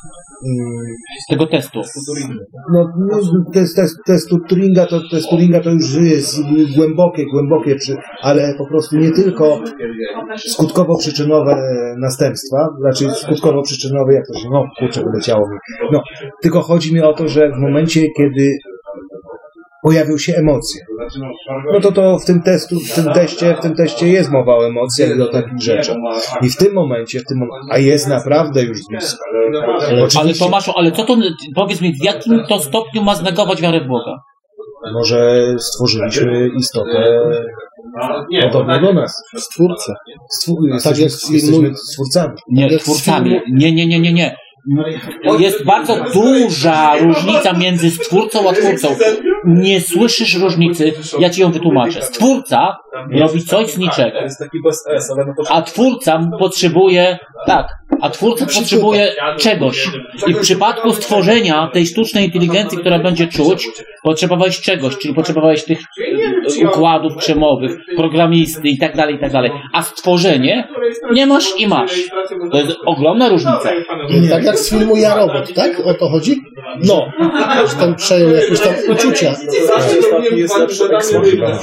tego testu. No, no test, test, testu Turinga to, test Turinga to już jest głębokie, głębokie, przy, ale po prostu nie tylko skutkowo-przyczynowe następstwa, znaczy skutkowo-przyczynowe, jak to się, no kurczę, wyleciało mi. No, tylko chodzi mi o to, że w momencie, kiedy pojawią się emocje. No to to w tym testu, w tym teście, w tym teście jest mowa o emocjach i o takich rzeczach. I w tym momencie, w tym mom- a jest naprawdę już blisko. Ale Tomaszu, ale co to, powiedz mi, w jakim to stopniu ma znegować wiarę w Boga? Może stworzyliśmy istotę podobną do nas. Stwórcę. Stwór, Tak jesteśmy, jak z jesteśmy filmu- twórcami. Nie, twórcami. Nie, nie, nie, nie, nie. Jest bardzo duża różnica między stwórcą a twórcą. Nie słyszysz różnicy, ja ci ją wytłumaczę. Stwórca robi coś z niczego, jest taki bez S, ale no to a twórca potrzebuje, tak, a twórca potrzebuje czegoś. I w przypadku stworzenia tej sztucznej inteligencji, która będzie czuć, potrzebowałeś czegoś, czyli potrzebowałeś tych układów krzemowych, programisty i tak dalej, i tak dalej. A stworzenie nie masz i masz. To jest ogromna różnica. Tak jak z filmu Ja Robot, tak? O to chodzi? No, Że tam przejął jakieś tam uczucia. ostatni jest lepszy X-Men chyba.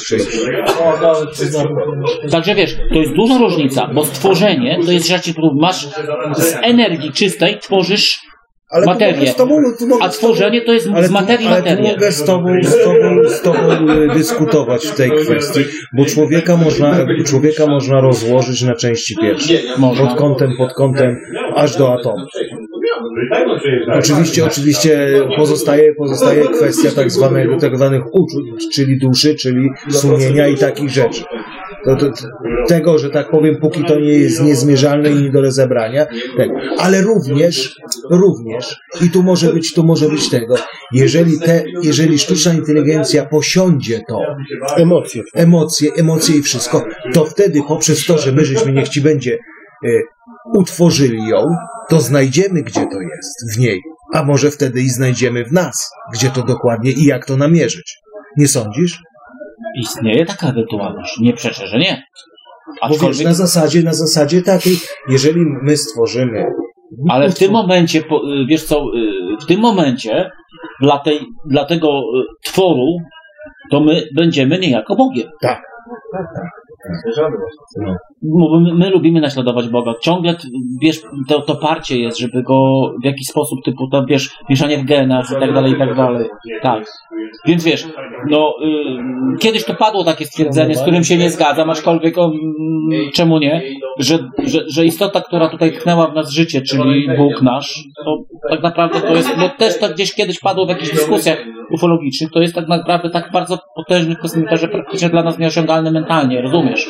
także wiesz, to jest duża różnica, bo stworzenie to jest rzecz, którą masz z energii czystej, tworzysz Ale tu materię, mogę z tobą, tu mogę a z tobą- tworzenie to jest ale z tu- materii ale tu materię. mogę z tobą, z tobą, z tobą y, dyskutować w tej kwestii, bo człowieka można, człowieka można rozłożyć na części pierwsze. Można. Pod kątem, pod kątem, aż do atomu. Oczywiście, oczywiście pozostaje, pozostaje kwestia tak zwanego, tak zwanych uczuć, czyli duszy, czyli sumienia i takich rzeczy. to, to, tego, że tak powiem, póki to nie jest niezmierzalne i nie do rozebrania, tego. Ale również, również, i tu może być, tu może być tego, jeżeli, te, jeżeli sztuczna inteligencja posiądzie to, emocje, emocje, emocje i wszystko, to wtedy poprzez to, że my żeśmy niech ci będzie y, utworzyli ją, to znajdziemy, gdzie to jest w niej, a może wtedy i znajdziemy w nas, gdzie to dokładnie i jak to namierzyć. Nie sądzisz? Istnieje taka ewentualność. Nie przeczę, że nie. Aczkolwiek... Bo wiesz, na zasadzie, na zasadzie takiej, jeżeli my stworzymy... Ale w tym momencie, wiesz co, w tym momencie dla, tej, dla tego tworu to my będziemy niejako Bogiem. Tak, tak, tak. No. My, my lubimy naśladować Boga. Ciągle, wiesz, to, to parcie jest, żeby go w jakiś sposób, typu tam, wiesz, mieszanie w genach i tak dalej, i tak dalej. Tak. Więc wiesz, no, y, kiedyś to padło takie stwierdzenie, z którym się nie zgadzam, aczkolwiek o, y, czemu nie, że, że, że istota, która tutaj tchnęła w nas życie, czyli Bóg nasz, to tak naprawdę to jest, bo też to gdzieś kiedyś padło w jakichś dyskusjach ufologicznych, to jest tak naprawdę tak bardzo potężny kosmita, że praktycznie dla nas nieosiągalny mentalnie, rozumiesz?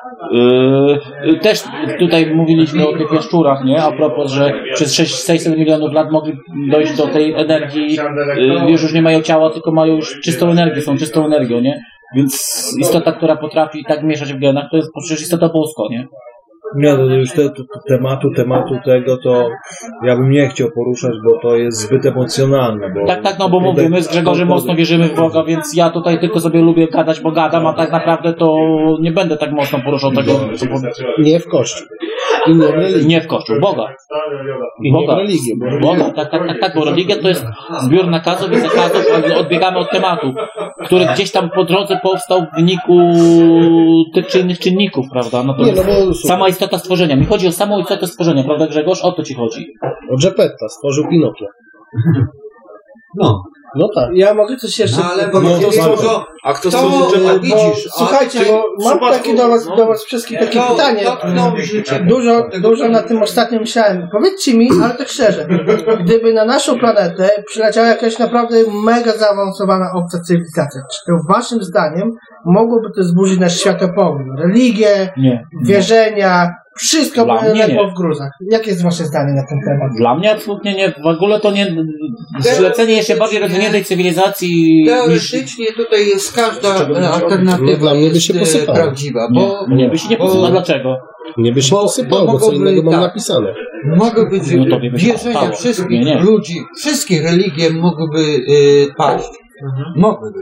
Yy, też tutaj mówiliśmy o tych jaszczurach, nie? A propos, że przez sześćset milionów lat mogli dojść do tej energii, yy, już już nie mają ciała, tylko mają już czystą energię, są czystą energią, nie? Więc istota, która potrafi tak mieszać w genach, to jest przecież istota boska, nie? Nie, no już te, te, tematu, tematu tego to ja bym nie chciał poruszać, bo to jest zbyt emocjonalne. Bo tak, tak, no bo mówię, my z Grzegorzem mocno wierzymy w Boga, więc ja tutaj tylko sobie lubię gadać, bo gadam, a tak naprawdę to nie będę tak mocno poruszał tego. Nie w Kościół. I nie w religię. Nie w Kościół, Boga. I Boga. nie w religię. Bo Boga, tak, tak, tak, tak, bo religia to jest zbiór nakazów i zakazów, a odbiegamy od tematu, który gdzieś tam po drodze powstał w wyniku tych czy innych czynników, prawda? No to nie, no bo, sama istota stworzenia. Mi chodzi o samą istotę stworzenia, prawda, Grzegorz? O to ci chodzi. O Geppetta stworzył Pinokia. No. No tak. Ja mogę coś jeszcze... No, ale bo, bo no, to, a kto stworzył Geppetta? Widzisz, słuchajcie, bo mam takie do was, do was wszystkich takie to, pytanie. to, to, to, dużo, dużo na tym ostatnio myślałem. Powiedzcie mi, ale tak szczerze, gdyby na naszą planetę przyleciała jakaś naprawdę mega zaawansowana obca cywilizacja, czy to waszym zdaniem mogłoby to zburzyć nasz światopogląd? Religię, nie, wierzenia, wszystko Dla mnie legło nie. w gruzach. Jakie jest wasze zdanie na ten temat? Dla mnie absolutnie nie. W ogóle to nie... Zlecenie jeszcze bardziej rozwiniętej cywilizacji niż... Teoretycznie tutaj jest każda alternatywa No, dla mnie by się jest posypało. prawdziwa, bo Nie, nie by się nie posypało. Dlaczego? Nie by się Bo- posypało, bo bo co mogłoby- innego mam tak. napisane. mogą być No to by się wierzenia posypało. wszystkich Nie, nie. ludzi, wszystkie religie mogłyby y, paść. Mogłyby.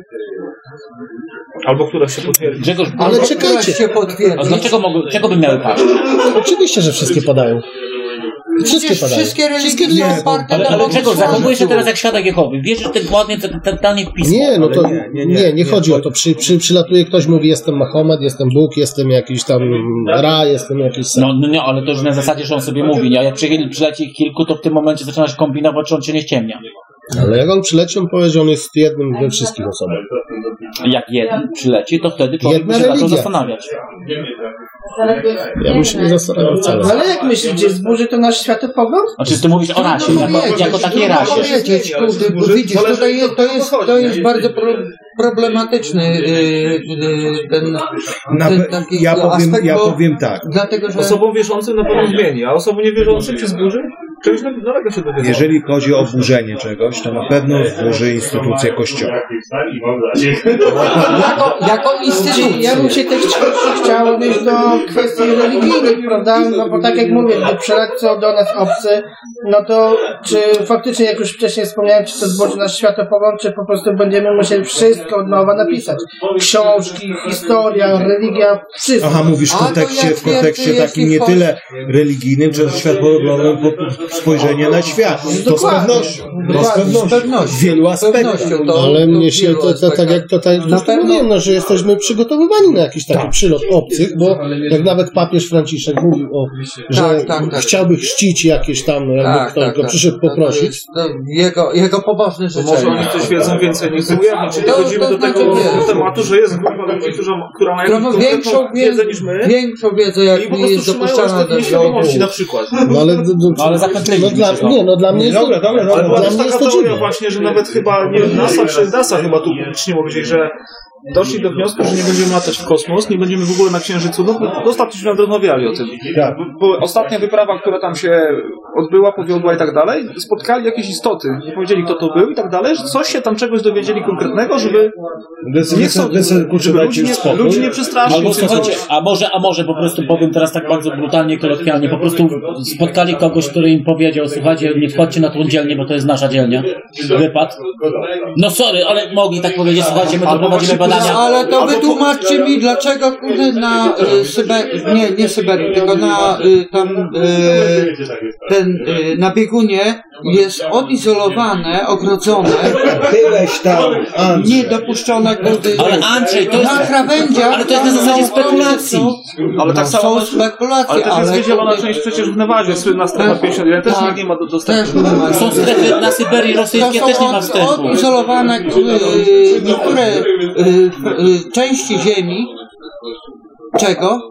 Albo która się potwierdzi. Grzegorz, Ale Albo czekajcie. któraś się potwierdzi. a dlaczego, mogły, czego by miały paść? Oczywiście, że wszystkie padają. Wszystkie Przecież padają. wszystkie religie Wszystkie są religie. oparte Ale, na ale Grzegorz, bogosławieństwie. zachowujesz się teraz jak świadek Jehowy. Wierzysz tak ładnie, totalnie w pismo. Nie, no to Ale nie, nie, nie, nie, nie, nie, chodzi nie. o to. Przy, przy, przylatuje ktoś, mówi jestem Mahomet, jestem Bóg, jestem jakiś tam Ra, jestem jakiś sam. No, no nie, ale to już na zasadzie, że on sobie mówi, nie? A jak przyjechali, przyleci ich kilku, to w tym momencie zaczynasz kombinować, czy on cię nie ściemnia. Ale jak on przyleci, on powie, że on jest jednym we wszystkich osobach. Jak jeden przyleci, to wtedy człowiek by Jedna się zaczął religia. zastanawiać. Ja bym się nie zastanawiał wcale. Ale jak myślicie, zburzy to nasz światopogląd? Znaczy, ty mówisz o rasie, jako, powiedzieć, jako takiej trudno rasie. powiedzieć, kurde, bo widzisz, tutaj jest, to jest, to jest bardzo pro, problematyczny yy, yy, ten, Na, ten taki ja, powiem, aspekt, ja bo, powiem tak. dlatego, że Osobom wierzącym na pewno zmieni, a osobom niewierzącym czy zburzy? Czegoś nowego się dowiedzą. Jeżeli chodzi o burzenie czegoś, to na pewno zburzy instytucję Kościoła. jako, jako Ja instytucja. bym się też chciał odnieść do kwestii religijnych, prawda? No bo tak jak mówię, gdy przelecą do nas obcy, no to czy faktycznie, jak już wcześniej wspomniałem, czy to zburzy nasz światopogląd, czy po prostu będziemy musieli wszystko od nowa napisać. Książki, historia, religia, wszystko. Aha, mówisz w A to kontekście, jak w kontekście wielcy, takim jeśli nie chodzi- tyle religijnym, czy światopoglądowym po- spojrzenie na świat. To z Dokładnie. pewnością. To z Dokładnie, z pewnością. pewnością. W wielu Z aspektach. pewnością to- Ale to mnie się, wielu to, to, tak aspektach. jak to tak Na już pewno- mówiłem, no, że jesteśmy przygotowywani na jakiś taki przylot obcych, bo jak nawet papież Franciszek mówił, o, że Tak, tak, tak. chciałby chrzcić jakieś tam, jakby Tak, ktoś tak, go tak. przyszedł To- to poprosić. jest, to jego, jego pobożne To może życzenie. oni coś wiedzą więcej niż ujawnić, czyli To- dochodzimy to do znaczy, tego wiesz. tematu, że jest grupa ludzi, która ma, która ma Która ma jakąś większą konkretną wiedzę niż my Większą wiedzę, i jak po prostu jest trzymają dopuszczana ostatnie do świadomości na dialogu. przykład. No ale, No, ale zachętliwi no, dla, się, nie, no dla mnie jest to, Dobra, dobra, Ale dobra. była dla też mnie taka jest to teoria dziwne. właśnie, że nawet chyba, nie wiem, NASA czy NASA chyba tu publicznie mówi, że doszli do wniosku, że nie będziemy latać w kosmos, nie będziemy w ogóle na Księżycu. No, bo ostatnio już rozmawiali o tym. Tak. Bo, bo ostatnia wyprawa, która tam się odbyła, powiodła i tak dalej, spotkali jakieś istoty. Nie powiedzieli, kto to był i tak dalej, że coś się tam czegoś dowiedzieli konkretnego, żeby nie chcą, żeby ludzi nie, ludzi nie przestraszyć. Albo słuchajcie, a może, a może po prostu powiem teraz tak bardzo brutalnie, kolokwialnie, po prostu spotkali kogoś, który im powiedział, słuchajcie, nie wchodźcie na tą dzielnię, bo to jest nasza dzielnia. Wypad. No sorry, ale mogli tak powiedzieć, słuchajcie, my tu prowadzimy badania. No, ale to wytłumaczcie mi, dlaczego kurde na y, Syber... nie, nie Syberii, tylko na y, tam y, ten y, na biegunie jest odizolowane, ogrodzone. Byłeś tam, Andrzej. Nie dopuszczone kurde. Ale Andrzej, to jest... Na krawędziach. Ale to jest na zasadzie spekulacji. Ale tak no, samo są spekulacje, ale też jest ale wydzielona część przecież w Nevadzie, słynna strefa pięćdziesiąt jeden, też tak, nikt nie ma do dostępu. też nie ma. Są strefy na Syberii rosyjskiej, też nie ma wstępu. Odizolowane y, niektóre y, y, części ziemi. Czego?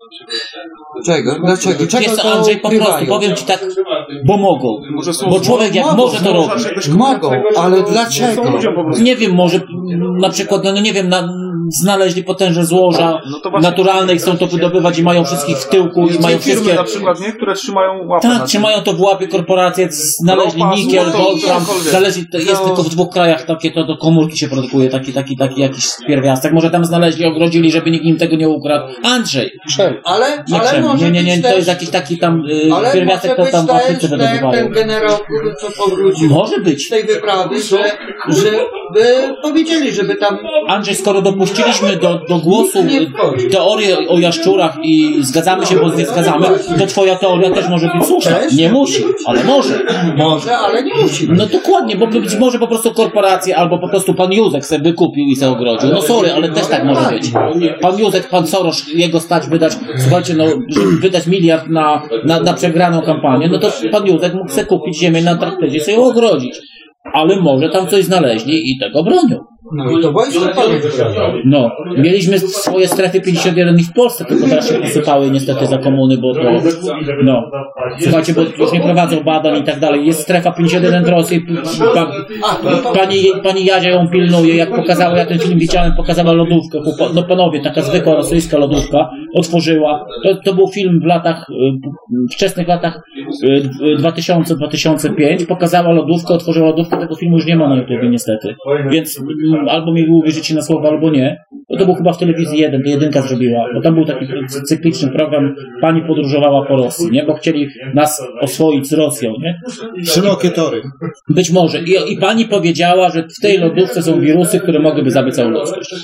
Czego? Dlaczego? Czego Wiesz co, to Andrzej, po prostu ukrywają? powiem ci tak, bo mogą. Może są Bo człowiek jak mogą, może, to robi. Mogą, ale dlaczego? Nie wiem, może na przykład, no nie wiem, na, znaleźli potężne złoża no to właśnie, naturalne i chcą to wydobywać i mają wszystkich w tyłku i mają firmy wszystkie... na przykład, nie? Które trzymają łapę. Tak, trzymają to w łapie korporacje, znaleźli Ropa, nikiel, złoto, wolfram, cokolwiek. zależy, to jest No. tylko w dwóch krajach takie, to do komórki się produkuje, taki, taki, taki jakiś pierwiastek. Może tam znaleźli, ogrodzili, żeby nikt im tego nie ukradł. Andrzej, Ale, nie ale krzem. może Nie, nie, nie, być to też, jest jakiś taki tam y, ale pierwiastek, może to być tam w też, Afryce tak jak wydobywają. ten generał, który co powrócił Może być. z tej wyprawy, że, że by powiedzieli, żeby tam Andrzej, skoro dopuściliśmy do, do głosu y, teorię o jaszczurach i zgadzamy się, bo nie zgadzamy, to twoja teoria też może być słuszna. Też? Nie musi, ale może. może, ale nie musi. No dokładnie, bo być może po prostu korporacje albo po prostu pan Józek sobie wykupił i sobie ogrodził. No sorry, ale też tak może być. Pan Józek, pan Soros, jego stać wydać, słuchajcie, no żeby wydać miliard na, na, na przegraną kampanię, no to pan Józek mógł sobie kupić ziemię na traktacie i sobie ją ogrodzić. Ale może tam coś znaleźli i tego bronią. No i to wojsko pamiętają. No, mieliśmy swoje strefy pięćdziesiąt jeden i w Polsce, tylko teraz się posypały niestety za komuny, bo to, no, słuchajcie, bo już nie prowadzą badań i tak dalej. Jest strefa pięćdziesiąt jeden w Rosji, pa, pani, pani Jadzia ją pilnuje, jak pokazała, ja ten film widziałem, pokazała lodówkę, no panowie, taka zwykła rosyjska lodówka, otworzyła, to, to był film w latach, wczesnych latach dwa tysiące do dwa tysiące piątego, pokazała lodówkę, otworzyła lodówkę, tego filmu już nie ma na YouTubie niestety, więc albo mi uwierzycie na słowo, albo nie. Bo to był chyba w telewizji jeden, to jedynka zrobiła, bo tam był taki cykliczny program, pani podróżowała po Rosji, nie? Bo chcieli nas oswoić z Rosją, nie? Szerokie tory. Być może. I, I pani powiedziała, że w tej lodówce są wirusy, które mogłyby zabić całą ludzkość.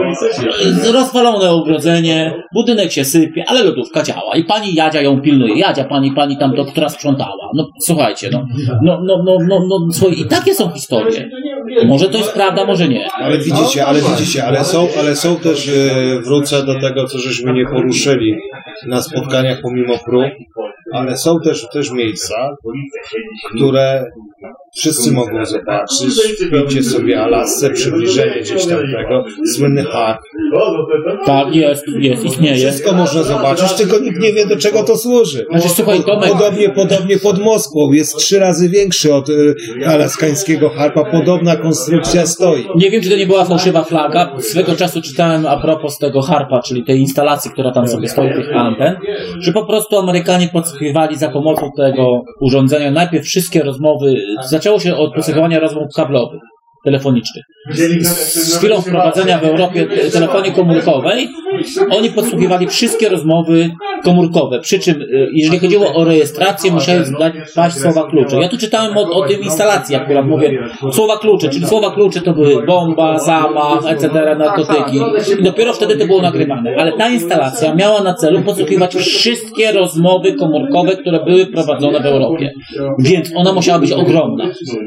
Rozwalone ogrodzenie, budynek się sypie, ale lodówka działa. I pani Jadzia ją pilnuje. Jadzia, pani, pani tam to, która sprzątała. No słuchajcie, no, no, no, no, no, no słuchaj, i takie są historie. Może to jest prawda, może nie. Ale widzicie, ale widzicie, ale są, ale są też, e, wrócę do tego, co żeśmy nie poruszyli na spotkaniach pomimo prób, ale są też, też miejsca, które wszyscy mogą zobaczyć. Wbijcie sobie Alasce, przybliżenie gdzieś tam tego, słynny harp. Tak, jest, jest, istnieje. Wszystko można zobaczyć, tylko nikt nie wie, do czego to służy. Znaczy, słuchaj, Tomek... Podobnie, podobnie pod Moskwą, jest trzy razy większy od y, alaskańskiego harpa, podobna konstrukcja stoi. Nie wiem, czy to nie była fałszywa flaga. Swego czasu czytałem a propos tego harpa, czyli tej instalacji, która tam sobie stoi, tych anten, że po prostu Amerykanie podsłuchiwali za pomocą tego urządzenia najpierw wszystkie rozmowy. Zaczęło się od podsłuchiwania rozmów kablowych, telefonicznych. Z chwilą wprowadzenia w Europie telefonii komórkowej oni podsłuchiwali wszystkie rozmowy komórkowe, przy czym jeżeli chodziło o rejestrację, musieli zdać paść słowa klucze. Ja tu czytałem o, o tym instalacji, akurat mówię słowa klucze, czyli słowa klucze to były bomba, zamach, et cetera, narkotyki i dopiero wtedy to było nagrywane. Ale ta instalacja miała na celu podsłuchiwać wszystkie rozmowy komórkowe, które były prowadzone w Europie. Więc ona musiała być ogromna.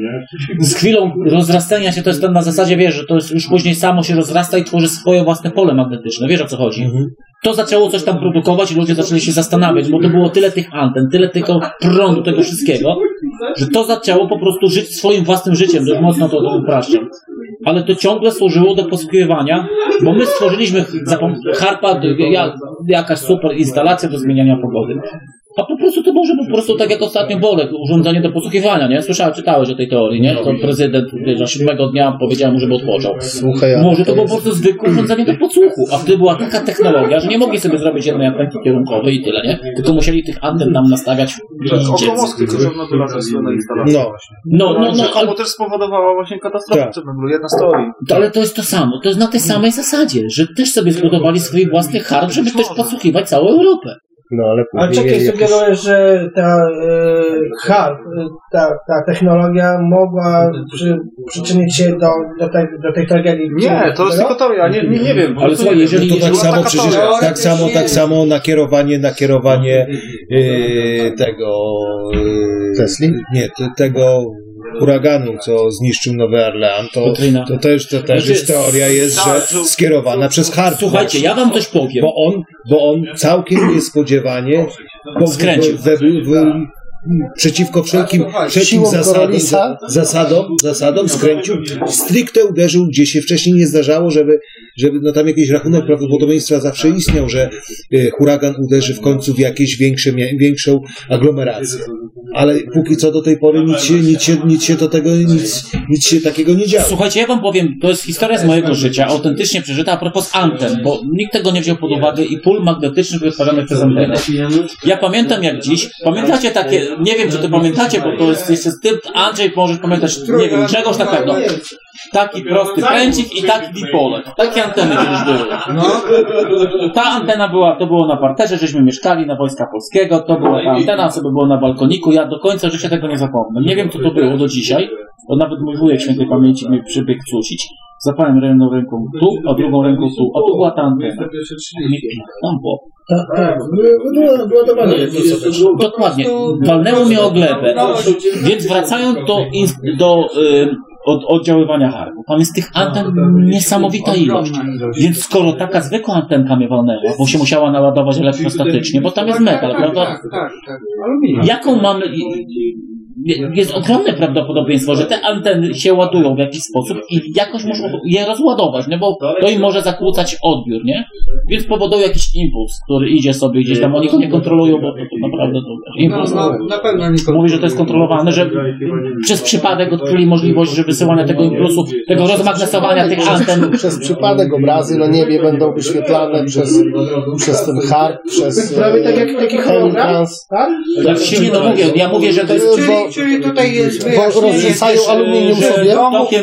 Z chwilą rozrastania się, to jest na zasadzie, wiesz, że to jest już później samo się rozrasta i tworzy swoje własne pole magnetyczne. Wiesz, o co chodzi? Mhm. To zaczęło coś tam produkować i ludzie zaczęli się zastanawiać, bo to było tyle tych anten, tyle tego prądu, tego wszystkiego, że to zaczęło po prostu żyć swoim własnym życiem. Dość mocno to, to upraszczam. Ale to ciągle służyło do posłuchiwania, bo my stworzyliśmy harpa, jakaś super instalacja do zmieniania pogody. A po prostu to może po prostu tak jak ostatnio Bolek, urządzenie do podsłuchiwania, nie? Słyszałem, czytałeś o tej teorii, nie? To prezydent na siódmego dnia powiedział mu, żeby odpoczął. Słuchaj, może to było po prostu zwykłe urządzenie do podsłuchu, a wtedy była taka technologia, że nie mogli sobie zrobić jednej antenki kierunkowej i tyle, nie? Tylko musieli tych anten nam nastawiać około Moskwy, co żadna była też na instalacji. No, no, no, no, ale też spowodowała właśnie katastrofę tak. Czarnobylu. Jedna stoi. Ale to jest to samo, to jest na tej samej zasadzie, że też sobie zbudowali swój własny harp, żeby też podsłuchiwać całą Europę. No, ale A czekaj, sugerujesz, że ta y, harp, ta, ta technologia mogła przy, przyczynić się do, do, tej, do tej tragedii? Nie, to jest tylko teoria, nie, nie, nie wiem. Ale słuchaj, jeżeli... No to tak jeżeli samo przecież, tak samo, tak samo nakierowanie, nakierowanie yy, tego... Yy, Tesli? Nie, te, tego... huraganu, co zniszczył Nowy Orlean, to, to też, to też jest teoria jest, że skierowana przez harp. Słuchajcie, ja wam coś powiem. Bo on, bo on całkiem niespodziewanie skręcił. We, we, we, przeciwko wszelkim, wszelkim zasadom, zasadom, zasadom skręcił, stricte uderzył, gdzie się wcześniej nie zdarzało, żeby, żeby no tam jakiś rachunek prawdopodobieństwa zawsze istniał, że y, huragan uderzy w końcu w jakieś większe, większą aglomerację. Ale póki co do tej pory nic się, nic się, nic się do tego, nic, nic się takiego nie działo. Słuchajcie, ja wam powiem, to jest historia z mojego życia, autentycznie przeżyta a propos anten, bo nikt tego nie wziął pod uwagę i pól magnetycznych wytwarzanych przez anteny. Ja pamiętam jak dziś, pamiętacie takie, nie wiem czy to pamiętacie, bo to jest jeszcze z tym, Andrzej możesz pamiętać, nie wiem, czegoś na pewno. Taki prosty pęcik i taki dipolek. Takie anteny kiedyś były. Ta antena była, to było na parterze, żeśmy mieszkali na Wojska Polskiego, to była ta antena, sobie było na balkoniku, ja do końca życia tego nie zapomnę. Nie wiem co to było do dzisiaj, bo nawet mój wujek świętej pamięci mnie przybiegł cucić. Zapałem jedną ręką tu, a drugą ręką tu, a tu była ta antena. Tam było. Tak, tak. Wyładowanie jedno co Dokładnie. Walnęło mnie o glebę. Więc wracając do, do y, od oddziaływania harpu. Tam jest tych anten niesamowita ilość. Więc skoro taka zwykła antenka mnie walnęła, bo się musiała naładować elektrostatycznie, bo tam jest metal, prawda? Jaką mamy... Jest ogromne prawdopodobieństwo, że te anteny się ładują w jakiś sposób i jakoś muszą je rozładować, no bo to im może zakłócać odbiór, nie? Więc powodują jakiś impuls, który idzie sobie gdzieś tam, oni go nie kontrolują, bo to, to naprawdę to impuls. No, no, na pewno nie Mówi, że to jest kontrolowane, że przez przypadek odkryli możliwość, że wysyłania tego impulsu, tego rozmagnesowania tych anten. Przez przypadek obrazy na niebie będą wyświetlane przez, przez ten harp, przez... Prawie tak jak taki hologram, tak? Tak się nie no mówię, ja mówię, że to jest... Czyli, czyli tutaj jest bo rozrzucają aluminium sobie. Tokiem,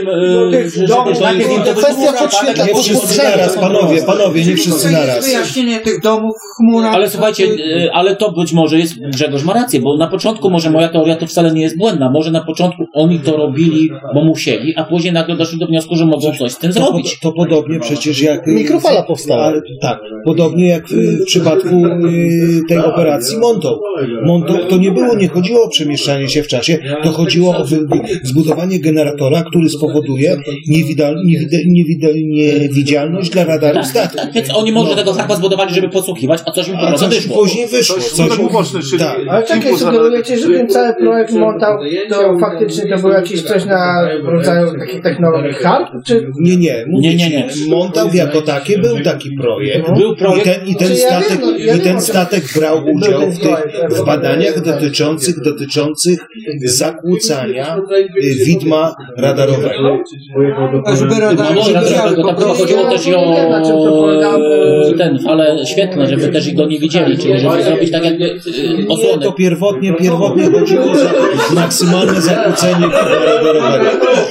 to kwestia podświetlenia. Nie wszyscy naraz, panowie, panowie, nie wszyscy naraz. Wyjaśnienie tych domów w chmurach. Ale słuchajcie, ale to być może jest, Grzegorz ma rację, bo na początku może moja teoria to wcale nie jest błędna. Może na początku oni to robili, bo musieli, a później nagle doszli do wniosku, że mogą coś z tym to, zrobić. To, to podobnie przecież jak... Mikrofala powstała. Ale, tak, podobnie jak w, w przypadku y, tej operacji Montauk. Montauk to nie było, nie chodziło o przemieszczanie się w czasie, to chodziło o wy, zbudowanie generatora, który spowoduje niewidal, niewida, niewida, niewidzialność dla radaru Tak, statku. tak, więc oni może tego harpa zbudowali, żeby podsłuchiwać, a coś im po A drodze coś wyszło. później wyszło. Coś, Coś uboczny, czyli tak. Ale czekaj, sugerujecie, że ten cały projekt Montauk to faktycznie to był jakiś coś na rodzaju takiej technologii harp, czy... Nie, nie, mówię Nie, nie, nie. ci, Montauk jako takie był taki projekt. Był projekt. I ten, i ten, Czy ja statek, wiem, no, ja i wiem, ten o statek brał był udział ten w, tych, projekt, w badaniach dotyczących, dotyczących zakłócania y, widma radarowego. Żeby radar, No, żeby dlatego po tam prostu- chodziło też i o ten fale świetlne, żeby też ich go nie widzieli, czyli żeby zrobić tak jakby y, Nie, osłonę. to pierwotnie, pierwotnie chodziło o maksymalne zakłócenie widma radarowego.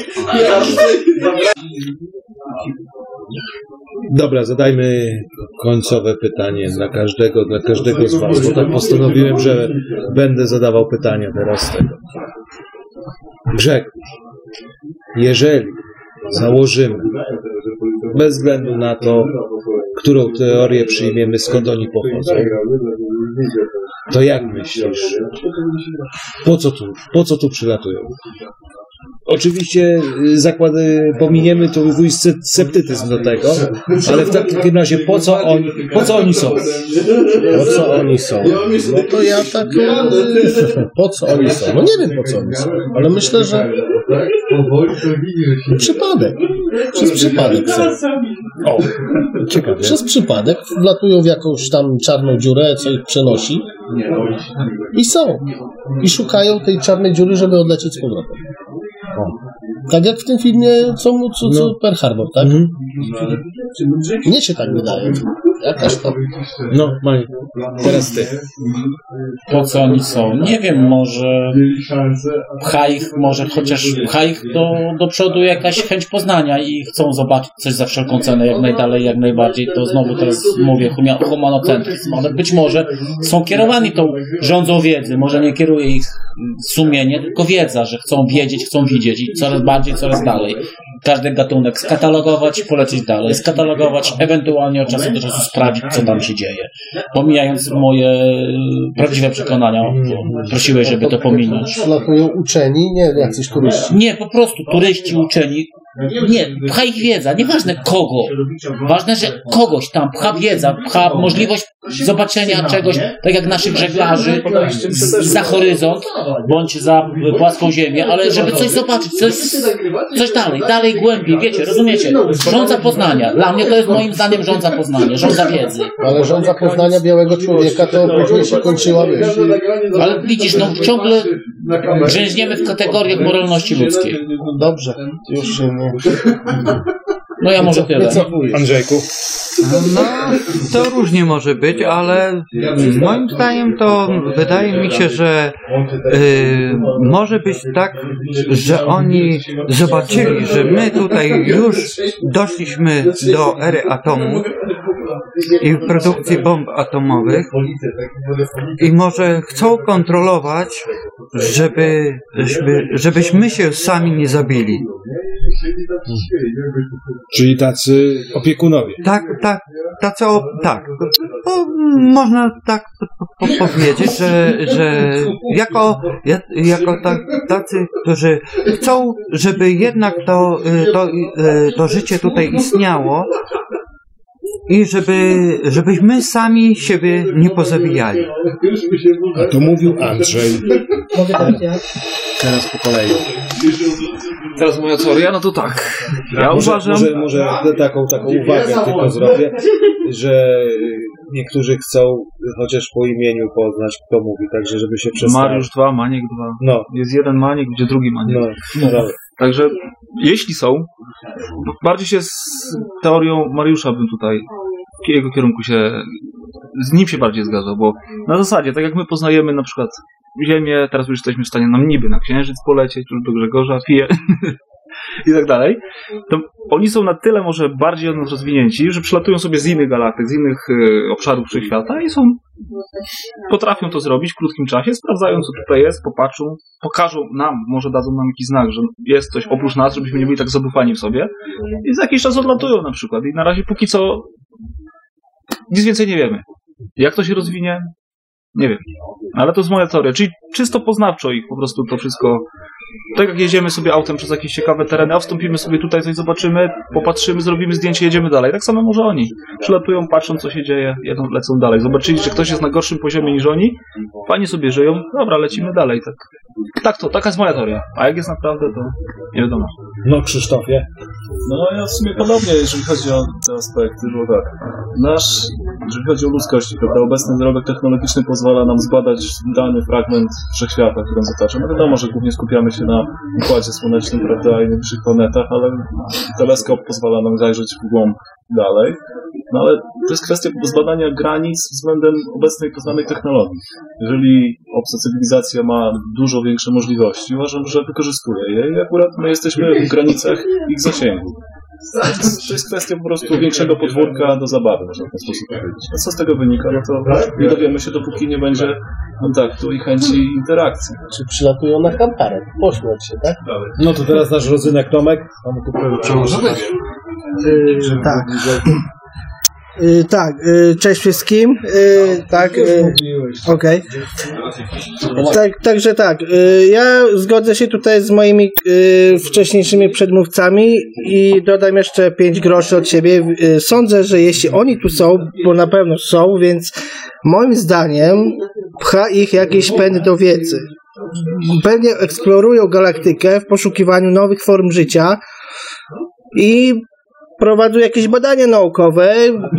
Dobra, zadajmy końcowe pytanie dla każdego, dla każdego z was, bo tak postanowiłem, że będę zadawał pytania teraz z tego. Grzegorz, jeżeli założymy, bez względu na to, którą teorię przyjmiemy, skąd oni pochodzą, to jak myślisz, po co tu, po co tu przylatują? Oczywiście zakłady, pominiemy tu mój sceptycyzm do tego, ale w takim razie po co oni, po co oni są? Po co oni są? No to ja tak... Po co oni są? No nie wiem po co oni są, ale myślę, że Przypadek. Przez przypadek są. O, ciekawe. Przez przypadek wlatują w jakąś tam czarną dziurę, co ich przenosi i są. I szukają tej czarnej dziury, żeby odlecieć z powrotem. O. Tak jak w tym filmie, co, co, co no. Pearl Harbor, tak? Mhm. Mnie się tak wydaje. Jakaś to. No, Mani, teraz ty. Po co oni są? Nie wiem, może pcha ich, może chociaż pcha ich do, do przodu jakaś chęć poznania i chcą zobaczyć coś za wszelką cenę, jak najdalej, jak najbardziej. To znowu teraz mówię humanocentryzm, ale być może są kierowani tą rządzą wiedzy. Może nie kieruje ich sumienie, tylko wiedza, że chcą wiedzieć, chcą widzieć i coraz bardziej, coraz dalej. Każdy gatunek skatalogować i polecieć dalej. Skatalogować, ewentualnie od czasu do czasu sprawdzić, co tam się dzieje. Pomijając moje prawdziwe przekonania. Prosiłeś, żeby to pominąć. Latują uczeni, nie jacyś turyści. Nie, po prostu turyści, uczeni. Nie, pcha ich wiedza, nieważne kogo. Ważne, że kogoś tam pcha wiedza, pcha możliwość zobaczenia czegoś, tak jak naszych żeglarzy z, za horyzont, bądź za płaską ziemię, ale żeby coś zobaczyć, coś, coś dalej, dalej, głębiej, wiecie, rozumiecie? Rządza poznania. Dla mnie to jest moim zdaniem rządza poznania, rządza wiedzy. Ale rządza poznania białego człowieka to później się kończyła, wiesz. Ale widzisz, no ciągle grzęźniemy w kategoriach moralności ludzkiej. Dobrze, już się nie... No ja może tyle. Andrzejku. No, to różnie może być, ale moim zdaniem to wydaje mi się, że y, może być tak, że oni zobaczyli, że my tutaj już doszliśmy do ery atomu i produkcji bomb atomowych i może chcą kontrolować, żeby, żeby, żebyśmy się sami nie zabili. Czyli tacy opiekunowie. Tak, tak, tacy, o, tak. To można tak po, po, powiedzieć, że, że jako, jako tak, tacy, którzy chcą, żeby jednak to, to, to życie tutaj istniało i żeby, żebyśmy sami siebie nie pozabijali. A to mówił Andrzej. Mogę tak, ja? Teraz po kolei. Teraz moja teoria, no to tak. Ja może, uważam... Może, może taką, taką uwagę tylko zrobię, że niektórzy chcą chociaż po imieniu poznać, kto mówi, także żeby się przestało. Mariusz dwa, Maniek dwa. No. Jest jeden Maniek, gdzie drugi Maniek. No, no dobra. Także jeśli są, bardziej się z teorią Mariusza bym tutaj w jego kierunku się, z nim się bardziej zgadzał, bo na zasadzie, tak jak my poznajemy na przykład Ziemię, teraz już jesteśmy w stanie nam niby na Księżyc polecieć, już do Grzegorza, pije i tak dalej, to oni są na tyle może bardziej od nas rozwinięci, że przylatują sobie z innych galaktyk, z innych y, obszarów wszechświata i są, potrafią to zrobić w krótkim czasie, sprawdzają, co tutaj jest, popatrzą, pokażą nam, może dadzą nam jakiś znak, że jest coś oprócz nas, żebyśmy nie byli tak zadufani w sobie i za jakiś czas odlatują na przykład i na razie póki co nic więcej nie wiemy. Jak to się rozwinie? Nie wiem. Ale to jest moja teoria. Czyli czysto poznawczo ich po prostu to wszystko... Tak jak jedziemy sobie autem przez jakieś ciekawe tereny, a wstąpimy sobie tutaj, coś zobaczymy, popatrzymy, zrobimy zdjęcie, jedziemy dalej. Tak samo może oni. Przylatują, patrzą, co się dzieje, jedą, lecą dalej. Zobaczyli, że ktoś jest na gorszym poziomie niż oni, fajnie sobie żyją, dobra, lecimy dalej. Tak, tak to, taka jest moja teoria. A jak jest naprawdę, to nie wiadomo. No, Krzysztofie. No ja w sumie podobnie, jeżeli chodzi o te aspekty, bo tak, nasz, jeżeli chodzi o ludzkość, prawda, obecny dorobek technologiczny pozwala nam zbadać dany fragment wszechświata, który nas otacza. No wiadomo, że głównie skupiamy się na Układzie Słonecznym, prawda, i najbliższych planetach, ale teleskop pozwala nam zajrzeć w głąb dalej. No ale to jest kwestia zbadania granic względem obecnej poznanej technologii. Jeżeli obca cywilizacja ma dużo większe możliwości, uważam, że wykorzystuje je i akurat my jesteśmy w granicach ich zasięgu. To jest kwestia po prostu większego podwórka do zabawy, można w ten sposób powiedzieć. A co z tego wynika? No to nie dowiemy się, dopóki nie będzie kontaktu i chęci interakcji. Czy przylatują na kamparek? Pośmiać się, tak? No to teraz nasz rodzynek Tomek. Mamy tu przełożenie. Yy, tak. Yy, tak, yy, cześć wszystkim. Yy, tak, yy, okej. Okay. Tak, także tak, yy, ja zgodzę się tutaj z moimi yy, wcześniejszymi przedmówcami i dodam jeszcze pięć groszy od siebie. Yy, sądzę, że jeśli oni tu są, bo na pewno są, więc moim zdaniem pcha ich jakiś pęd do wiedzy. pewnie eksplorują galaktykę w poszukiwaniu nowych form życia i prowadzą jakieś badania naukowe,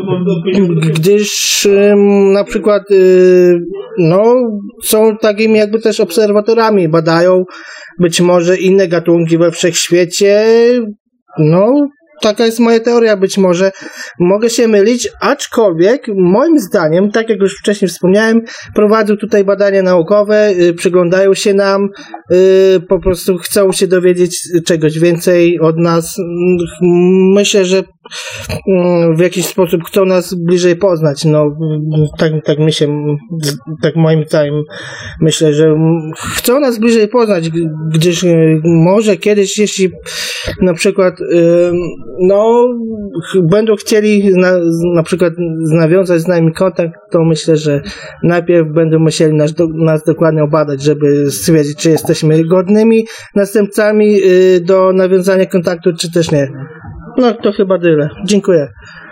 gdyż na przykład no, są takimi jakby też obserwatorami, badają być może inne gatunki we wszechświecie. No, taka jest moja teoria, być może mogę się mylić, aczkolwiek moim zdaniem, tak jak już wcześniej wspomniałem, prowadzą tutaj badania naukowe, yy, przyglądają się nam, yy, po prostu chcą się dowiedzieć czegoś więcej od nas. Yy, myślę, że yy, w jakiś sposób chcą nas bliżej poznać. No, tak, tak mi się, tak moim zdaniem myślę, że chcą nas bliżej poznać, gdyż yy, może kiedyś, jeśli na przykład yy, no, będą chcieli na, na przykład nawiązać z nami kontakt, to myślę, że najpierw będą musieli nas, do, nas dokładnie obadać, żeby stwierdzić, czy jesteśmy godnymi następcami y, do nawiązania kontaktu, czy też nie. No, to chyba tyle. Dziękuję.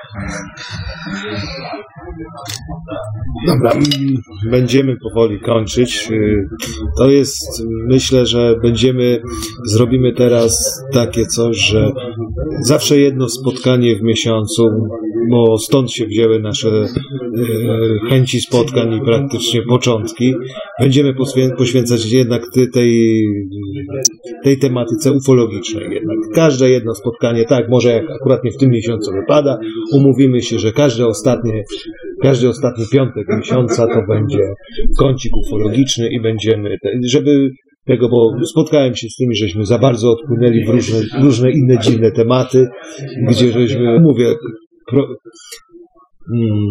Dobra, będziemy powoli kończyć. To jest, myślę, że będziemy, zrobimy teraz takie coś, że zawsze jedno spotkanie w miesiącu, bo stąd się wzięły nasze e, chęci spotkań i praktycznie początki. Będziemy poświęcać jednak tej, tej tematyce ufologicznej. Jednak każde jedno spotkanie, tak, może jak akurat nie w tym miesiącu wypada, umówimy się, że każde ostatnie, każdy ostatni piątek miesiąca to będzie kącik ufologiczny i będziemy, te, żeby tego, bo spotkałem się z tymi, żeśmy za bardzo odpłynęli w różne, różne inne dziwne tematy, gdzie żeśmy, mówię, pro, hmm,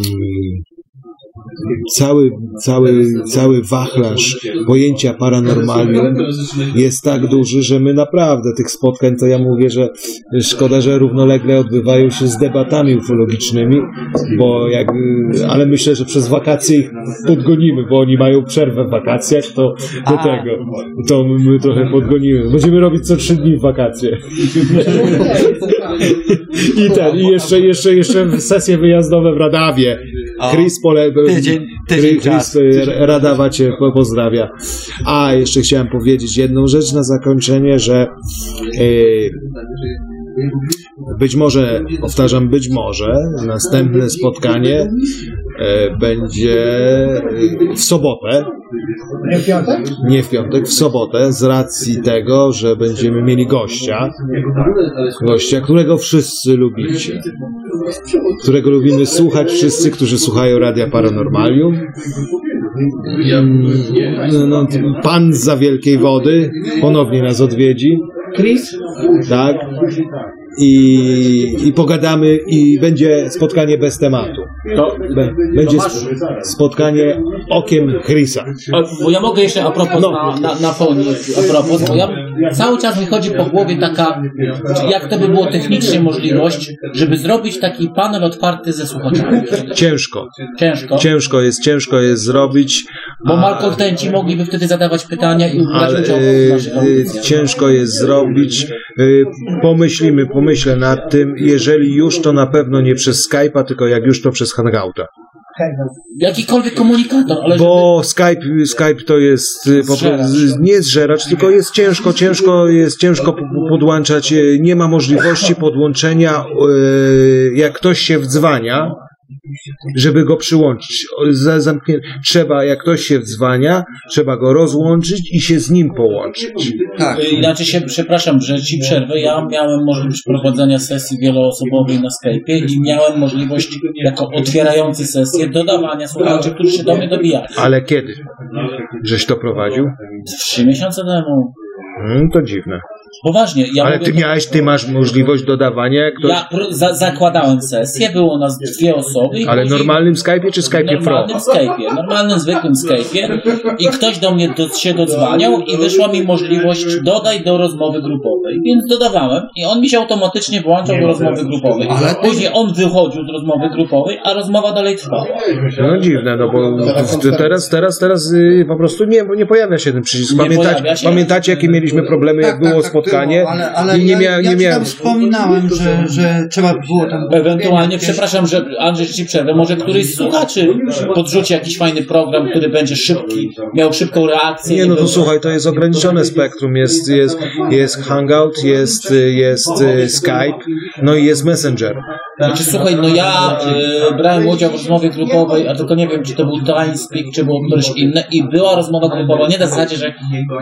Cały, cały, cały wachlarz pojęcia paranormalium jest tak duży, że my naprawdę tych spotkań, to ja mówię, że szkoda, że równolegle odbywają się z debatami ufologicznymi, bo jak, ale myślę, że przez wakacje ich podgonimy, bo oni mają przerwę w wakacjach, to do tego, to my trochę podgonimy. Będziemy robić co trzy dni w wakacje. I ten, i jeszcze, jeszcze, jeszcze sesje wyjazdowe w Radawie. Chris pole, tydzień, tydzień Chris Radawa cię pozdrawia. A, jeszcze chciałem powiedzieć jedną rzecz na zakończenie, że yy, być może, powtarzam, być może następne spotkanie e, będzie w sobotę. Nie w piątek? Nie w piątek, w sobotę, z racji tego, że będziemy mieli gościa, gościa, którego wszyscy lubicie, którego lubimy słuchać wszyscy, którzy słuchają Radia Paranormalium. No, no, pan zza wielkiej wody ponownie nas odwiedzi. Chris? Tak. I, i pogadamy i będzie spotkanie bez tematu. To be, będzie spotkanie okiem Chrisa. Bo ja mogę jeszcze a propos no. na, na, na fonie, a propos, bo ja cały czas mi chodzi po głowie taka, jak to by było technicznie możliwość, żeby zrobić taki panel otwarty ze słuchaczami. Ciężko. Ciężko. Ciężko jest, ciężko jest zrobić. Bo malkontenci mogliby wtedy zadawać pytania i brać udział w naszych audycjach. Ciężko jest zrobić. Pomyślimy, pomyślę nad tym, jeżeli już to na pewno nie przez Skype'a, tylko jak już to przez Hangouta. Jakikolwiek komunikator, ale bo żeby... Skype, Skype to jest nie zżeracz, tylko jest ciężko, ciężko jest ciężko podłączać, nie ma możliwości podłączenia, jak ktoś się wdzwania, żeby go przyłączyć. Zamknię... Trzeba, jak ktoś się wdzwania, trzeba go rozłączyć i się z nim połączyć. Tak. Inaczej się, przepraszam, że ci przerwę, ja miałem możliwość prowadzenia sesji wieloosobowej na Skype'ie i miałem możliwość, jako otwierający sesję, dodawania słuchaczy, którzy się do mnie dobijali. Ale kiedy? Żeś to prowadził? Trzy miesiące temu. Hmm, to dziwne. Poważnie. Ja ale mówię, ty miałeś, ty masz możliwość dodawania? Ktoś... Ja za, zakładałem sesję, było nas dwie osoby. Ale w normalnym Skype'ie czy Skype'ie Pro? W normalnym Skype'ie, normalnym, zwykłym Skype'ie i ktoś do mnie do, się dodzwaniał i wyszła mi możliwość dodaj do rozmowy grupowej, więc dodawałem i on mi się automatycznie włączał do rozmowy grupowej. Później on wychodził z rozmowy grupowej, a rozmowa dalej trwała. No dziwne, no bo teraz, teraz, teraz po prostu nie, nie pojawia się ten przycisk. Pamiętacie, pamiętacie jakie mieliśmy problemy, jak było spotkanie? spotkanie było, ale, ale i nie, mia, ja, nie ja miałem... tam wspominałem, że, że trzeba było tam... Ewentualnie, przepraszam, że Andrzej, że ci przerwę, może któryś z słuchaczy podrzuci jakiś fajny program, który będzie szybki, miał szybką reakcję. Nie, no to słuchaj, to jest ograniczone spektrum, jest, jest, jest Hangout, jest, jest Skype, no i jest Messenger. Znaczy, słuchaj, no ja y, brałem udział w rozmowie grupowej, a tylko nie wiem, czy to był TimeSpeak, czy było któreś inne i była rozmowa grupowa, nie na zasadzie, że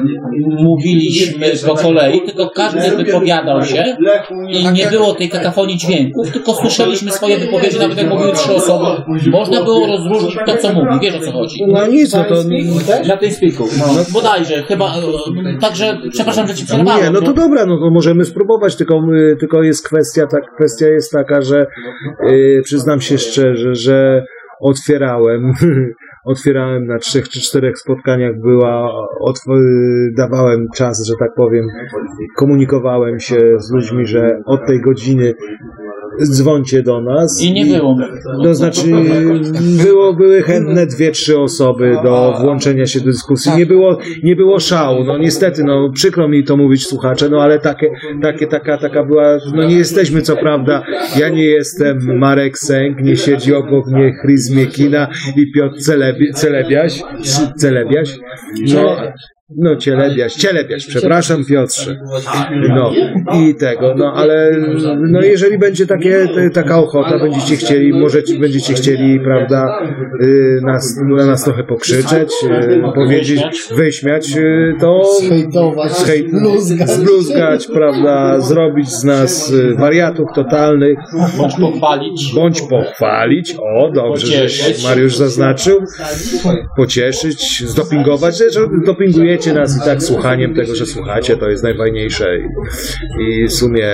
mówiliśmy po kolei, tylko każdy wypowiadał się i nie było tej kakafonii dźwięków, tylko słyszeliśmy swoje wypowiedzi, nawet jak mówiły trzy osoby. Można było rozróżnić to, co mówi, wiesz o co chodzi. No nic, no to... Na TimeSpeaku, no, bodajże, chyba, także, przepraszam, że ci przerwałem. Nie, no to dobra, no to możemy spróbować, tylko, tylko jest kwestia, tak, kwestia jest taka, że yy, przyznam się szczerze, że otwierałem, otwierałem na trzech czy czterech spotkaniach, była, otw- dawałem czas, że tak powiem, komunikowałem się z ludźmi, że od tej godziny dzwońcie do nas. I nie było. To znaczy, było, były chętne dwie, trzy osoby do włączenia się do dyskusji. Nie było, nie było szału. No niestety, no przykro mi to mówić słuchacze, no ale takie, takie, taka, taka była, no nie jesteśmy co prawda, ja nie jestem Marek Sęk, nie siedzi obok mnie Chris Miekina i Piotr Celebi, Celebiaś, Celebiaś. No, No, cielebiaś, cielebiaś, przepraszam Piotrze. No, i tego, no, ale no, jeżeli będzie takie, taka ochota, będziecie chcieli, możecie, będziecie chcieli, prawda, y, nas, na nas trochę pokrzyczeć, y, powiedzieć, wyśmiać, y, to zhejtować, bluzgać. zbluzgać, prawda, zrobić z nas y, wariatów totalnych. Bądź pochwalić. Bądź pochwalić, o, dobrze, żeś Mariusz zaznaczył, pocieszyć, zdopingować, że dopingujecie nas i tak słuchaniem tego, że słuchacie, to jest najfajniejsze i, i w sumie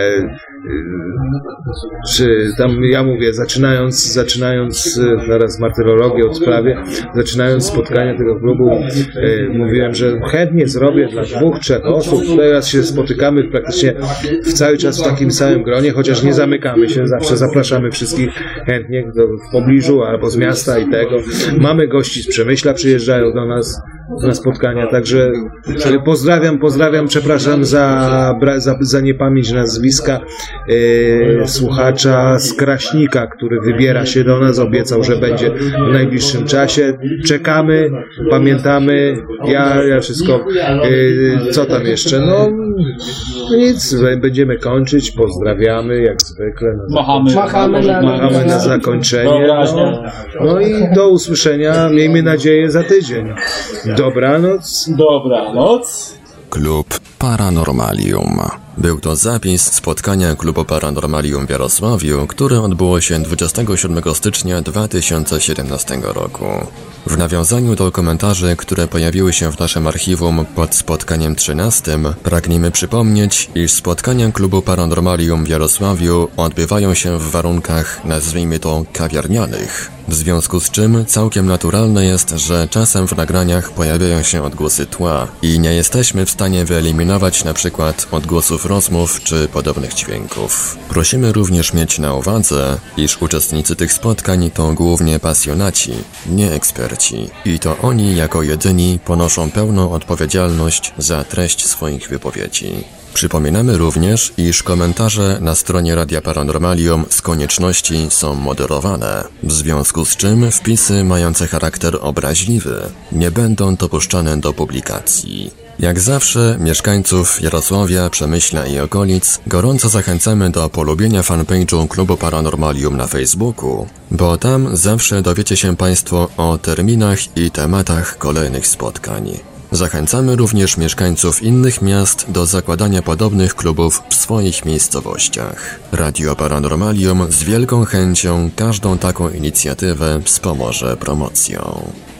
czy tam, ja mówię, zaczynając zaczynając zaraz martyrologię od sprawie, zaczynając spotkanie tego klubu, y, mówiłem, że chętnie zrobię dla dwóch, trzech osób. Teraz się spotykamy praktycznie w cały czas w takim samym gronie, chociaż nie zamykamy się, zawsze zapraszamy wszystkich chętnie do, w pobliżu albo z miasta i tego. Mamy gości z Przemyśla, przyjeżdżają do nas na spotkania, także pozdrawiam, pozdrawiam, przepraszam za, za, za niepamięć nazwiska yy, słuchacza z Kraśnika, który wybiera się do nas, obiecał, że będzie w najbliższym czasie. Czekamy, pamiętamy, ja, ja wszystko, yy, co tam jeszcze, no nic, będziemy kończyć, pozdrawiamy jak zwykle. Machamy, machamy, na, machamy na zakończenie. No, no i do usłyszenia, miejmy nadzieję, za tydzień. Dobranoc. Dobranoc. Klub Paranormalium. Był to zapis spotkania Klubu Paranormalium w Jarosławiu, które odbyło się dwudziestego siódmego stycznia dwa tysiące siedemnastego roku. W nawiązaniu do komentarzy, które pojawiły się w naszym archiwum pod spotkaniem trzynastym, pragniemy przypomnieć, iż spotkania Klubu Paranormalium w Jarosławiu odbywają się w warunkach, nazwijmy to, kawiarnianych. W związku z czym całkiem naturalne jest, że czasem w nagraniach pojawiają się odgłosy tła i nie jesteśmy w stanie wyeliminować na przykład odgłosów rozmów czy podobnych dźwięków. Prosimy również mieć na uwadze, iż uczestnicy tych spotkań to głównie pasjonaci, nie eksperci. I to oni jako jedyni ponoszą pełną odpowiedzialność za treść swoich wypowiedzi. Przypominamy również, iż komentarze na stronie Radia Paranormalium z konieczności są moderowane, w związku z czym wpisy mające charakter obraźliwy nie będą dopuszczane do publikacji. Jak zawsze mieszkańców Jarosławia, Przemyśla i okolic gorąco zachęcamy do polubienia fanpage'u Klubu Paranormalium na Facebooku, bo tam zawsze dowiecie się Państwo o terminach i tematach kolejnych spotkań. Zachęcamy również mieszkańców innych miast do zakładania podobnych klubów w swoich miejscowościach. Radio Paranormalium z wielką chęcią każdą taką inicjatywę wspomoże promocją.